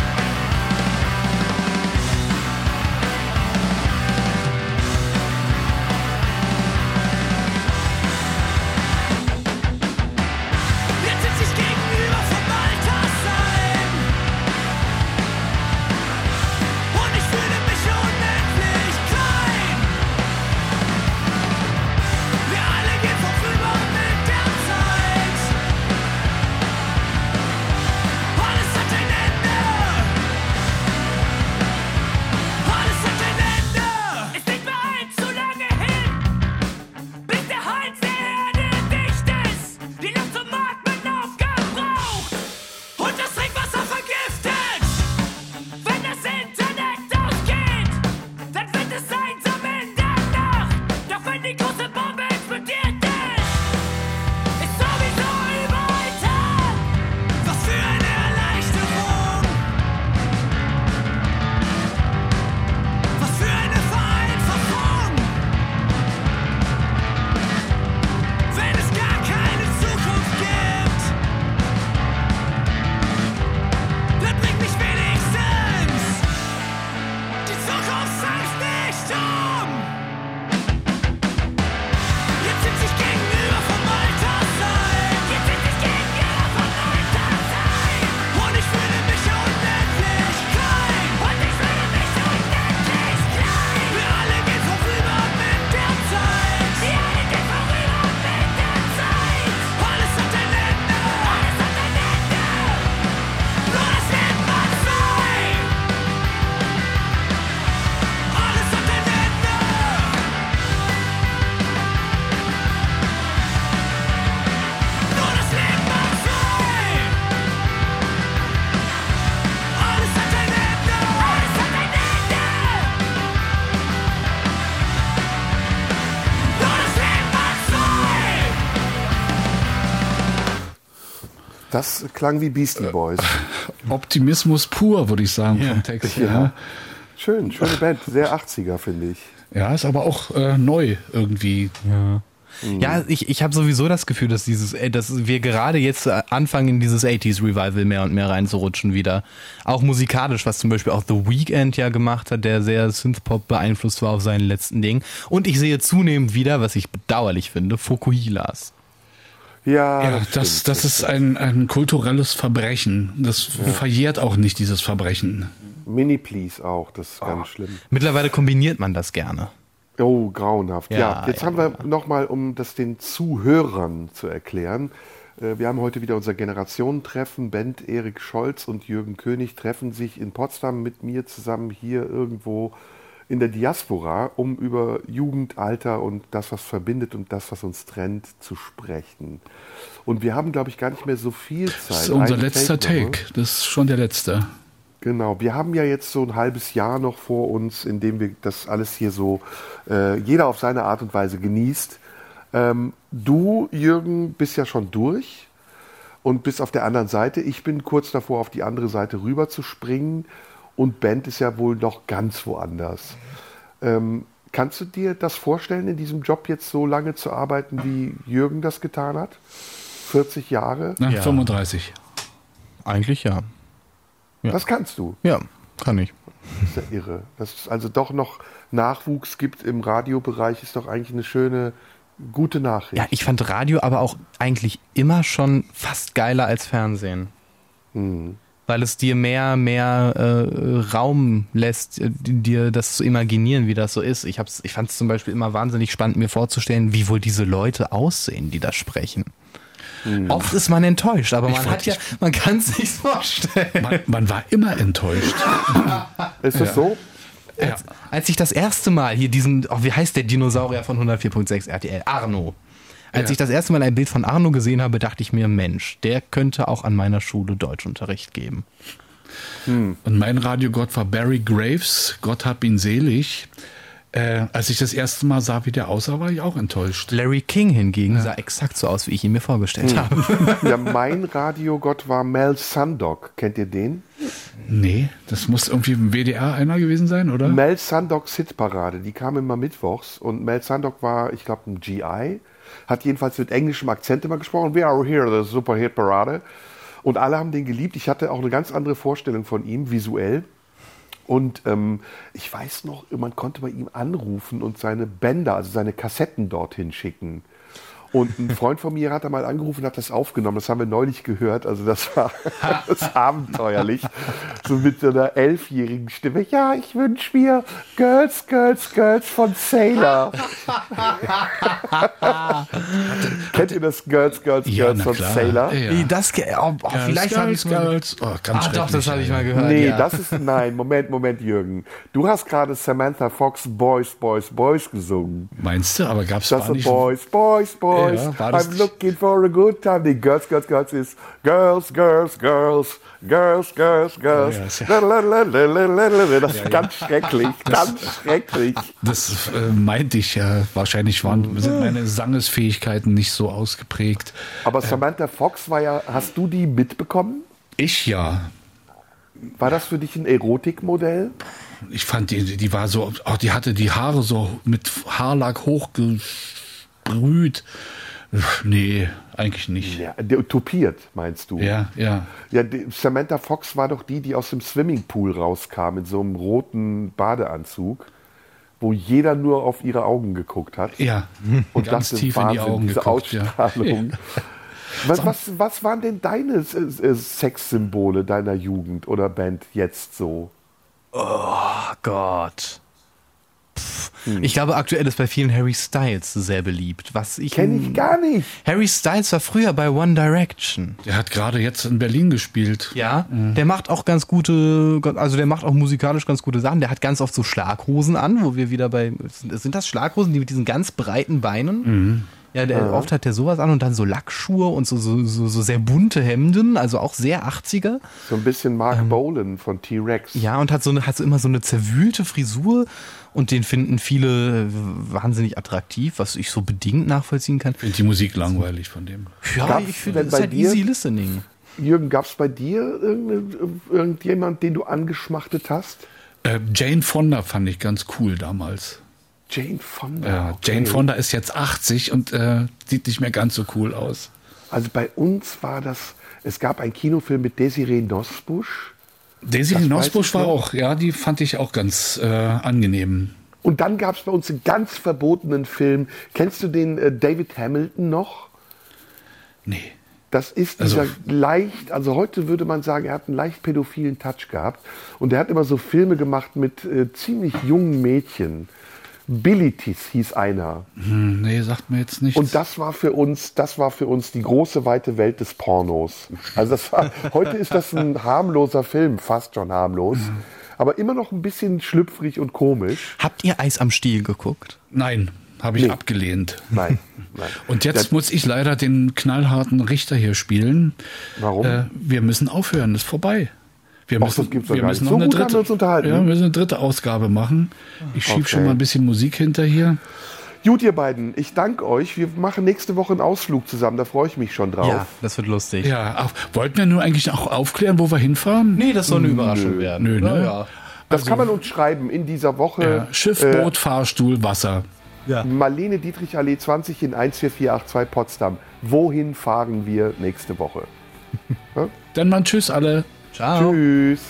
Jetzt sitz ich gegenüber vom Altersheim und ich fühle mich unendlich klein. Wir alle gehen vorüber mit der Zeit. Alles hat ein Ende. Alles hat ein Ende. Ist nicht mehr allzu lange hin, bis der Hals der Erde dicht ist. Die Luft zum Atmen aufgebraucht und das Trinkwasser vergiftet. Wenn das Internet ausgeht, dann wird es einsam in der Nacht. Doch wenn die große Bombe explodiert ist sowieso überall Tag. Was für eine Erleichterung. Was für eine Vereinfachung. Wenn es gar keine Zukunft gibt, dann bringt mich wenigstens die Zukunftsangst nicht um. Jetzt sitz ich gegenüber vom Altersheim. Jetzt sitz ich gegenüber vom Altersheim. Und ich fühle mich unendlich klein. Und ich fühle mich unendlich klein. Wir alle gehen vorüber mit der Zeit. Wir alle gehen vorüber mit der Zeit. Alles hat ein Ende. Alles hat ein Ende. Nur das Leben hat frei. Alles hat ein Ende. Nur das Leben hat frei. Alles hat ein Ende. Alles hat ein Ende. Nur das Leben hat frei. Das klang wie Beastie Boys. Optimismus pur, würde ich sagen, vom Text her. Ja. Schön, schöne Band. Sehr 80er, finde ich. Ja, ist aber auch neu irgendwie. Ja, ich habe sowieso das Gefühl, dass dass wir gerade jetzt anfangen, in dieses 80s Revival mehr und mehr reinzurutschen wieder. Auch musikalisch, was zum Beispiel auch The Weeknd ja gemacht hat, der sehr Synthpop beeinflusst war auf seinen letzten Dingen. Und ich sehe zunehmend wieder, was ich bedauerlich finde, Fokuhilas. Ja, Ja, das ist ein kulturelles Verbrechen. Das verjährt auch nicht, dieses Verbrechen. Mini Please auch, das ist ganz schlimm. Mittlerweile kombiniert man das gerne. Oh, grauenhaft. Ja, jetzt Ja. haben wir nochmal, um das den Zuhörern zu erklären, wir haben heute wieder unser Generationentreffen. Bent, Erik Scholz und Jürgen König treffen sich in Potsdam mit mir zusammen hier irgendwo in der Diaspora, um über Jugend, Alter und das, was verbindet und das, was uns trennt, zu sprechen. Und wir haben, glaube ich, gar nicht mehr so viel Zeit. Das ist unser Ein letzter noch, ne? Take. Das ist schon der letzte. Genau, wir haben ja jetzt so ein halbes Jahr noch vor uns, in dem wir das alles hier so, jeder auf seine Art und Weise genießt. Du, Jürgen, bist ja schon durch und bist auf der anderen Seite. Ich bin kurz davor, auf die andere Seite rüber zu springen und Band ist ja wohl noch ganz woanders. Kannst du dir das vorstellen, in diesem Job jetzt so lange zu arbeiten, wie Jürgen das getan hat? 40 Jahre? Na, Ja. 35. Eigentlich ja. Ja. Das kannst du. Ja, kann ich. Das ist ja irre. Dass es also doch noch Nachwuchs gibt im Radiobereich, ist doch eigentlich eine schöne, gute Nachricht. Ja, ich fand Radio aber auch eigentlich immer schon fast geiler als Fernsehen. Weil es dir mehr Raum lässt, dir das zu imaginieren, wie das so ist. Ich fand es zum Beispiel immer wahnsinnig spannend, mir vorzustellen, wie wohl diese Leute aussehen, die da sprechen. Oft ist man enttäuscht, aber man kann es sich vorstellen. Man war immer enttäuscht. Ist es so? Als ich das erste Mal hier wie heißt der Dinosaurier von 104.6 RTL? Arno. Als ich das erste Mal ein Bild von Arno gesehen habe, dachte ich mir, Mensch, der könnte auch an meiner Schule Deutschunterricht geben. Und mein Radiogott war Barry Graves, Gott hab ihn selig. Als ich das erste Mal sah, wie der aussah, war ich auch enttäuscht. Larry King hingegen sah exakt so aus, wie ich ihn mir vorgestellt habe. Ja, mein Radiogott war Mel Sundog. Kennt ihr den? Nee, das muss irgendwie im WDR einer gewesen sein, oder? Mel Sundogs Hitparade, die kam immer mittwochs und Mel Sundog war, ich glaube, ein GI, hat jedenfalls mit englischem Akzent immer gesprochen. We are here, the super Hitparade. Und alle haben den geliebt. Ich hatte auch eine ganz andere Vorstellung von ihm, visuell. Und ich weiß noch, man konnte bei ihm anrufen und seine Bänder, also seine Kassetten dorthin schicken. Und ein Freund von mir hat da mal angerufen und hat das aufgenommen. Das haben wir neulich gehört. Also das war das abenteuerlich. So mit so einer 11-jährigen Stimme. Ja, ich wünsche mir Girls, Girls, Girls von Sailor. Kennt ihr das Girls, Girls, Girls von Sailor? Ja. Wie das vielleicht habe ich es mal. Girls. Oh, ganz Doch, das habe ich mal gehört. Nee, ja. das ist, nein, Moment, Jürgen. Du hast gerade Samantha Fox Boys, Boys, Boys gesungen. Meinst du? Aber gab es Das war sind nicht... Boys, Boys, Boys. Ja, war das I'm nicht- looking for a good time. Die Girls, Girls, Girls ist Girls, Girls, Girls, Girls, Girls, Girls. ja, ist ja- Das ist ganz schrecklich, ganz schrecklich. Das meinte ich ja. Wahrscheinlich sind meine Sangesfähigkeiten nicht so ausgeprägt. Aber Samantha Fox war ja, hast du die mitbekommen? Ich ja. War das für dich ein Erotikmodell? Ich fand, die war so, die hatte die Haare so mit Haarlack hochgebrüht. Nee, eigentlich nicht. Ja, utopiert, meinst du? Ja. Ja, Samantha Fox war doch die aus dem Swimmingpool rauskam in so einem roten Badeanzug, wo jeder nur auf ihre Augen geguckt hat. Ja. Und Ganz dachte, tief in die Wahnsinn, Augen diese geguckt, ja. Ausstrahlung. Was waren denn deine Sexsymbole deiner Jugend oder Band jetzt so? Oh Gott. Ich glaube, aktuell ist bei vielen Harry Styles sehr beliebt. Kenn ich gar nicht. Harry Styles war früher bei One Direction. Der hat gerade jetzt in Berlin gespielt. Ja, der macht auch ganz gute, also der macht auch musikalisch ganz gute Sachen. Der hat ganz oft so Schlaghosen an, wo wir wieder sind das Schlaghosen, die mit diesen ganz breiten Beinen? Ja, oft hat der sowas an und dann so Lackschuhe und so sehr bunte Hemden, also auch sehr 80er. So ein bisschen Mark Bolan von T-Rex. Ja, und hat so immer so eine zerwühlte Frisur und den finden viele wahnsinnig attraktiv, was ich so bedingt nachvollziehen kann. Ich finde die Musik langweilig von dem. Ja, Gab's ich finde, denn das ist bei halt dir- easy listening. Jürgen, gab es bei dir irgendjemand, den du angeschmachtet hast? Jane Fonda fand ich ganz cool damals. Jane Fonda. Ja, okay. Jane Fonda ist jetzt 80 und sieht nicht mehr ganz so cool aus. Also bei uns war das, es gab einen Kinofilm mit Desiree Nosbusch. Desiree Das weiß Nosbusch ich war noch. auch, ja, die fand ich auch ganz angenehm. Und dann gab es bei uns einen ganz verbotenen Film. Kennst du den David Hamilton noch? Nee. Das ist Also- dieser leicht, also heute würde man sagen, er hat einen leicht pädophilen Touch gehabt. Und er hat immer so Filme gemacht mit ziemlich jungen Mädchen. Bilitis hieß einer. Nee, sagt mir jetzt nichts. Und das war für uns die große, weite Welt des Pornos. Also heute ist das ein harmloser Film, fast schon harmlos. Aber immer noch ein bisschen schlüpfrig und komisch. Habt ihr Eis am Stiel geguckt? Nein, habe ich Nee. abgelehnt. Nein. Und jetzt muss ich leider den knallharten Richter hier spielen. Warum? Wir müssen aufhören, ist vorbei. Wir Ach, müssen, das gibt's doch wir gar müssen nicht. noch So eine gut haben wir uns unterhalten. Ja, wir müssen eine dritte Ausgabe machen. Ich schiebe Okay. schon mal ein bisschen Musik hinter hier. Gut, ihr beiden, ich danke euch. Wir machen nächste Woche einen Ausflug zusammen, da freue ich mich schon drauf. Ja, das wird lustig. Ja, wollten wir nun eigentlich auch aufklären, wo wir hinfahren? Nee, das soll eine Überraschung werden. Nö, ne? Ja. Das kann man uns schreiben in dieser Woche. Schiff, Boot, Fahrstuhl, Wasser. Marlene Dietrich Allee 20 in 14482 Potsdam. Wohin fahren wir nächste Woche? Dann mal tschüss alle. Ciao. Tschüss.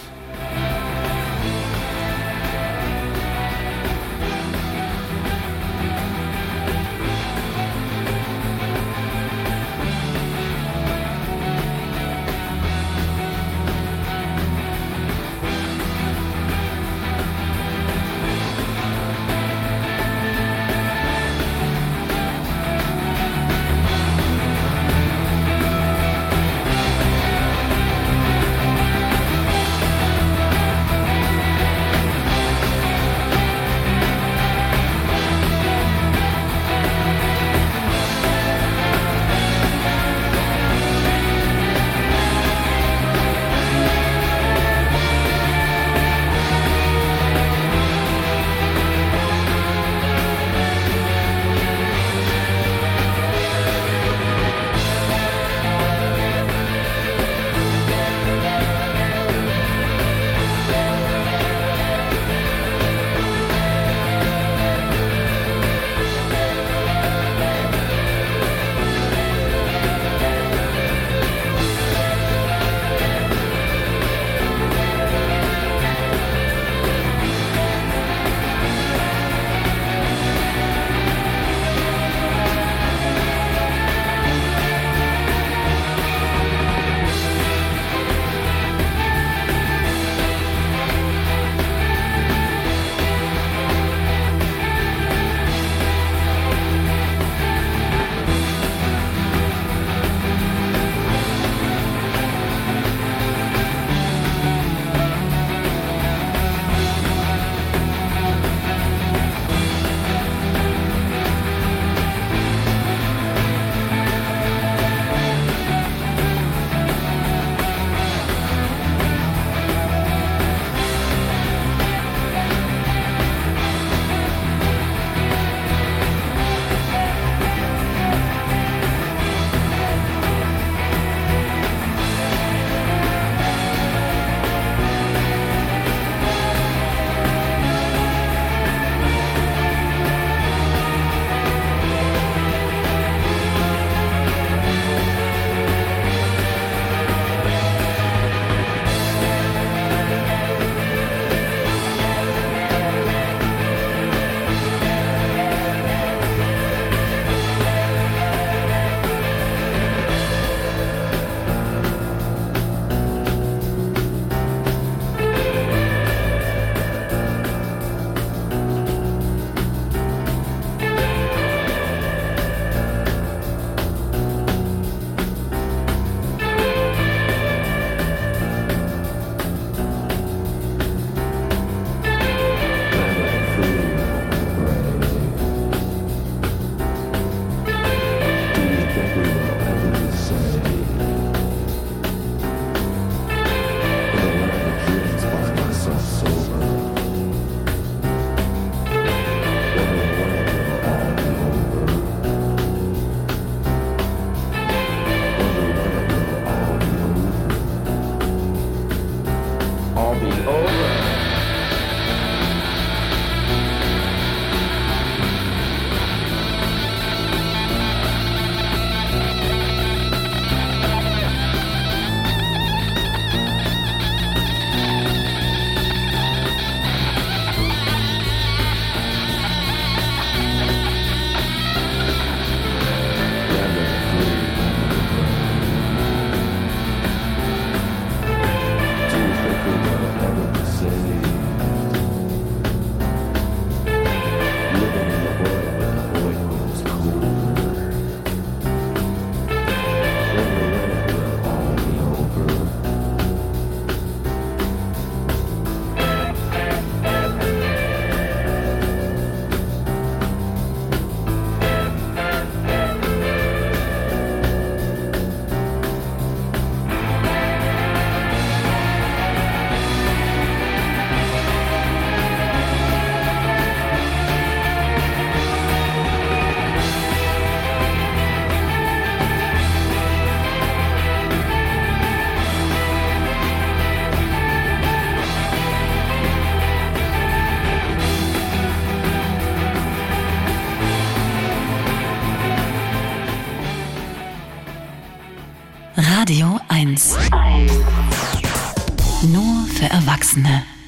Radio 1. Nur für Erwachsene.